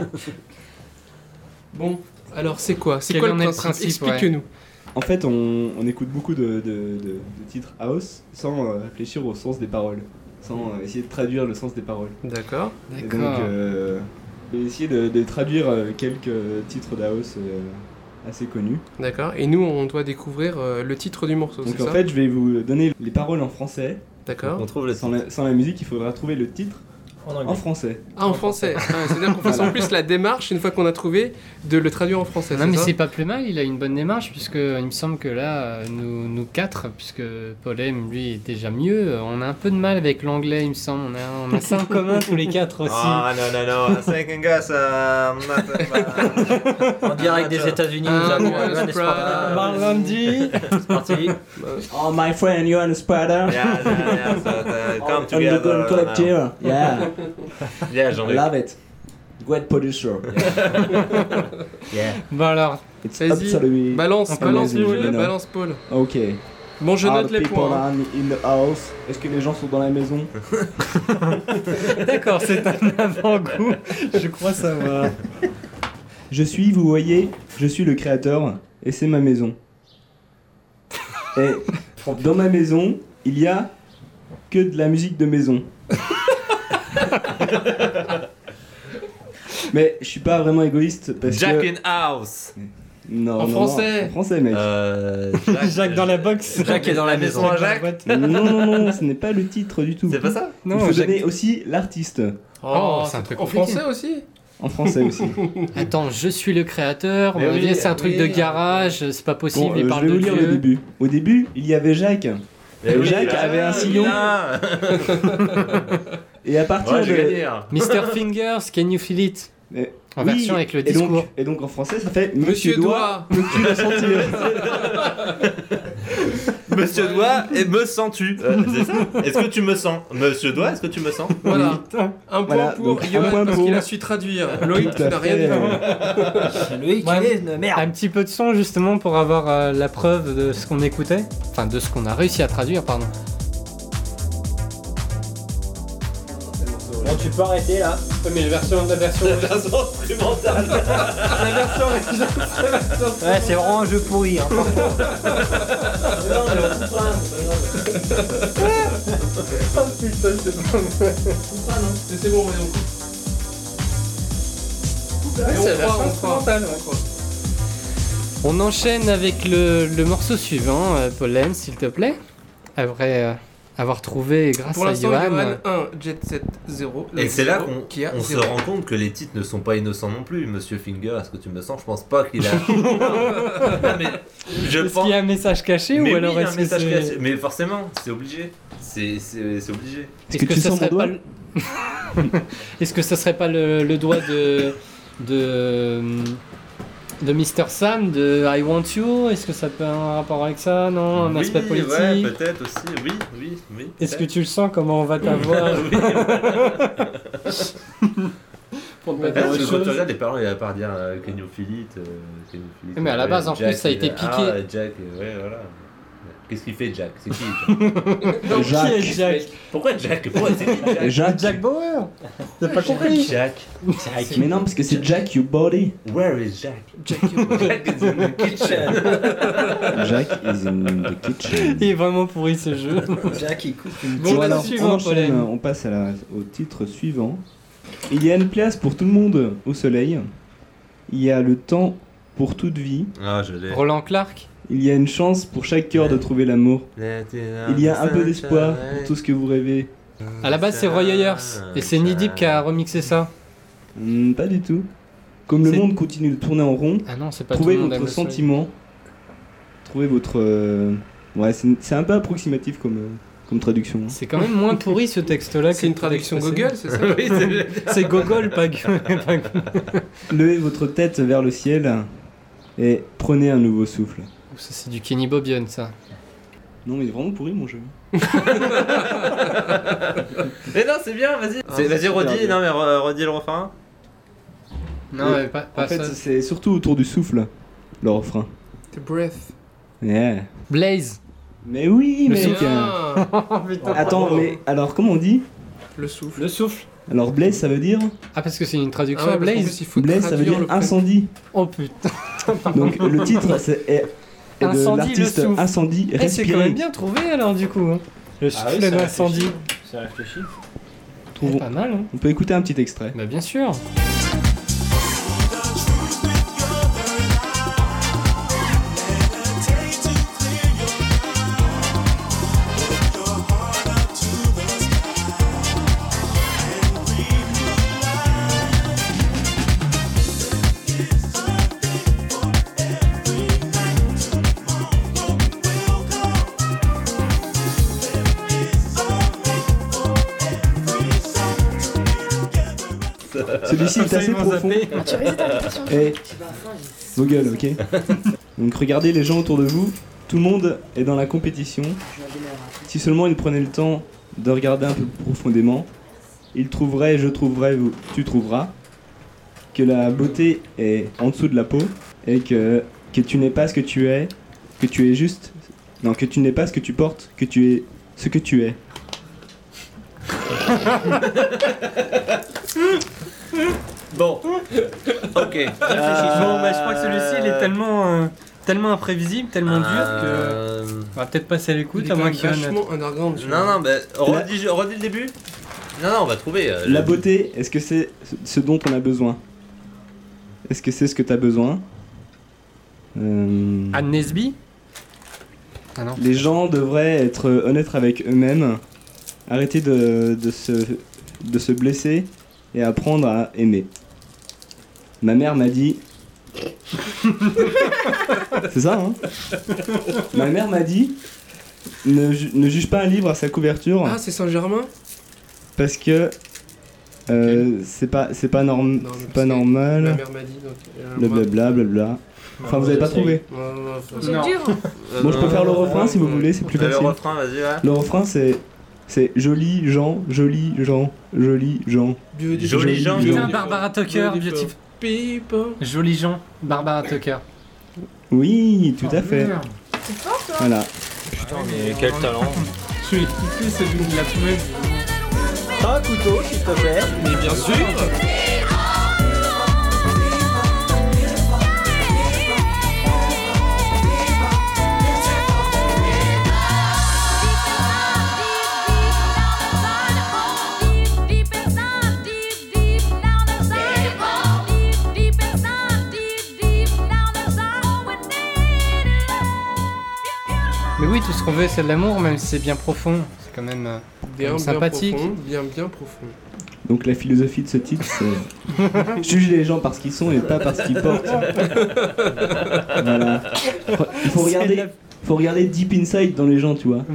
Bon, alors c'est quoi C'est Quel quoi en le est le principe, principe, Explique-nous. En fait, on, on écoute beaucoup de, de- de- de titres house sans euh, réfléchir au sens des paroles, sans euh, essayer de traduire le sens des paroles. D'accord. Et D'accord. donc, euh, j'ai essayé de, de traduire euh, quelques titres d'house euh, assez connus. D'accord. Et nous, on doit découvrir euh, le titre du morceau, Donc c'est en ça? fait, je vais vous donner les paroles en français. D'accord. On trouve le Sans la, sans la musique, il faudra trouver le titre En en anglais. français. Ah, en français. Ah, c'est-à-dire qu'on fasse en plus la démarche, une fois qu'on a trouvé, de le traduire en français. Non mais ça c'est pas plus mal, il a une bonne démarche puisque il me semble que là, euh, nous, nous quatre, puisque Paul M lui est déjà mieux, euh, on a un peu de mal avec l'anglais il me semble, on a, on a ça en commun tous les quatre aussi. Ah non, non, non. Second guess. um, not- En direct des États-Unis, nous Ah, avons Johannes Johannes Spada. Marlandi. C'est parti. Oh, my friend, Johannes Spada. Yeah, yeah, yeah. So, uh, come Underground together. Collective. Yeah, Yeah, Jean-Luc. love it. Great producer. Yeah. Bon alors, It's Vas-y. absolutely Balance, On balance amazing, Paul, you know. balance Paul. Ok. Bon, je Are note the les people points. hein. are in the house? Est-ce que les gens sont dans la maison? d'accord, c'est un avant-goût, je crois savoir. Je suis, vous voyez, je suis le créateur et c'est ma maison. Et dans ma maison, il y a que de la musique de maison. Mais je suis pas vraiment égoïste parce Jack que... in House. Non, En non, français. non, en français, mec. Euh, Jacques dans la box. Jacques est dans la maison. Jacques dans la Jacques. boîte. Non, non, non, ce n'est pas le titre du tout. C'est pas ça? Il Non, faut Jacques- donner aussi l'artiste. Oh, c'est un truc En compliqué. français aussi? En français aussi. Attends, je suis le créateur, on Mais va oui, dire c'est un truc de oui. garage, c'est pas possible, Bon, il euh, parle je vais de vous lire le Dieu. début. Au début, il y avait Jacques. Mais Et oui, Jacques là, avait un sillon. là. Et à partir Ouais, de... j'ai gagné. hein. mister Fingers, can you feel it? Mais- En oui, version avec le et donc, discours. et donc en français, ça fait Monsieur Monsieur Doigt, Doigt. peux-tu le sentir? Monsieur Doigt, et me sens-tu? Euh, C'est ça? Est-ce que tu me sens? Monsieur Doigt, est-ce que tu me sens? Voilà. Un point Voilà, pour donc un Johan point parce pour- qu'il a su traduire. Loïc, Tout tu à n'as rien fait. dit. Loïc, Ouais. il est une merde. Un petit peu de son justement pour avoir euh, la preuve de ce qu'on écoutait, enfin de ce qu'on a réussi à traduire, pardon. Bon, tu peux arrêter là. Mais la version, la version, La version instrumentale. la version, Ouais, c'est vraiment un jeu pourri. Hein. C'est bon, voyons. c'est la version on instrumentale. On enchaîne avec le, le morceau suivant, euh, Paul M, s'il te plaît. Après, euh, avoir trouvé grâce Pour à l'instant, Johan. Johan un, Jet Set zéro. Et c'est là qu'on qui a on se zéro. rend compte que les titres ne sont pas innocents non plus. Monsieur Finger, est-ce que tu me sens? Je pense pas qu'il a. Non, mais je Est-ce pense. qu'il y a un message caché Mais ou oui, alors il y a est-ce un que message c'est... caché. Mais forcément, c'est obligé. C'est c'est- c'est obligé. Est-ce que que, tu ça sens mon serait pas doigt le... Est-ce que ça serait pas le, le doigt de de de Mister Sam de I Want You? Est-ce que ça peut avoir un rapport avec ça? Non, un Oui, aspect politique. ouais, peut-être aussi. Oui, oui, oui. Est-ce que peut-être. tu le sens comment on va t'avoir? Oui. Pour ne Ouais, pas dire parce autre que quand chose. tu regardes, les parents, il n'y a pas à dire euh, Kenyophilite. Euh, Kenyophilite, Mais à la ouais, base, en Jack, plus, ça a été euh, piqué. Ah, Jack, euh, ouais, voilà. Qu'est-ce qu'il fait, Jack? C'est qui Jack? Donc, Jacques. qui est Jack? Pourquoi Jack? Pourquoi c'est qui Jack? Jacques. Jack Bauer. T'as pas compris? Jack. Mais non, parce que c'est Jack Your Body. Where is Jack? Jack, Jack is in the kitchen. Jack is in the kitchen. Il est vraiment pourri ce jeu. Jack il coupe une Bon, Bon, bah, alors, suivant, on enchaîne, Pollen. on passe à la- au titre suivant. Il y a une place pour tout le monde au soleil. Il y a le temps pour toute vie. Ah, je l'ai. Roland Clark. Il y a une chance pour chaque cœur de trouver l'amour. Il y a un peu d'espoir pour tout ce que vous rêvez. À la base, c'est Roy Ayers. Et c'est Knee Deep qui a remixé ça. Hmm, pas du tout. Comme le C'est- monde continue de tourner en rond, Ah non, c'est pas trouvez tout le monde aime votre le soleil. sentiment. Trouvez votre. euh, Ouais, c'est c'est un peu approximatif comme, euh, comme traduction. hein. C'est quand même moins pourri ce texte-là. C'est une traduction Google, c'est ça? Oui, c'est C'est Gogol, pas Gu- pas Gu- Levez votre tête vers le ciel et prenez un nouveau souffle. Ça, c'est du Kenny Bobion, ça. Non, mais il est vraiment pourri mon jeu. Mais non, c'est bien, vas-y. Ah, C'est- Vas-y, c'est redis, super non, mais re- redis le refrain. Non, mais pas, pas En fait, ça. c'est surtout autour du souffle, le refrain. The Breath. Yeah. Blaze. Mais oui, Le mec. souffle. Ah, Putain. Attends, mais alors comment on dit? le souffle. Le souffle. Alors Blaze, ça veut dire Ah, parce que c'est une Ah traduction ouais, à parce qu'en Blaze. plus, il faut Blaze, ça veut traduire dire le prénom. incendie. Oh putain. Donc le titre c'est est, est de Incendie, le l'artiste souffle. Incendie Eh, c'est quand Respirer. même bien trouvé alors, du coup. hein. Le Ah oui, souffle c'est d'incendie. réfléchi. C'est réfléchi. Eh, Trouvons- pas mal, hein. On peut écouter un petit extrait. Bah, bien sûr. Celui-ci est assez profond. Tu résistes à la tentation. Et vos gueules, ok. Donc regardez les gens autour de vous. Tout le monde est dans la compétition. Si seulement ils prenaient le temps de regarder un peu plus profondément, ils trouveraient, je trouverai, vous- tu trouveras, que la beauté est en dessous de la peau et que, que tu n'es pas ce que tu es, que tu es juste. Non, que tu n'es pas ce que tu portes, que tu es ce que tu es. Bon. Ok. Bon, bah, je crois que celui-ci, il est tellement, euh, tellement imprévisible, tellement dur que. Euh, On va peut-être passer à Il l'écoute, est à quand moins même qu'il y en ait. vachement underground. tu Non, vois. non, bah, redis, redis le début. Non, non, on va trouver. euh, La le- beauté, est-ce que c'est ce dont on a besoin? Est-ce que c'est ce que tu as besoin? Euh, Anne Nesby. Ah non. Les gens devraient être honnêtes avec eux-mêmes, arrêter de, de, se, de se blesser et apprendre à aimer. Ma mère m'a dit... C'est ça, hein? Ma mère m'a dit, ne, ju- ne juge pas un livre à sa couverture Ah, c'est Saint-Germain? parce que euh, c'est pas, c'est pas, norm- Non, mais c'est parce pas que normal. Ma mère m'a dit. Donc, euh, Blablabla, blabla. Enfin, vous avez pas trouvé? moi- Non, non, non, faut- C'est Non. dur. Euh, Bon, je peux non, faire le non, refrain non, si vous non. voulez, c'est plus Euh, Le facile. refrain, vas-y, ouais. Le refrain, c'est c'est joli Jean, joli Jean, joli Jean. Beautiful Joli Jean. people, Putain, Barbara Tucker, beautiful beautiful. people. Joli Jean, Barbara Tucker. Oui, tout à fait. C'est fort, toi. Voilà. Putain, mais quel talent. Je vais kiffer celui de la poubelle. Un couteau, s'il te plaît. Mais bien sûr. Mais oui, tout ce qu'on veut, c'est de l'amour, même si c'est bien profond. C'est quand même, euh, Bien, quand même bien sympathique. profond, bien, bien profond. Donc la philosophie de ce titre, c'est juger les gens par ce qu'ils sont et pas par ce qu'ils portent. Voilà. Il faut regarder, la... faut regarder deep inside dans les gens, tu vois.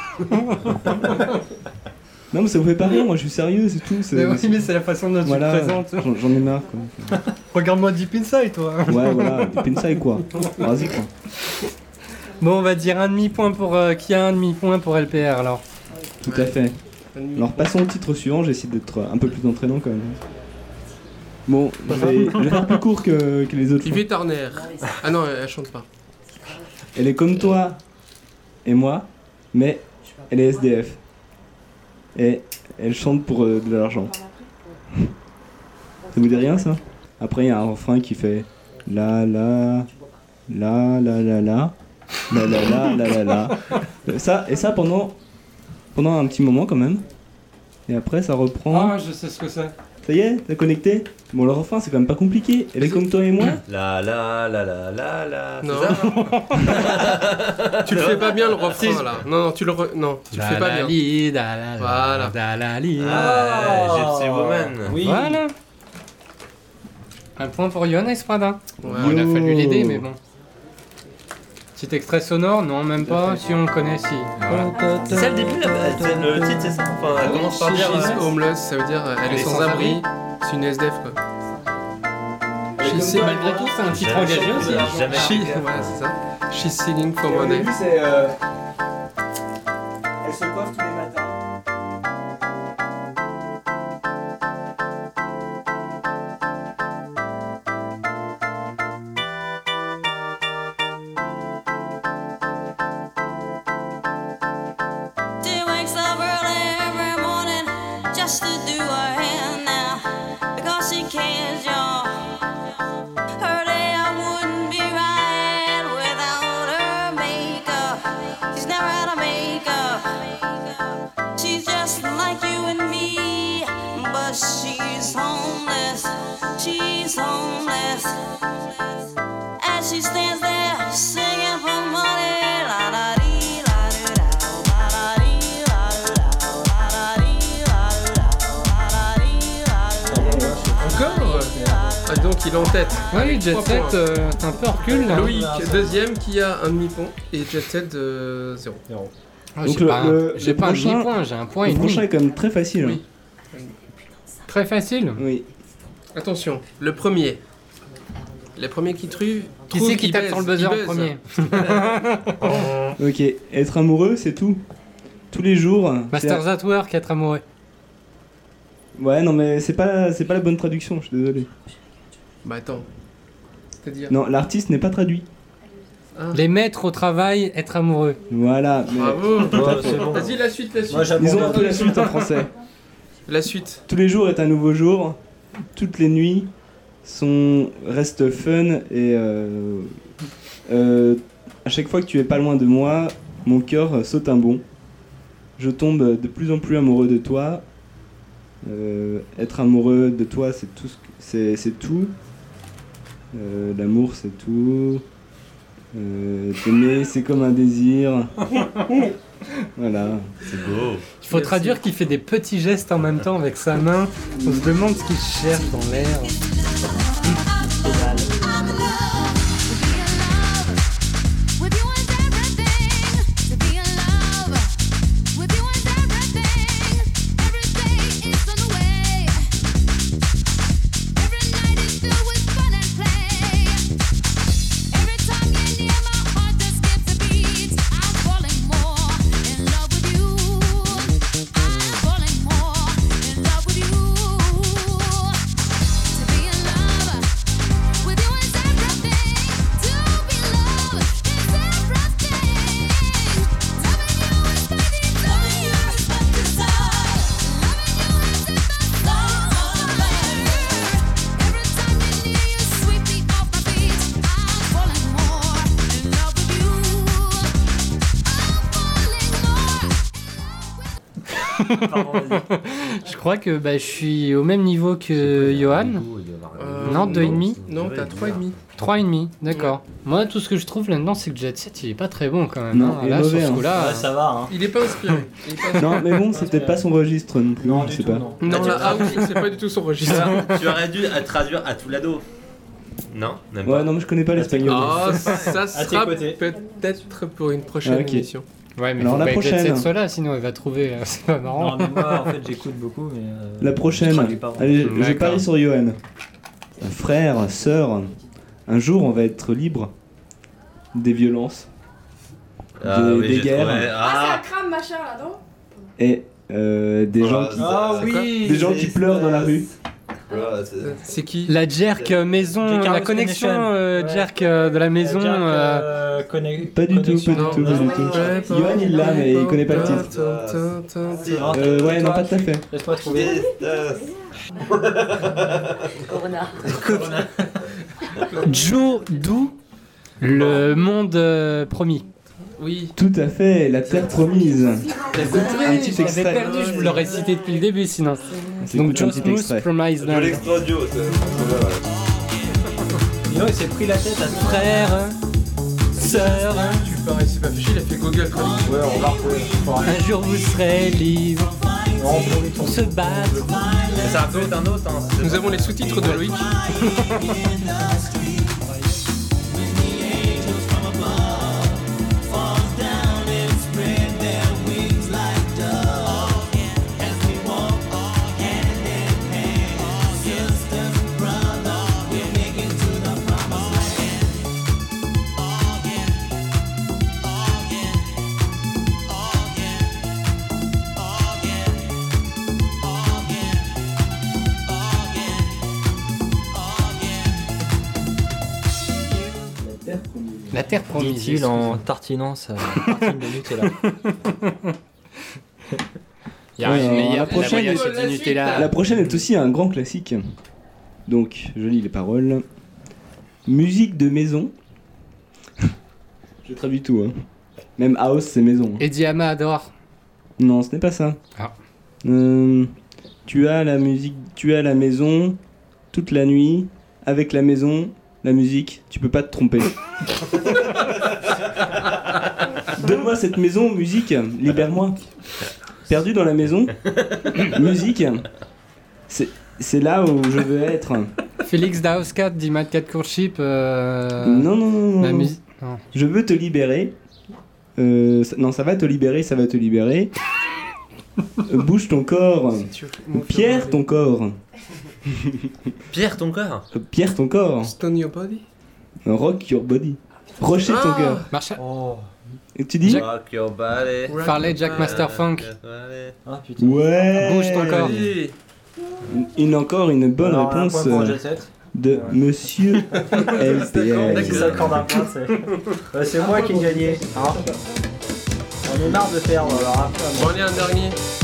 Non mais ça vous fait pas rire, moi je suis sérieux, c'est tout. C'est... Mais oui, mais c'est la façon dont voilà, tu te présentes. J'en, j'en ai marre quoi. Regarde-moi Deep Inside, toi. Ouais, voilà, Deep Inside quoi. Vas-y quoi. Bon, on va dire un demi-point pour... Euh, qui a un demi-point pour L P R alors. Tout à fait. Alors passons au titre suivant, j'essaie d'être un peu plus entraînant quand même. Bon, je vais, je vais faire plus court que, que les autres fois. Yves Turner. Ah non, elle chante pas. Elle est comme toi et moi, mais elle est S D F. Et elle chante pour euh, de l'argent. Ça vous dit rien ça? Après il y a un refrain qui fait la la la la la la la la la la la la. Ça, et ça pendant, pendant un petit moment quand même. Et après ça reprend. Ah, je sais ce que c'est. Ça y est, t'as connecté? Bon, le refrain c'est quand même pas compliqué. Elle est comme toi et moi. La la la la la la. Non. C'est ça? Tu le fais pas bien le refrain là. Non, non, tu le, re... non, tu le fais pas bien. Li, da, la, la, Voilà. da, la, li. Ah, Gypsy Woman. Oui. Voilà. Un point pour Johannes Prada. Ouais. Bon, il a fallu l'aider, mais bon. Petit extrait sonore, non, même pas. Si on le connaît, si. Voilà. C'est ça le début, là, c'est le titre, c'est ça? Enfin, elle commence par dire. She's euh, homeless, ça veut dire euh, elle, elle est est sans, sans abri. abri. C'est une S D F quoi. She's- malgré tout, c'est un titre Jamais- engagé aussi. hein. jamais- She... Ouais, c'est ça. She's singing for money. c'est. Euh... Elle se coiffe tous les matins. She wakes up early every morning just to do her hair now because she cares, y'all. Her day I wouldn't be right without her makeup. She's never had a makeup. She's just like you and me, but she's homeless. She's homeless. As she stands there singing for money, la da dee la do da, la da dee la do da, la da dee la do da, la da dee la do da. Encore Ah, donc il est en tête. Oui, Jet Trois Set, points. euh, un peu en recul là. Loïc, deuxième, qui a un demi-point. Et Jet Set, euh, zéro. Ah, Donc j'ai le- pas, un- le- j'ai le pas un prochain- demi-point, j'ai un point et Le demi. prochain est quand même très facile. Oui. Très facile. Oui. Attention, le premier. Le premier qui trouve. Qui trouve c'est qui qu'il tape baise, sur le buzzer il en baise. premier? Ok, être amoureux, c'est tout. Tous les jours. Masters c'est- at Work, être amoureux. Ouais, non, mais c'est pas, c'est pas la bonne traduction, je suis désolé. Bah attends. C'est-à-dire. Non, l'artiste n'est pas traduit. Ah. Les mettre au travail, être amoureux. Voilà. Mais... Bravo. Tout à Ouais, fait. c'est bon. Vas-y, la suite, la suite. Moi, j'apprends Disons bien. un peu la suite en français. La suite. Tous les jours est un nouveau jour. Toutes les nuits sont restent fun et euh, euh, à chaque fois que tu es pas loin de moi, mon cœur saute un bond. Je tombe de plus en plus amoureux de toi. Euh, être amoureux de toi, c'est tout. Ce que- c'est, c'est tout. Euh, l'amour, c'est tout. Euh, t'aimer, c'est comme un désir. Voilà. C'est beau. Il faut traduire qu'il fait des petits gestes en même temps avec sa main. On se demande ce qu'il cherche dans l'air. To be in love Pardon, vas-y. Je crois que bah, je suis au même niveau que Johan. Euh, Non, deux virgule cinq. Non, t'as trois virgule cinq. trois virgule cinq, d'accord. Moi, tout ce que je trouve là-dedans, c'est que Jet Set, il est pas très bon quand même. Non, hein. il est Là, mauvais, sur ce hein. coup-là. Ouais, ça va, hein. Il est pas inspiré. Il est pas inspiré. Non, mais bon, c'est peut-être pas son registre non plus, Non, je du sais tout, pas. non. Non, la house, c'est pas du tout son Tu, registre. as- tu aurais dû à traduire à tout l'ado. Non, même Ouais, pas. non, mais je connais pas l'espagnol. Ah, ça À tes sera côtés. peut-être pour une prochaine Ah, ok. émission. Ouais, mais Alors, faut la pas que Jet prochaine. Set soit là, sinon il va trouver. euh, C'est pas marrant. Non, mais moi, en fait, j'écoute beaucoup, mais. euh, La prochaine. je traduis pas vraiment. Allez, je D'accord. parie sur Johan. Frère, sœur, un jour on va être libre des violences, Ah des, oui, des j'ai guerres trouvé. Ah, Ah, ça crame machin là, non et euh, des Voilà, gens qui, ça- Ah c'est oui des gens qui pleurent dans la rue. Voilà, c'est- Euh, C'est qui La jerk euh, maison, Jerk la House connexion Connection. euh, Ouais. jerk euh, de la maison. Jack, euh, euh, conne- Pas du tout, connexion. pas du tout, Non, pas du non, tout. Ouais, Johan il l'a, mais il connaît pas le titre. Non, Euh, ouais, non, toi, pas tout à fait. Laisse-moi trouver. Corona. Joe Dou, le monde euh, promis. Oui. Tout à fait, la terre promise. Un petit Je l'avais extrait. perdu, je vous l'aurais cité depuis le début sinon. C'est Donc écoute un Joe petit Smooth, extrait. Promise Je Land. l'extra audio, ça. Dis donc, il s'est pris la tête à tout. Frère, sœur, Tu parais, c'est pas fichu, il a fait Google Chronique. Ouais, on va retrouver. Faut rien. un jour vous serez libre On pourrit ton- pour se battre. Ça peut être un autre, hein. c'est- Nous avons les sous-titres de Loïc. La terre promise. Dit-il en tartinant sa tartine de Nutella. Il y a Ouais, une meilleure la prochaine, la est- voyage du Nutella. La prochaine est aussi un grand classique. Donc, je lis les paroles. Musique de maison. Je traduis tout, hein. Même house, c'est maison. Et Diama adore. Non, ce n'est pas ça. Ah. Euh, tu as la musique, tu as la maison toute la nuit avec la maison, la musique. Tu peux pas te tromper. Donne-moi cette maison, musique. Libère-moi. Perdu dans la maison, musique. C'est c'est là où je veux être. Félix Dauskat dit Mad Cat Courtship. Euh... Non, non, non, non. La non. musique. Non. Je veux te libérer. Euh, ça- non, ça va te libérer, ça va te libérer. Euh, Bouge ton corps. Pierre ton corps. Pierre, ton corps. Euh, Pierre ton corps. Stone Your Body. Euh, Rock your body. Rocher ton Ah. cœur. Marshall. Oh. Et tu dis Rock your body. Farley Jack Master Funk. Ah putain. Ouais. Bouge ton corps. Oui. Une encore une bonne Alors, un réponse point pour euh, Jet Set. de Monsieur L P Dès que ça L. accorde un point, c'est. Ouais, c'est moi qui ai gagné. Hein. On est marre de perdre alors après. Bon, allez, un dernier.